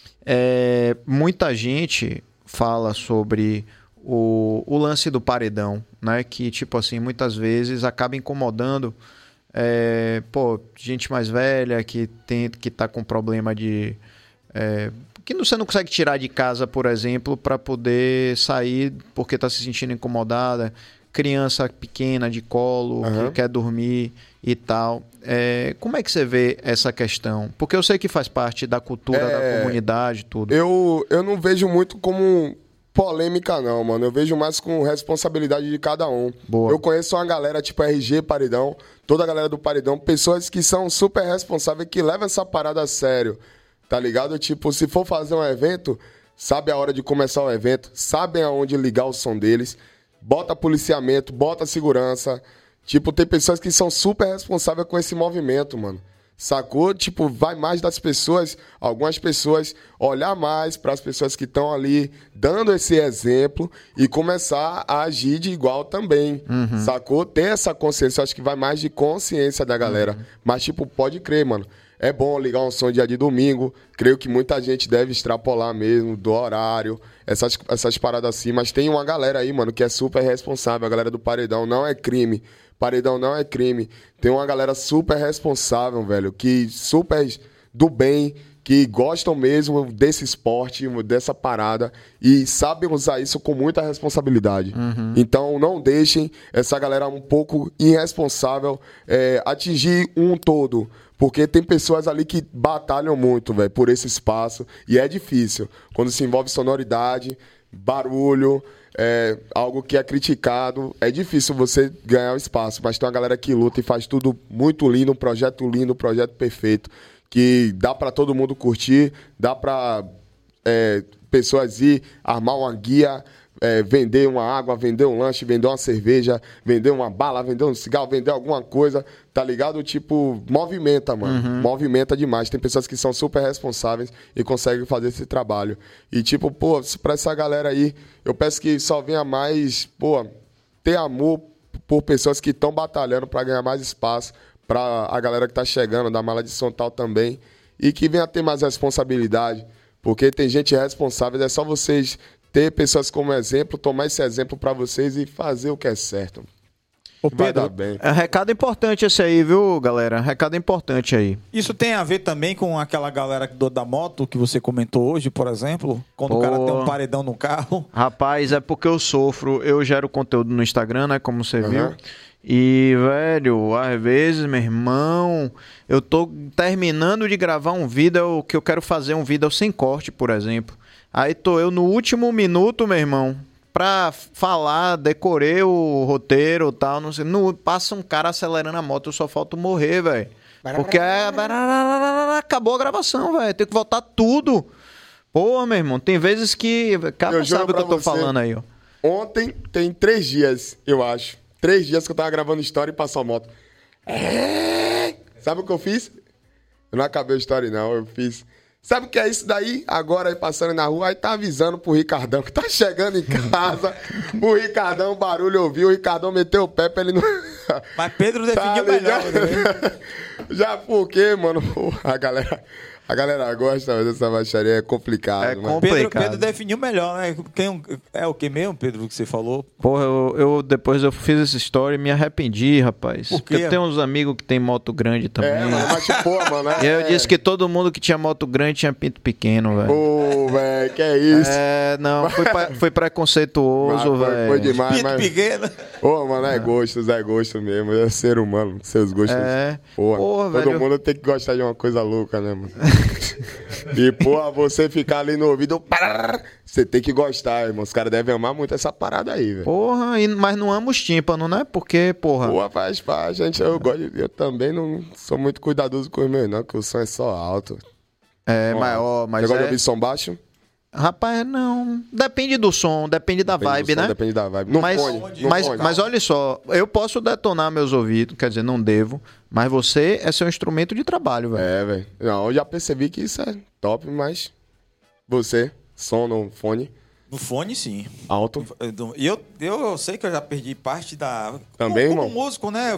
Muita gente fala sobre o lance do paredão, né? Que, tipo assim, muitas vezes acaba incomodando gente mais velha que tá com problema de... que você não consegue tirar de casa, por exemplo, para poder sair porque tá se sentindo incomodada. Criança pequena de colo, que quer dormir e tal. Como é que você vê essa questão? Porque eu sei que faz parte da cultura da comunidade, tudo. Eu não vejo muito como polêmica, não, mano. Eu vejo mais com responsabilidade de cada um. Boa. Eu conheço uma galera tipo RG Paredão, toda a galera do Paredão, pessoas que são super responsáveis, que levam essa parada a sério, tá ligado? Tipo, se for fazer um evento, sabe a hora de começar o evento, sabem aonde ligar o som deles, bota policiamento, bota segurança. Tipo, tem pessoas que são super responsáveis com esse movimento, mano. Sacou? Tipo, vai mais das pessoas, algumas pessoas, olhar mais para as pessoas que estão ali dando esse exemplo e começar a agir de igual também. Sacou? Ter essa consciência, acho que vai mais de consciência da galera. Mas, tipo, pode crer, mano. É bom ligar um som dia de domingo. Creio que muita gente deve extrapolar mesmo do horário, essas paradas assim. Mas tem uma galera aí, mano, que é super responsável. A galera do Paredão não é crime. Paredão não é crime. Tem uma galera super responsável, velho, que super do bem, que gostam mesmo desse esporte, dessa parada e sabem usar isso com muita responsabilidade. Então não deixem essa galera um pouco irresponsável atingir um todo. Porque tem pessoas ali que batalham muito, velho, por esse espaço. E é difícil. Quando se envolve sonoridade, barulho, algo que é criticado, é difícil você ganhar o espaço. Mas tem uma galera que luta e faz tudo muito lindo, um projeto perfeito. Que dá pra todo mundo curtir, dá pra pessoas ir armar uma guia, vender uma água, vender um lanche, vender uma cerveja, vender uma bala, vender um cigarro, vender alguma coisa, tá ligado? Tipo, movimenta, mano. Movimenta demais. Tem pessoas que são super responsáveis e conseguem fazer esse trabalho. E tipo, pô, pra essa galera aí, eu peço que só venha mais, pô, ter amor por pessoas que estão batalhando pra ganhar mais espaço, pra a galera que tá chegando, da Mala de Som Tal também, e que venha ter mais responsabilidade, porque tem gente responsável, é só vocês ter pessoas como exemplo, tomar esse exemplo pra vocês e fazer o que é certo. Ô, Vai Pedro, dar bem. Recado importante esse aí, viu, galera? Recado importante aí. isso tem a ver também com aquela galera da moto que você comentou hoje, por exemplo? Quando o cara tem um paredão no carro. Rapaz, é porque eu sofro. Eu gero conteúdo no Instagram, né? Como você viu. E, velho, às vezes, meu irmão, eu tô terminando de gravar um vídeo que eu quero fazer um vídeo sem corte, por exemplo. Aí tô eu no último minuto, meu irmão, pra falar, decorei o roteiro e tal, não sei. Passa um cara acelerando a moto, eu só falta morrer, velho. Porque acabou a gravação, velho. Tem que voltar tudo. Pô, meu irmão, tem vezes que... Cara, Eu juro sabe o que eu pra tô você. falando aí, ó. Ontem, tem 3 dias, eu acho. 3 dias que eu tava gravando história e passou a moto. Sabe o que eu fiz? Eu não acabei a história, não. Eu fiz... Sabe o que é isso daí? Agora, aí passando na rua, aí tá avisando pro Ricardão que tá chegando em casa. O Ricardão, o barulho ouviu, o Ricardão meteu o pé pra ele não... Mas Pedro definiu melhor, né? Já porque, mano, a galera gosta dessa baixaria, é complicado. É mano. complicado. Pedro definiu melhor, né? É o que mesmo, Pedro, que você falou? Porra, depois eu fiz essa story e me arrependi, rapaz. Por quê? Porque eu tenho uns amigos que tem moto grande também. Mano, mas tipo, mano, E eu disse que todo mundo que tinha moto grande tinha pinto pequeno, velho. Pô, velho, que é isso? Não, foi preconceituoso, Foi velho. demais, Pinto mas... pequeno. Pô, mano, é gosto mesmo. É ser humano, seus gostos. Porra, Porra, todo velho. mundo tem que gostar de uma coisa louca, né, mano? E, porra, você ficar ali no ouvido, você tem que gostar, irmão. Os caras devem amar muito essa parada aí, velho. Porra, mas não amo os tímpanos, né? Porque, porra. Porra, faz parte, gente. Eu também não sou muito cuidadoso com os meus, não, que o som é só alto. Mas Você gosta de ouvir som baixo? Rapaz, não. Depende do som, depende da Depende do vibe, som, né? Depende da vibe. No Mas, fone. mas olha só, eu posso detonar meus ouvidos, quer dizer, não devo, mas você é seu instrumento de trabalho, velho. É, velho. Não, eu já percebi que isso é top, mas você, som no fone, No fone, sim. alto. E eu sei que eu já perdi parte da... Também, como irmão? músico, né?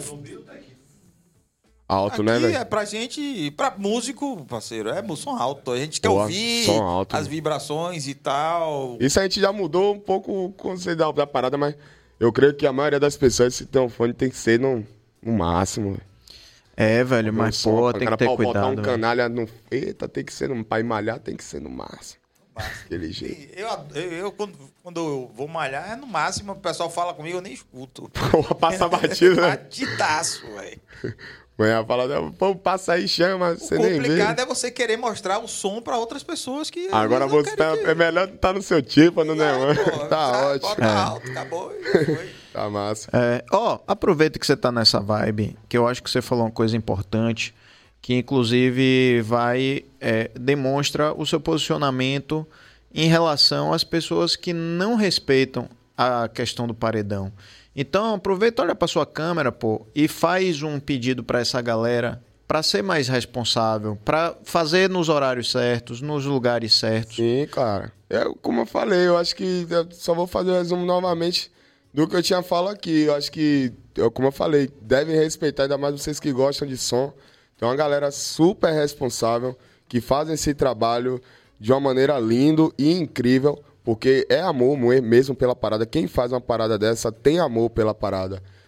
Alto, Aqui né, velho? é pra gente, pra músico, parceiro, é som alto. A gente quer Boa, ouvir som alto. as vibrações e tal. Isso a gente já mudou um pouco o conceito da parada, mas eu creio que a maioria das pessoas, se tem um fone, tem que ser no máximo, velho. É, velho, mas som, pô, o tem que cara ter pra botar cuidado. um velho. canalha no... Eita, tem que ser no... Pra ir malhar, tem que ser no máximo. Aquele jeito. Eu quando eu vou malhar, é no máximo, o pessoal fala comigo, eu nem escuto. Porra, passa batido, né? Batidaço, velho. Amanhã fala, pô, passa aí, chama, O você nem vê. complicado é você querer mostrar o som pra outras pessoas que... Agora às vezes, você não tá, querem que- é melhor estar no seu tímpano, né, mano? pô, Tá ótimo. Bota alto, acabou. já foi. Tá massa. Aproveita que você tá nessa vibe, que eu acho que você falou uma coisa importante, que inclusive demonstra o seu posicionamento em relação às pessoas que não respeitam a questão do paredão. Então, aproveita, olha para sua câmera, pô, e faz um pedido para essa galera para ser mais responsável, para fazer nos horários certos, nos lugares certos. Sim, cara. Como eu falei, eu acho que eu só vou fazer o resumo novamente do que eu tinha falado aqui. Eu acho que, como eu falei, devem respeitar ainda mais vocês que gostam de som. Tem uma galera super responsável que fazem esse trabalho de uma maneira linda e incrível, porque é amor mesmo pela parada. Quem faz uma parada dessa tem amor pela parada.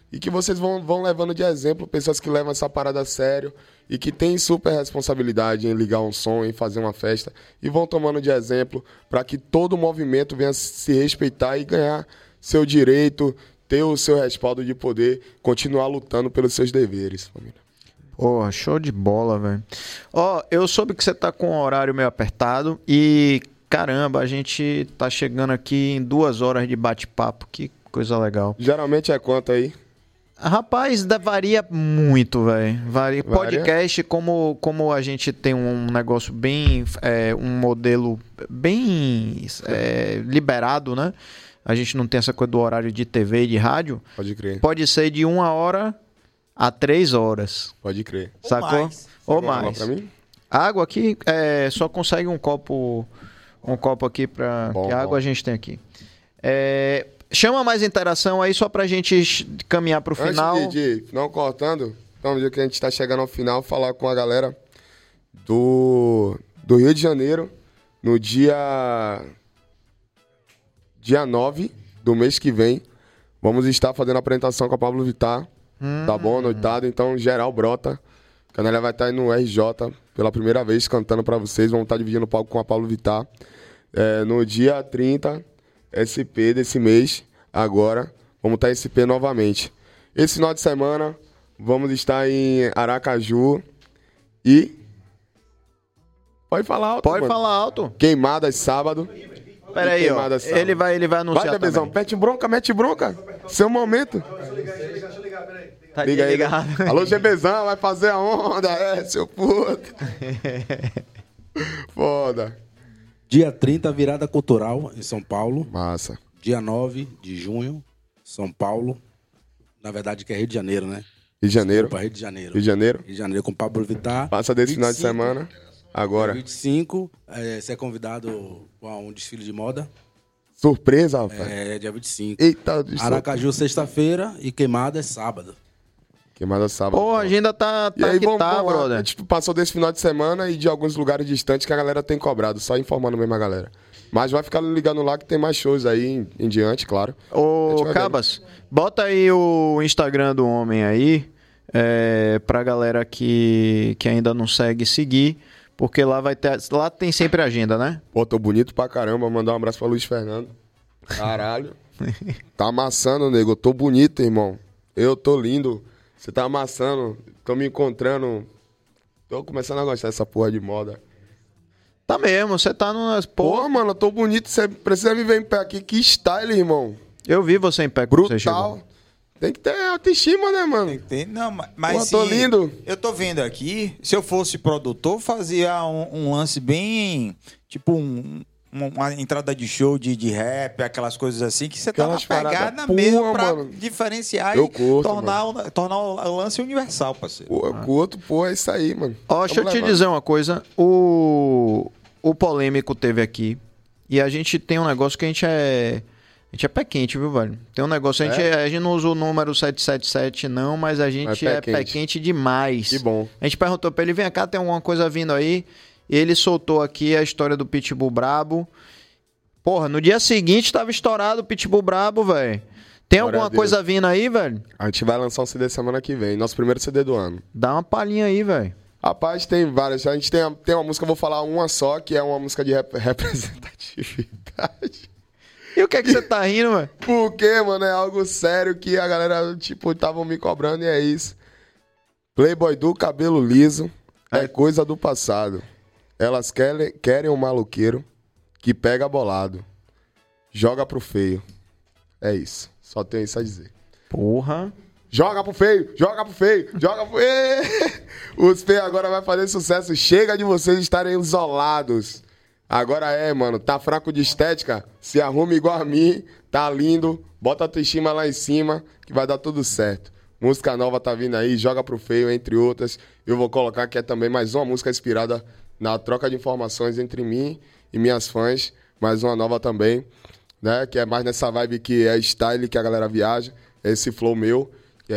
e que vocês vão levando de exemplo pessoas que levam essa parada a sério e que têm super responsabilidade em ligar um som, em fazer uma festa e vão tomando de exemplo para que todo o movimento venha se respeitar e ganhar seu direito, ter o seu respaldo de poder continuar lutando pelos seus deveres, família. Porra, show de bola, velho. Ó, eu soube que você tá com um horário meio apertado e, caramba, a gente tá chegando aqui em 2 horas de bate-papo. Que coisa legal. Geralmente é quanto aí? Rapaz, varia muito, velho. Varia. Varia? Podcast, como a gente tem um negócio bem... um modelo bem liberado, né? A gente não tem essa coisa do horário de TV e de rádio. Pode crer. Pode ser de 1 hora a 3 horas. Pode crer. Sacou? mais. Ou Água mais. pra mim? Água aqui, só consegue um copo aqui pra... Bom, que água bom. a gente tem aqui. Chama mais interação aí só pra gente caminhar pro final. Antes de não cortando, vamos ver que a gente tá chegando ao final, falar com a galera do Rio de Janeiro, no dia 9 do mês que vem. Vamos estar fazendo a apresentação com a Pablo Vittar, tá bom? Noitada, então geral brota. A Canela vai estar aí no RJ pela primeira vez cantando pra vocês. Vamos estar dividindo o palco com a Pablo Vittar. No dia 30, SP desse mês, agora, vamos estar em SP novamente. Esse final de semana, vamos estar em Aracaju e... Pode falar alto, Pode mano. falar alto. Queimadas sábado. Pera aí, ó. Queimadas sábado. Ele vai anunciar Vai, Debezão, também. mete bronca. Seu momento. Deixa eu ligar, peraí. Tá Liga aí. ligado. Alô, Gebezão, vai fazer a onda. Seu puto. Foda. Dia 30, virada cultural em São Paulo. Massa. Dia 9 de junho, São Paulo. Na verdade, que é Rio de Janeiro, né? Rio de Janeiro. Desculpa, Rio de Janeiro. Rio de Janeiro. Rio de Janeiro com Pablo Vittar. Passa desse final de 25, semana. Agora. 25, você é convidado a um desfile de moda. Surpresa, rapaz. Dia 25. Eita, Aracaju, sexta-feira e Queimada é sábado. Queimada sábado. Pô, a agenda tá E aí, que vamos tá, lá. A brother. gente passou desse final de semana e de alguns lugares distantes que a galera tem cobrado. Só informando mesmo a galera. Mas vai ficar ligando lá que tem mais shows aí em diante, claro. A Ô, gente vai Cabas, bota aí o Instagram do homem aí, pra galera que ainda não segue seguir, porque lá lá tem sempre agenda, né? Pô, tô bonito pra caramba. Mandar um abraço pra Luiz Fernando. Caralho. Tá amassando, nego. Eu tô bonito, irmão. Eu tô lindo. Você tá amassando. Tô me encontrando. Tô começando a gostar dessa porra de moda. Tá mesmo, você tá no... Pô, mano, eu tô bonito. Você precisa me ver em pé aqui. Que style, irmão. Eu vi você em pé quando você Brutal. chegou. Tem que ter autoestima, né, mano? Não, mas Pô, tô lindo. Eu tô vendo aqui, se eu fosse produtor, fazia um lance bem, tipo uma entrada de show de rap, aquelas coisas assim, que você tá na Aquelas paradas pegada pua, mesmo pra mano. diferenciar Eu e curto, tornar o lance universal, parceiro. Pô, com outro, pô, é isso aí, mano. Ó, deixa eu Vamos te levar. dizer uma coisa. O Polêmico teve aqui e a gente tem um negócio que a gente é pé quente, viu, velho? Tem um negócio, a gente não usa o número 777 não, mas a gente Mas é pé quente demais. Que bom. A gente perguntou pra ele, vem cá, tem alguma coisa vindo aí? E ele soltou aqui a história do Pitbull Brabo. Porra, no dia seguinte tava estourado o Pitbull Brabo, velho. Tem Glória alguma a Deus. coisa vindo aí, velho? A gente vai lançar um CD semana que vem. Nosso primeiro CD do ano. Dá uma palhinha aí, velho. Rapaz, tem várias. A gente tem uma música, eu vou falar uma só, que é uma música de representatividade. E o que é que você tá rindo, velho? Porque, mano, é algo sério que a galera, tipo, estavam me cobrando e é isso. Playboy do cabelo liso é coisa do passado. Elas querem um maloqueiro que pega bolado, joga pro feio. É isso. Só tenho isso a dizer. Porra. Joga pro feio, joga pro feio, joga pro... Os feios agora vai fazer sucesso. Chega de vocês estarem isolados. Agora mano, tá fraco de estética? Se arrume igual a mim, tá lindo, bota a autoestima lá em cima, que vai dar tudo certo. Música nova tá vindo aí, Joga pro Feio, entre outras. Eu vou colocar que é também mais uma música inspirada na troca de informações entre mim e minhas fãs. Mais uma nova também, né? Que é mais nessa vibe que é style, que a galera viaja. Esse flow meu, que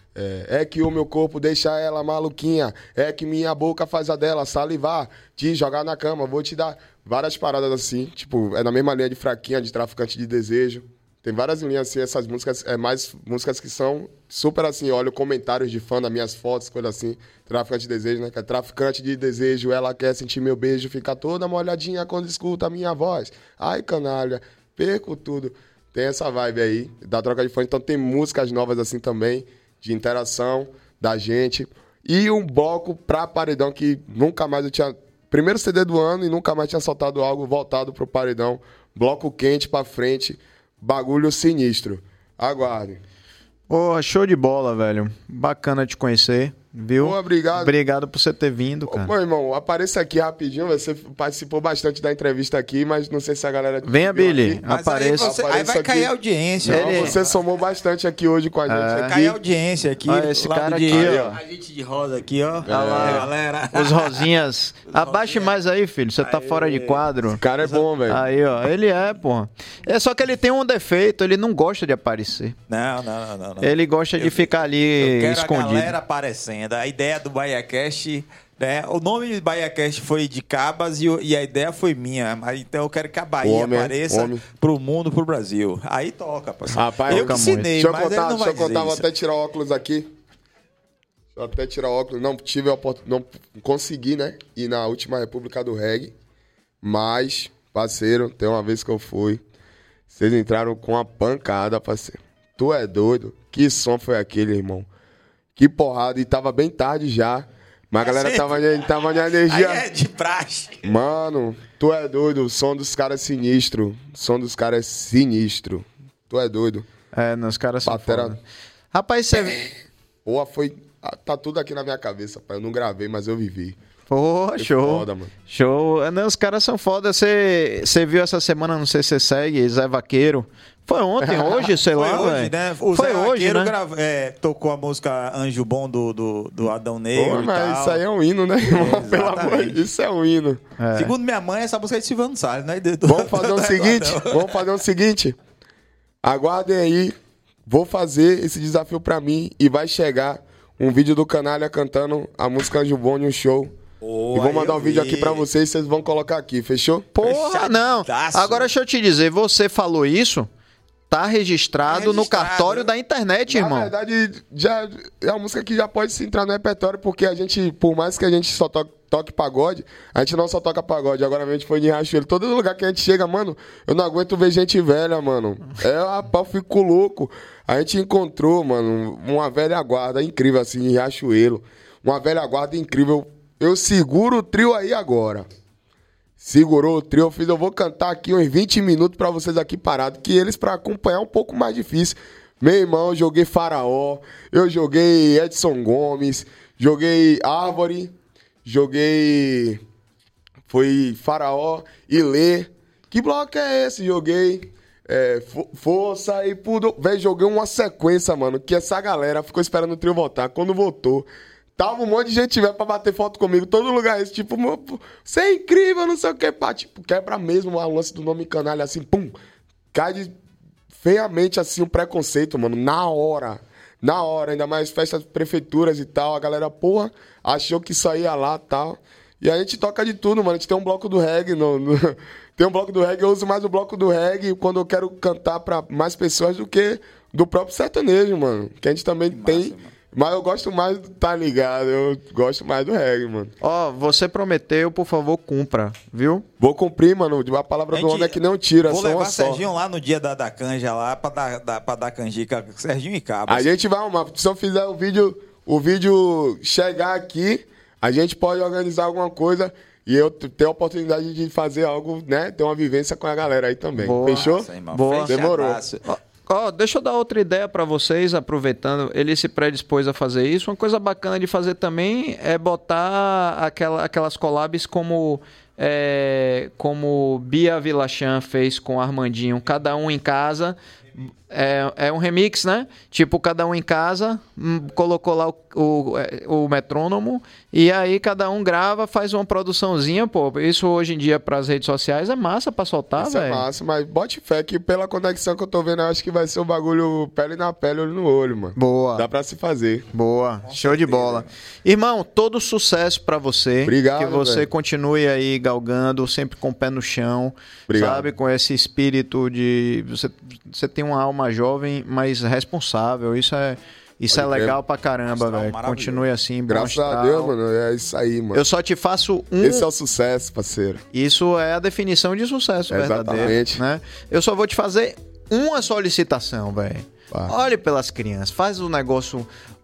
é que o meu corpo deixa ela maluquinha. É que minha boca faz a dela salivar. Te jogar na cama, vou te dar várias paradas assim. Tipo, é na mesma linha de fraquinha, de traficante de desejo. Tem várias linhas, assim, essas músicas, mais músicas que são super, assim, olha, comentários de fã das minhas fotos, coisa assim. Traficante de desejo, né? Que é traficante de desejo, ela quer sentir meu beijo, fica toda molhadinha quando escuta a minha voz. Ai, canalha, perco tudo. Tem essa vibe aí, da troca de fã. Então tem músicas novas, assim, também, de interação da gente. E um bloco pra Paredão que nunca mais eu tinha... Primeiro CD do ano e nunca mais tinha soltado algo voltado pro Paredão. Bloco quente pra frente. Bagulho sinistro. Aguardem. Porra, show de bola, velho. Bacana te conhecer, viu? Pô, obrigado. Obrigado por você ter vindo, Ô, cara. pô, irmão, apareça aqui rapidinho. Você participou bastante da entrevista aqui, mas não sei se a galera... Venha, viu Billy. aqui. Mas Apareça. Aí vai Apareça cair aqui. a audiência. Não, Ele- você somou bastante aqui hoje com a gente. Vai aqui. cair a audiência aqui. Olha esse do lado cara de- aqui, ó. A gente de rosa aqui, ó. lá. Galera. Os rosinhas. Abaixe rosinhas. mais aí, filho. Você tá Aê. fora de quadro. O cara é bom, velho. Aí, ó. Ele é, porra. É só que ele tem um defeito. Ele não gosta de aparecer. Não. Ele gosta de ficar ali Eu quero escondido. a galera aparecendo. A ideia do BahiaCast, né? O nome do BahiaCast foi de Cabas e a ideia foi minha. Mas então eu quero que a Bahia Homem, apareça homem. pro mundo, pro Brasil. Aí toca, parceiro. Rapaz, eu que toca muito. ensinei, Deixa eu mas ele contar, não vai vou dizer isso. até tirar o óculos aqui. Deixa eu até tirar o óculos. Não tive a oportunidade, não consegui, né? Ir na última República do Reggae. Mas, parceiro, tem uma vez que eu fui. Vocês entraram com uma pancada, parceiro. Tu é doido? Que som foi aquele, irmão? Que porrada. E tava bem tarde já. Mas a galera tava de Aí energia. é de praxe. Mano, tu é doido. O som dos caras é sinistro. O som dos caras é sinistro. Tu é doido. É, não, os caras são Batera- foda. Rapaz, você... Pô, foi... Tá tudo aqui na minha cabeça, pai. Eu não gravei, mas eu vivi. Pô, Foi show. foda, mano. Show. Não, os caras são foda. Você viu essa semana, não sei se você segue, Zé Vaqueiro. Foi ontem, hoje, sei Foi lá, hoje, velho. né? O Foi Zé hoje, Vaqueiro né? tocou a música Anjo Bom do Adão Negro Pô, e mas tal. isso aí é um hino, né, irmão? Pelo amor de exatamente. Deus, isso é um hino. É. Segundo minha mãe, essa música é de Silvano Salles, né? Vamos fazer o seguinte, Aguardem aí. Vou fazer esse desafio pra mim e vai chegar um vídeo do Canalha cantando a música Anjo Bom em um show. E vou mandar um vídeo aqui pra vocês, vocês vão colocar aqui, fechou? Porra, não. Fechadaço. Agora deixa eu te dizer, você falou isso, tá registrado no registrado. cartório da internet, Na irmão. verdade, já é uma música que já pode se entrar no repertório, porque a gente, por mais que a gente só toque pagode, a gente não só toca pagode. Agora a gente foi de Riachuelo. Todo lugar que a gente chega, mano, eu não aguento ver gente velha, mano. Rapaz, eu fico louco. A gente encontrou, mano, uma velha guarda incrível, assim, em Riachuelo. Uma velha guarda incrível. Eu seguro o trio aí agora. Segurou o trio, eu vou cantar aqui uns 20 minutos pra vocês aqui parados, que eles pra acompanhar é um pouco mais difícil. Meu irmão, eu joguei Faraó, eu joguei Edson Gomes, joguei Árvore, joguei... Foi Faraó, Ilê. Que bloco é esse? Joguei Força e Pudor. Véi, joguei uma sequência, mano, que essa galera ficou esperando o trio voltar. Quando voltou... Tava um monte de gente velho pra bater foto comigo, todo lugar esse, tipo, você é incrível, não sei o que, pá, tipo, quebra mesmo o lance do nome Canalha, assim, pum, cai feiamente, assim, o preconceito, mano, na hora, ainda mais festas de prefeituras e tal, a galera, porra, achou que isso ia lá e tal, e a gente toca de tudo, mano, a gente tem um bloco do reggae, tem um bloco do reggae, eu uso mais o bloco do reggae quando eu quero cantar pra mais pessoas do que do próprio sertanejo, mano, que a gente também tem... mano. Mas eu gosto mais, tá ligado? Eu gosto mais do reggae, mano. Ó, você prometeu, por favor, cumpra, viu? Vou cumprir, mano. A palavra do homem é que não tira, Vou só uma levar só. Serginho lá no dia da canja lá pra dar canjica. Serginho e Cabas. A gente vai arrumar. Se eu fizer o vídeo chegar aqui, a gente pode organizar alguma coisa e eu ter a oportunidade de fazer algo, né? Ter uma vivência com a galera aí também. Boa. Fechou? Nossa, irmão, Boa. fechadaço. Demorou. Ó, deixa eu dar outra ideia pra vocês, aproveitando, ele se predispôs a fazer isso. Uma coisa bacana de fazer também é botar aquelas collabs como Bia Vilachan fez com Armandinho, cada um em casa, é um remix, né? Tipo, cada um em casa, colocou lá o metrônomo, e aí cada um grava, faz uma produçãozinha, pô. Isso hoje em dia pras redes sociais é massa pra soltar, Isso é velho. massa, mas bote fé que pela conexão que eu tô vendo, eu acho que vai ser um bagulho pele na pele, olho no olho, mano. Boa. Dá pra se fazer. Boa, show de bola. Irmão, todo sucesso pra você. Obrigado, que você velho. continue aí galgando, sempre com o pé no chão. Obrigado. Sabe? Com esse espírito de... Você tem uma alma jovem, mas responsável. Isso é Pode legal pra caramba, Astral velho. maravilhoso. Continue assim, bom Graças a astral. Deus, mano. É isso aí, mano. Eu só te faço Esse é o sucesso, parceiro. Isso é a definição de sucesso verdadeiro, Exatamente. né? Eu só vou te fazer uma solicitação, velho. Vai. Olhe pelas crianças, faz o negócio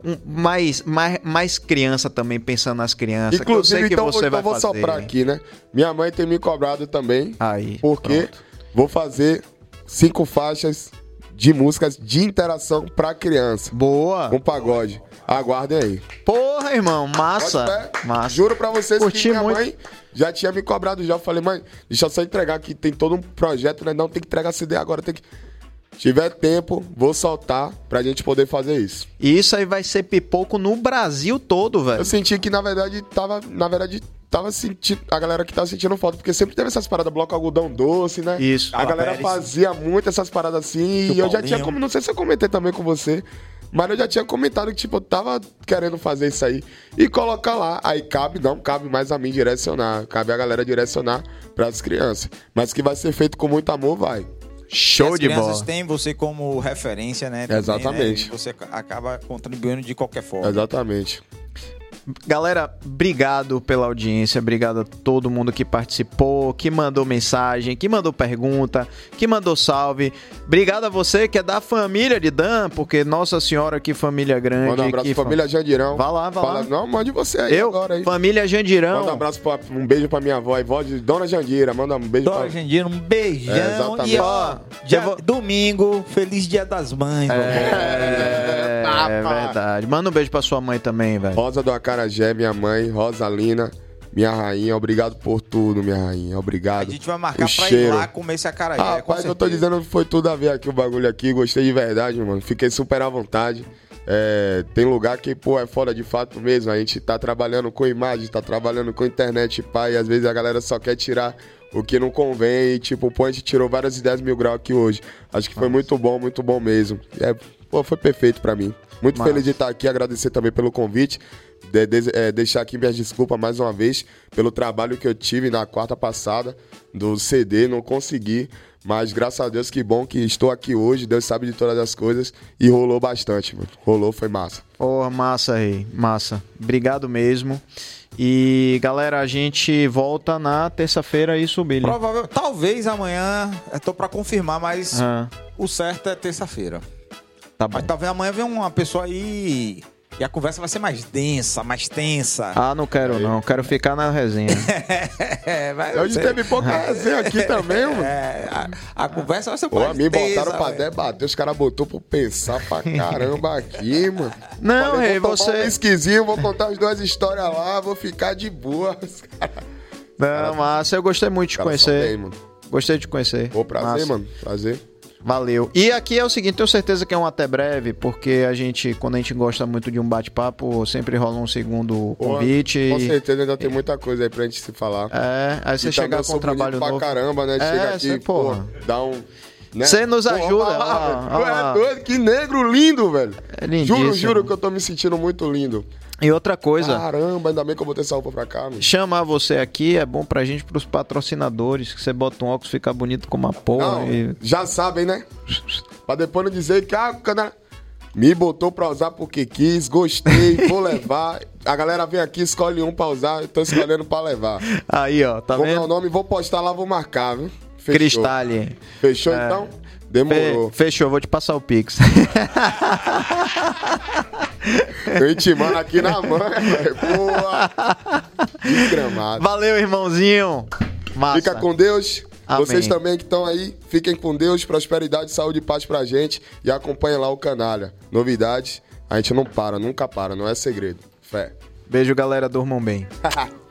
mais criança também, pensando nas crianças. que eu sei Inclusive, que então, você então vai vou fazer. soprar aqui, né? Minha mãe tem me cobrado também. Aí, Porque pronto. vou fazer 5 faixas de músicas de interação pra criança. Boa. Com pagode. Aguardem aí. Porra, irmão, Pode massa. fé. Massa. Juro pra vocês Curti que minha muito. mãe já tinha me cobrado já. Eu falei, mãe, deixa eu só entregar aqui. Tem todo um projeto, né? Não tem que entregar CD agora, tem que... Tiver tempo, vou soltar pra gente poder fazer isso. E isso aí vai ser pipoco no Brasil todo, velho. Eu senti que, na verdade, tava sentindo... A galera que tava sentindo falta, porque sempre teve essas paradas, bloco algodão doce, né? Isso. A galera Pérez. fazia muito essas paradas assim, Do e eu já Paulinho. tinha... Não sei se eu comentei também com você, mas eu já tinha comentado que, tipo, eu tava querendo fazer isso aí e colocar lá. Aí cabe mais a mim direcionar, cabe a galera direcionar pras crianças. Mas que vai ser feito com muito amor, vai. Show As de crianças bola. têm você como referência, né? também, Exatamente. né? E você acaba contribuindo de qualquer forma. Exatamente. Galera, obrigado pela audiência, obrigado a todo mundo que participou, que mandou mensagem, que mandou pergunta, que mandou salve. Obrigado a você que é da família de Dan, porque Nossa Senhora, que família grande. Manda um abraço que pra família Jandirão. Vai lá. Não, mande você aí Eu, agora aí. família Jandirão. Manda um abraço, um beijo pra minha avó, vó de Dona Jandira. Manda um beijo Dona Jandira, um beijão. É, exatamente. E ó, domingo, feliz Dia das Mães. É verdade. Manda um beijo pra sua mãe também, velho. Rosa do Acarajé, minha mãe, Rosalina, minha rainha, obrigado por tudo, minha rainha, obrigado. A gente vai marcar O pra ir cheiro. lá comer esse acarajé. com Rapaz, eu tô certeza. dizendo que foi tudo a ver aqui o bagulho aqui, gostei de verdade, mano, fiquei super à vontade. Tem lugar que, pô, é foda de fato mesmo, a gente tá trabalhando com imagem, tá trabalhando com internet, pá, e às vezes a galera só quer tirar o que não convém, e tipo, pô, a gente tirou várias ideias mil graus aqui hoje. Acho que foi muito bom mesmo. Pô, foi perfeito pra mim. Muito Massa. feliz de estar aqui, agradecer também pelo convite, deixar aqui minhas desculpas mais uma vez pelo trabalho que eu tive na quarta passada do CD, não consegui, mas graças a Deus que bom que estou aqui hoje, Deus sabe de todas as coisas e rolou bastante, mano. Rolou, foi massa. Porra, massa aí, massa. Obrigado mesmo. E, galera, a gente volta na terça-feira aí, Billy. Talvez amanhã, eu tô pra confirmar, mas Ah, o certo é terça-feira. tá bom. Mas talvez amanhã venha uma pessoa aí e a conversa vai ser mais densa, mais tensa. Ah, não quero não, quero ficar na resenha. Vai Hoje ser- teve pouca resenha aqui também, mano. a conversa vai ser Pô, mais me tensa. botaram pra velho. debater, os caras botou pra pensar pra caramba aqui, mano. Não, Falei, Rei, vou tomar você... um esquisinho, vou contar as duas histórias lá, vou ficar de boa. Os caras- Não, massa, eu gostei muito de Os caras são conhecer. bem, mano. Gostei de conhecer. Pô, prazer, Massa. mano. Prazer. Valeu. E aqui é o seguinte, tenho certeza que é um até breve, porque quando a gente gosta muito de um bate-papo, sempre rola um segundo Pô, convite. Com certeza ainda tem muita coisa aí pra gente se falar. Aí você E também chegar eu com sou um trabalho bonito novo. pra caramba, né? É, Chega aqui, cê, pô, porra. dá um... né? Cê nos Porra, ajuda, olha lá, ó, velho. ó. É doido, que negro lindo, velho. É lindíssimo. Juro que eu tô me sentindo muito lindo. E outra coisa, Caramba, ainda bem que eu botei essa roupa pra cá, mano. chamar você aqui é bom pra gente, pros patrocinadores, que você bota um óculos, fica bonito como uma porra. Não, E... já sabem, né? Pra depois não dizer que o canal me botou pra usar porque quis, gostei, vou levar. A galera vem aqui, escolhe um pra usar, eu tô escolhendo pra levar. Aí, ó, tá Vou ver o vendo? nome, vou postar lá, vou marcar, viu? Fechou. Cristale. Fechou, então? Demorou. Fechou, vou te passar o Pix. Eu intimando aqui na mão, velho. Boa. Desgramado. Valeu, irmãozinho. Massa. Fica com Deus. Amém. Vocês também que estão aí, fiquem com Deus, prosperidade, saúde e paz pra gente. E acompanhem lá o Canalha. Novidades, a gente não para, nunca para, não é segredo. Fé. Beijo, galera, durmam bem.